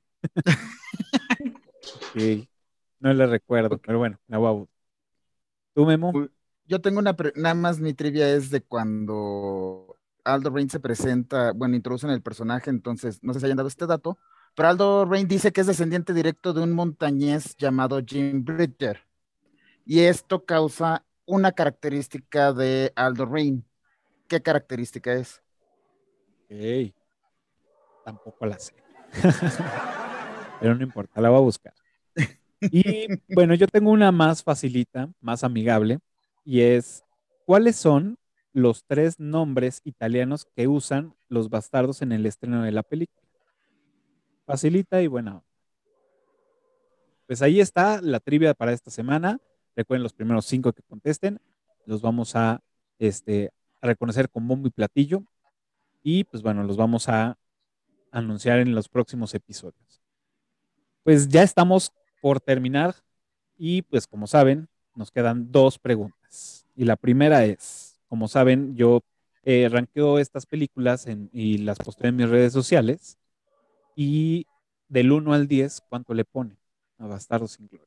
Ok. No le recuerdo, pero bueno, la voy a buscar. ¿Tú, Memo? Yo tengo nada más mi trivia es de cuando Aldo Rain se presenta, bueno, introducen el personaje, entonces no sé si hayan dado este dato, pero Aldo Rain dice que es descendiente directo de un montañés llamado Jim Bridger, y esto causa una característica de Aldo Rain. ¿Qué característica es? Ok. Tampoco la sé. Pero no importa, la voy a buscar. Y bueno, yo tengo una más facilita, más amigable, y es, ¿cuáles son los 3 nombres italianos que usan los bastardos en el estreno de la película? Facilita y buena. Pues ahí está la trivia para esta semana. Recuerden, los primeros 5 que contesten, los vamos a reconocer con bombo y platillo. Y pues bueno, los vamos a anunciar en los próximos episodios. Pues ya estamos por terminar y pues como saben, nos quedan 2 preguntas. Y la primera es, como saben, yo ranqueo estas películas y las posteo en mis redes sociales y del 1 al 10, ¿cuánto le ponen a Bastardos sin Gloria?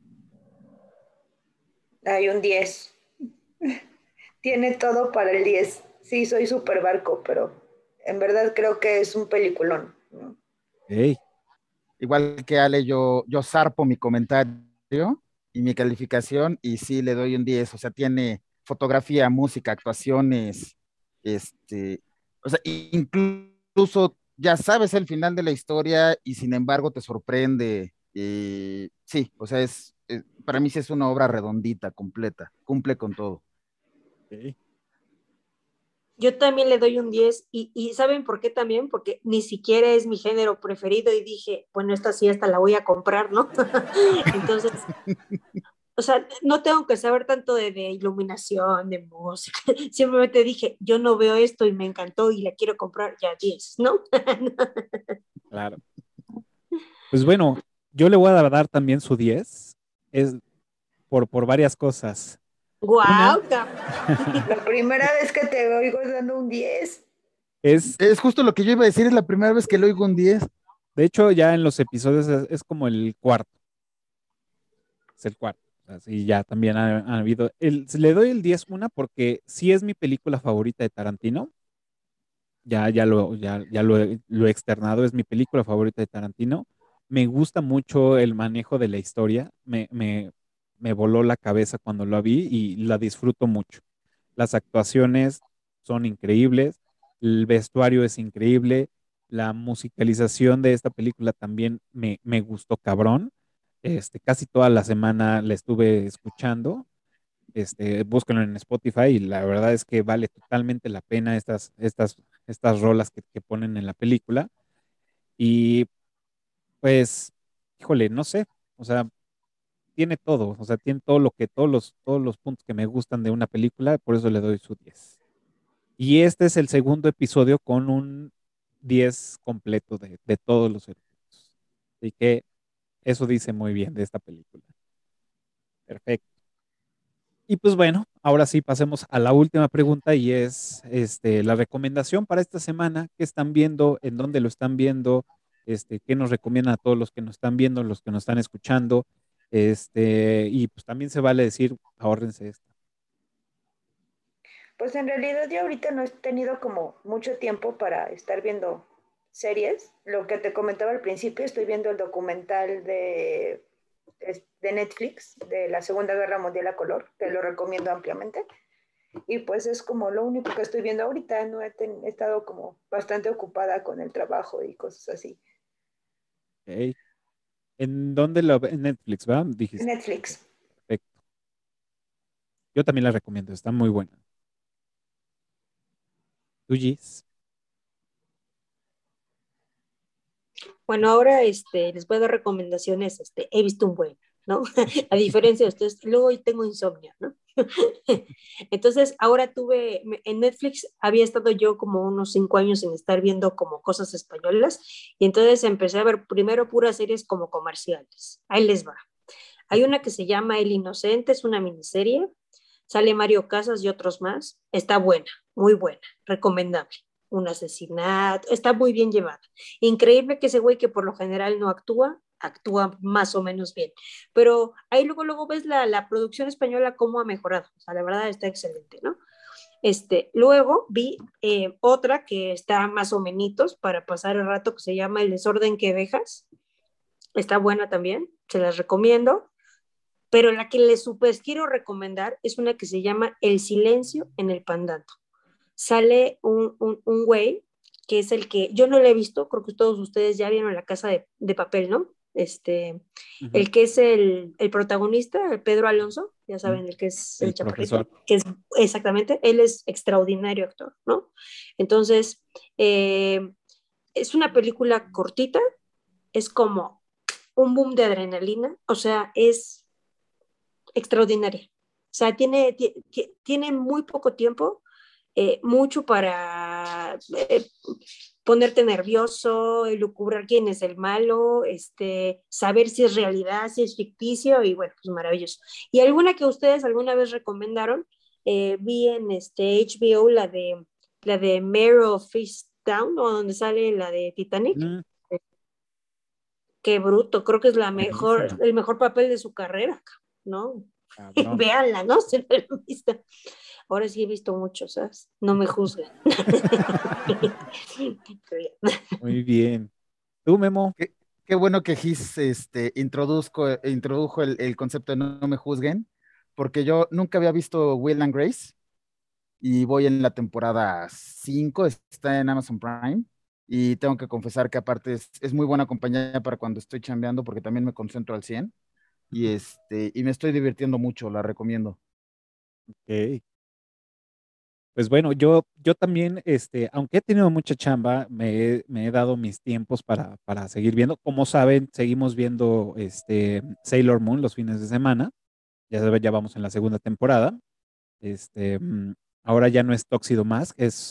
Hay un 10. Tiene todo para el 10. Sí, soy súper barco, pero en verdad creo que es un peliculón, ¿no? Hey. Igual que Ale, yo zarpo mi comentario y mi calificación y sí le doy un 10, o sea, tiene fotografía, música, actuaciones, o sea, incluso ya sabes el final de la historia y sin embargo te sorprende. Sí, o sea, para mí sí es una obra redondita, completa, cumple con todo. Okay. Yo también le doy un 10 y ¿saben por qué también? Porque ni siquiera es mi género preferido y dije, bueno, esta sí hasta la voy a comprar, ¿no? Entonces, o sea, no tengo que saber tanto de iluminación, de música. Simplemente dije, yo no veo esto y me encantó y la quiero comprar ya 10, ¿no? Claro. Pues bueno, yo le voy a dar también su 10, es por varias cosas. ¡Guau! La primera vez que te oigo dando un 10. Es justo lo que yo iba a decir, es la primera vez que le oigo un 10. De hecho, ya en los episodios es como el cuarto. Es el cuarto. Así ya también ha habido. Le doy el 10 porque sí es mi película favorita de Tarantino. Ya lo he externado, es mi película favorita de Tarantino. Me gusta mucho el manejo de la historia. Me voló la cabeza cuando lo vi y la disfruto mucho. Las actuaciones son increíbles, el vestuario es increíble, la musicalización de esta película también me gustó cabrón. Casi toda la semana la estuve escuchando. Búsquenlo en Spotify y la verdad es que vale totalmente la pena estas rolas que ponen en la película. Y pues, híjole, no sé, o sea, tiene todo, o sea, tiene todo todos los puntos que me gustan de una película, por eso le doy su 10. Y este es el segundo episodio con un 10 completo de todos los episodios. Así que eso dice muy bien de esta película. Perfecto. Y pues bueno, ahora sí pasemos a la última pregunta y es la recomendación para esta semana. ¿Qué están viendo? ¿En dónde lo están viendo? ¿Qué nos recomiendan a todos los que nos están viendo, los que nos están escuchando? Y pues también se vale decir, ahórrense esto. Pues en realidad yo ahorita no he tenido como mucho tiempo para estar viendo series. Lo que te comentaba al principio, estoy viendo el documental de Netflix de la Segunda Guerra Mundial a color, que lo recomiendo ampliamente. Y pues es como lo único que estoy viendo ahorita. No he estado como bastante ocupada con el trabajo y cosas así. Ok. ¿En dónde lo en Netflix, ¿verdad? Dijiste. Netflix. Perfecto. Yo también la recomiendo, está muy buena. ¿Tú, Gis? Bueno, ahora les voy a dar recomendaciones. He visto un buen, ¿no? A diferencia de ustedes, luego hoy tengo insomnio, ¿no? Entonces, ahora en Netflix había estado yo como unos 5 años en estar viendo como cosas españolas y entonces empecé a ver primero puras series como comerciales. Ahí les va. Hay una que se llama El Inocente, es una miniserie, sale Mario Casas y otros más. Está buena, muy buena, recomendable. Un asesinato, está muy bien llevada. Increíble que ese güey que por lo general no actúa más o menos bien. Pero ahí luego ves la producción española cómo ha mejorado. O sea, la verdad está excelente, ¿no? Luego vi otra que está más o menos para pasar el rato que se llama El Desorden que Dejas. Está buena también, se las recomiendo. Pero la que les super quiero recomendar es una que se llama El Silencio en el Pandanto. Sale un güey que es el que, yo no lo he visto, creo que todos ustedes ya vieron La Casa de Papel, ¿no? El que es el protagonista, el Pedro Alonso, ya saben, el que es el chaparrito, profesor. que es exactamente, él es extraordinario actor, ¿no? Entonces, es una película cortita, es como un boom de adrenalina, o sea, es extraordinaria. O sea, tiene muy poco tiempo, mucho para ponerte nervioso, lucubrar quién es el malo, saber si es realidad, si es ficticio, y bueno, pues maravilloso. Y alguna que ustedes alguna vez recomendaron, vi en HBO la de Mare of Easttown, o donde sale la de Titanic. Qué bruto, creo que es el mejor papel de su carrera, ¿no? Véanla, ¿no? Si no la han visto. Ahora sí he visto muchos, ¿sabes? No me juzguen. Muy bien. ¿Tú, Memo? Qué bueno que Gis introdujo el concepto de no me juzguen, porque yo nunca había visto Will and Grace y voy en la temporada 5, está en Amazon Prime, y tengo que confesar que aparte es muy buena compañía para cuando estoy chambeando porque también me concentro al 100 y me estoy divirtiendo mucho, la recomiendo. Ok. Pues bueno, yo también, aunque he tenido mucha chamba, me he dado mis tiempos para seguir viendo. Como saben, seguimos viendo Sailor Moon los fines de semana. Ya saben, ya vamos en la segunda temporada. Este, mm, Ahora ya no es Tóxido más,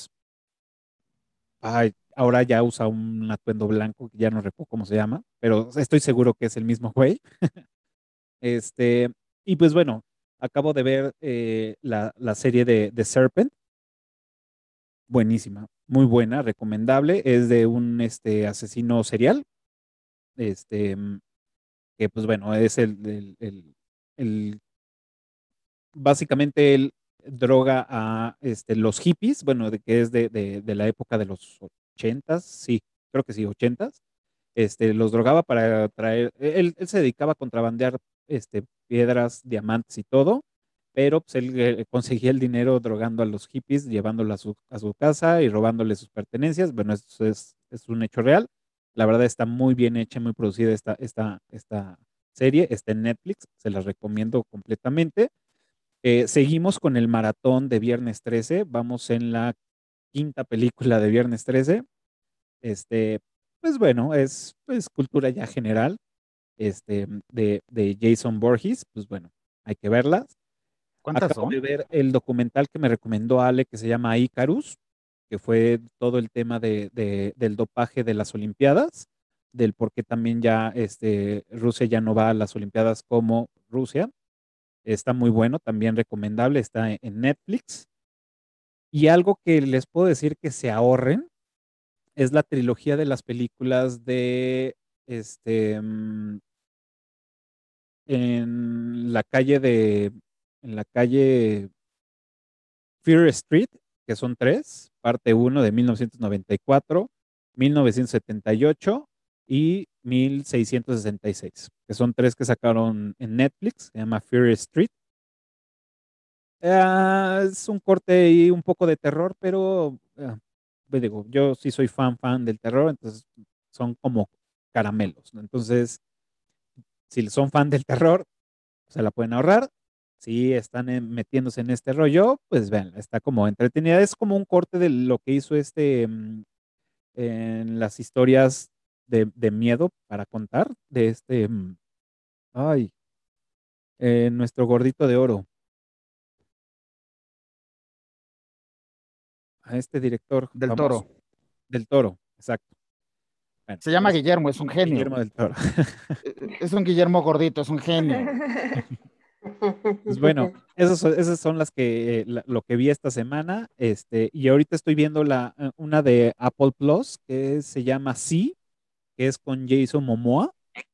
ahora ya usa un atuendo blanco, que ya no recuerdo cómo se llama, pero estoy seguro que es el mismo güey. Este, y pues bueno, acabo de ver la serie de Serpent. Buenísima, muy buena, recomendable. Es de un asesino serial, este, mm, que pues bueno, es el- básicamente él droga a los hippies, bueno, que es de la época de los ochentas, sí, creo que sí, ochentas. Los drogaba para traer, él se dedicaba a contrabandear piedras, diamantes y todo, pero pues él conseguía el dinero drogando a los hippies, llevándolo a su casa y robándoles sus pertenencias. Bueno, eso es un hecho real. La verdad está muy bien hecha, muy producida esta serie, está en Netflix, se las recomiendo completamente. Seguimos con el maratón de Viernes 13, vamos en la quinta película de Viernes 13. Este, pues bueno, es pues cultura ya general, de Jason Voorhees, pues bueno, hay que verlas. ¿Cuántas Acabo son? de ver el documental que me recomendó Ale, que se llama Icarus, que fue todo el tema del dopaje de las Olimpiadas, del por qué también ya Rusia ya no va a las Olimpiadas como Rusia. Está muy bueno, también recomendable, está en Netflix. Y algo que les puedo decir que se ahorren es la trilogía de las películas de en la calle Fear Street, que son tres, parte uno de 1994, 1978 y 1666, que son tres que sacaron en Netflix, se llama Fear Street. Es un corte y un poco de terror, pero pues digo, yo sí soy fan del terror, entonces son como caramelos, ¿no? Entonces, si son fan del terror, se la pueden ahorrar. Si están metiéndose en este rollo, pues vean, está como entretenida. Es como un corte de lo que hizo en las historias de miedo para contar, de ay, nuestro gordito de oro, a este director Del famoso, Toro. del Toro, exacto. Bueno, Se llama pues, Guillermo, es un genio. Guillermo del Toro. Es un Guillermo gordito, es un genio. Pues bueno, esas son las que lo que vi esta semana, y ahorita estoy viendo una de Apple Plus que se llama Sí, que es con Jason Momoa,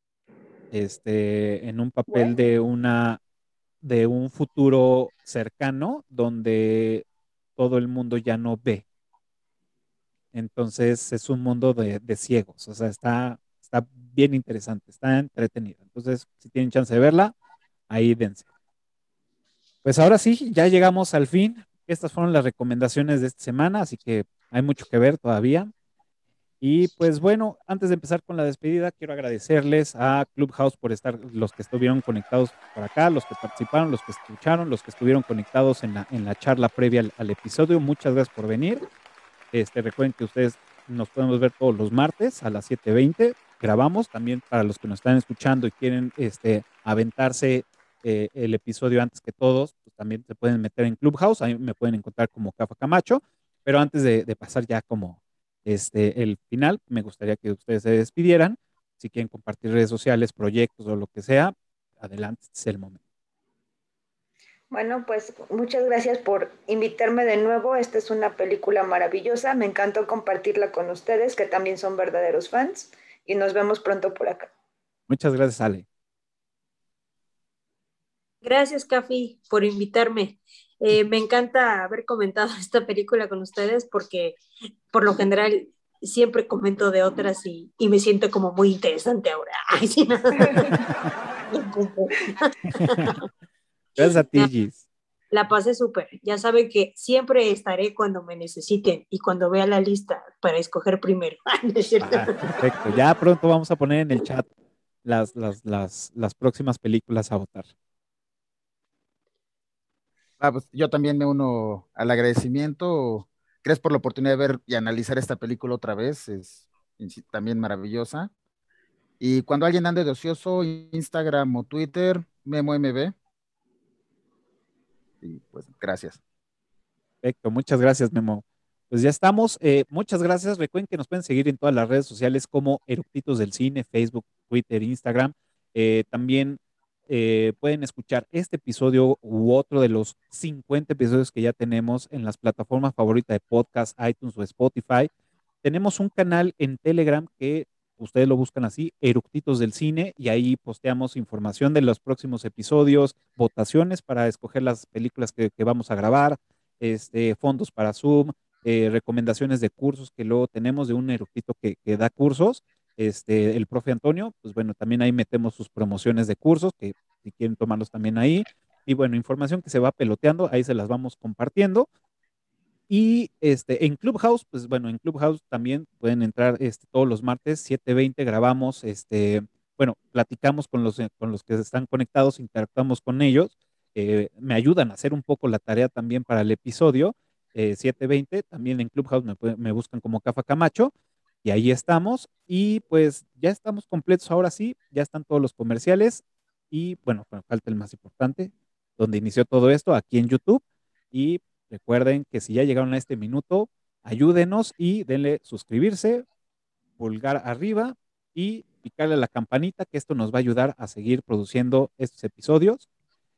en un papel de un futuro cercano donde todo el mundo ya no ve. Entonces es un mundo de ciegos, o sea, está bien interesante, está entretenida. Entonces, si tienen chance de verla, ahí dense. Pues ahora sí, ya llegamos al fin. Estas fueron las recomendaciones de esta semana, así que hay mucho que ver todavía. Y pues bueno, antes de empezar con la despedida, quiero agradecerles a Clubhouse por estar, los que estuvieron conectados por acá, los que participaron, los que escucharon, los que estuvieron conectados en la charla previa al episodio. Muchas gracias por venir. Recuerden que ustedes nos podemos ver todos los martes a las 7:20. Grabamos también para los que nos están escuchando y quieren aventarse el episodio antes que todos, pues también se pueden meter en Clubhouse. Ahí me pueden encontrar como Cafa Camacho. Pero antes de pasar ya como el final, me gustaría que ustedes se despidieran. Si quieren compartir redes sociales, proyectos o lo que sea, adelante, este es el momento. Bueno, pues muchas gracias por invitarme de nuevo. Esta es una película maravillosa. Me encantó compartirla con ustedes, que también son verdaderos fans. Y nos vemos pronto por acá. Muchas gracias, Ale. Gracias, Cafi, por invitarme. Me encanta haber comentado esta película con ustedes porque por lo general siempre comento de otras y me siento como muy interesante ahora. Ay, sí, no. Gracias a ti, Gis. La pasé súper. Ya saben que siempre estaré cuando me necesiten y cuando vea la lista para escoger primero. Perfecto. Ya pronto vamos a poner en el chat las próximas películas a votar. Pues yo también me uno al agradecimiento. Gracias por la oportunidad de ver y analizar esta película otra vez. Es también maravillosa. Y cuando alguien ande de ocioso, Instagram o Twitter, MemoMB. Y pues gracias. Perfecto, muchas gracias, Memo. Pues ya estamos. Muchas gracias. Recuerden que nos pueden seguir en todas las redes sociales como Eructitos del Cine, Facebook, Twitter, Instagram. También pueden escuchar este episodio u otro de los 50 episodios que ya tenemos en las plataformas favoritas de podcast, iTunes o Spotify. Tenemos un canal en Telegram que ustedes lo buscan así, Eructitos del Cine, y ahí posteamos información de los próximos episodios, votaciones para escoger las películas que vamos a grabar, fondos para Zoom, recomendaciones de cursos que luego tenemos de un eructito que da cursos, el profe Antonio, pues bueno, también ahí metemos sus promociones de cursos, que si quieren tomarlos también ahí, y bueno, información que se va peloteando, ahí se las vamos compartiendo. Y en Clubhouse, pues bueno, en Clubhouse también pueden entrar todos los martes, 7:20 grabamos, bueno, platicamos con los que están conectados, interactuamos con ellos, me ayudan a hacer un poco la tarea también para el episodio, 7:20, también en Clubhouse me buscan como Cafa Camacho, y ahí estamos, y pues ya estamos completos ahora sí, ya están todos los comerciales, y bueno, falta el más importante, donde inició todo esto, aquí en YouTube, y recuerden que si ya llegaron a este minuto, ayúdenos y denle suscribirse, pulgar arriba y picarle a la campanita, que esto nos va a ayudar a seguir produciendo estos episodios.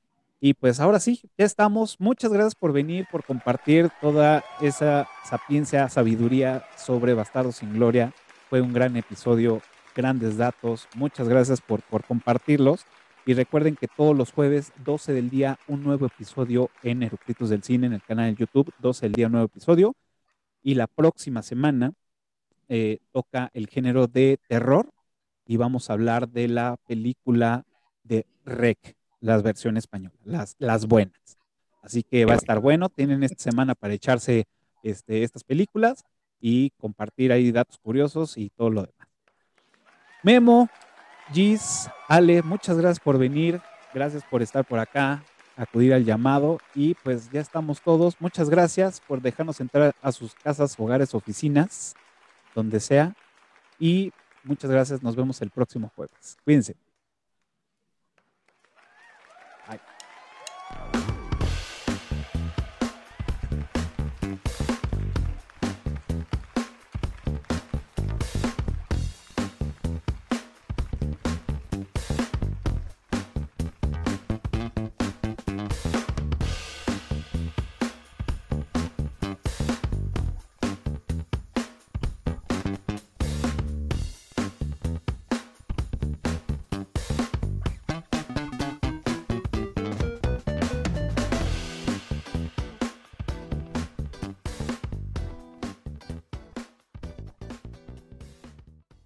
Y pues ahora sí, ya estamos. Muchas gracias por venir, por compartir toda esa sapiencia, sabiduría sobre Bastardos sin Gloria. Fue un gran episodio, grandes datos. Muchas gracias por compartirlos. Y recuerden que todos los jueves, 12 del día, un nuevo episodio en Eructitos del Cine, en el canal de YouTube. 12 del día, un nuevo episodio. Y la próxima semana toca el género de terror y vamos a hablar de la película de REC, las versiones españolas, las buenas. Así que va a estar bueno. Tienen esta semana para echarse estas películas y compartir ahí datos curiosos y todo lo demás. Memo, Gis, Ale, muchas gracias por venir. Gracias por estar por acá, acudir al llamado y pues ya estamos todos. Muchas gracias por dejarnos entrar a sus casas, hogares, oficinas, donde sea. Y muchas gracias. Nos vemos el próximo jueves. Cuídense.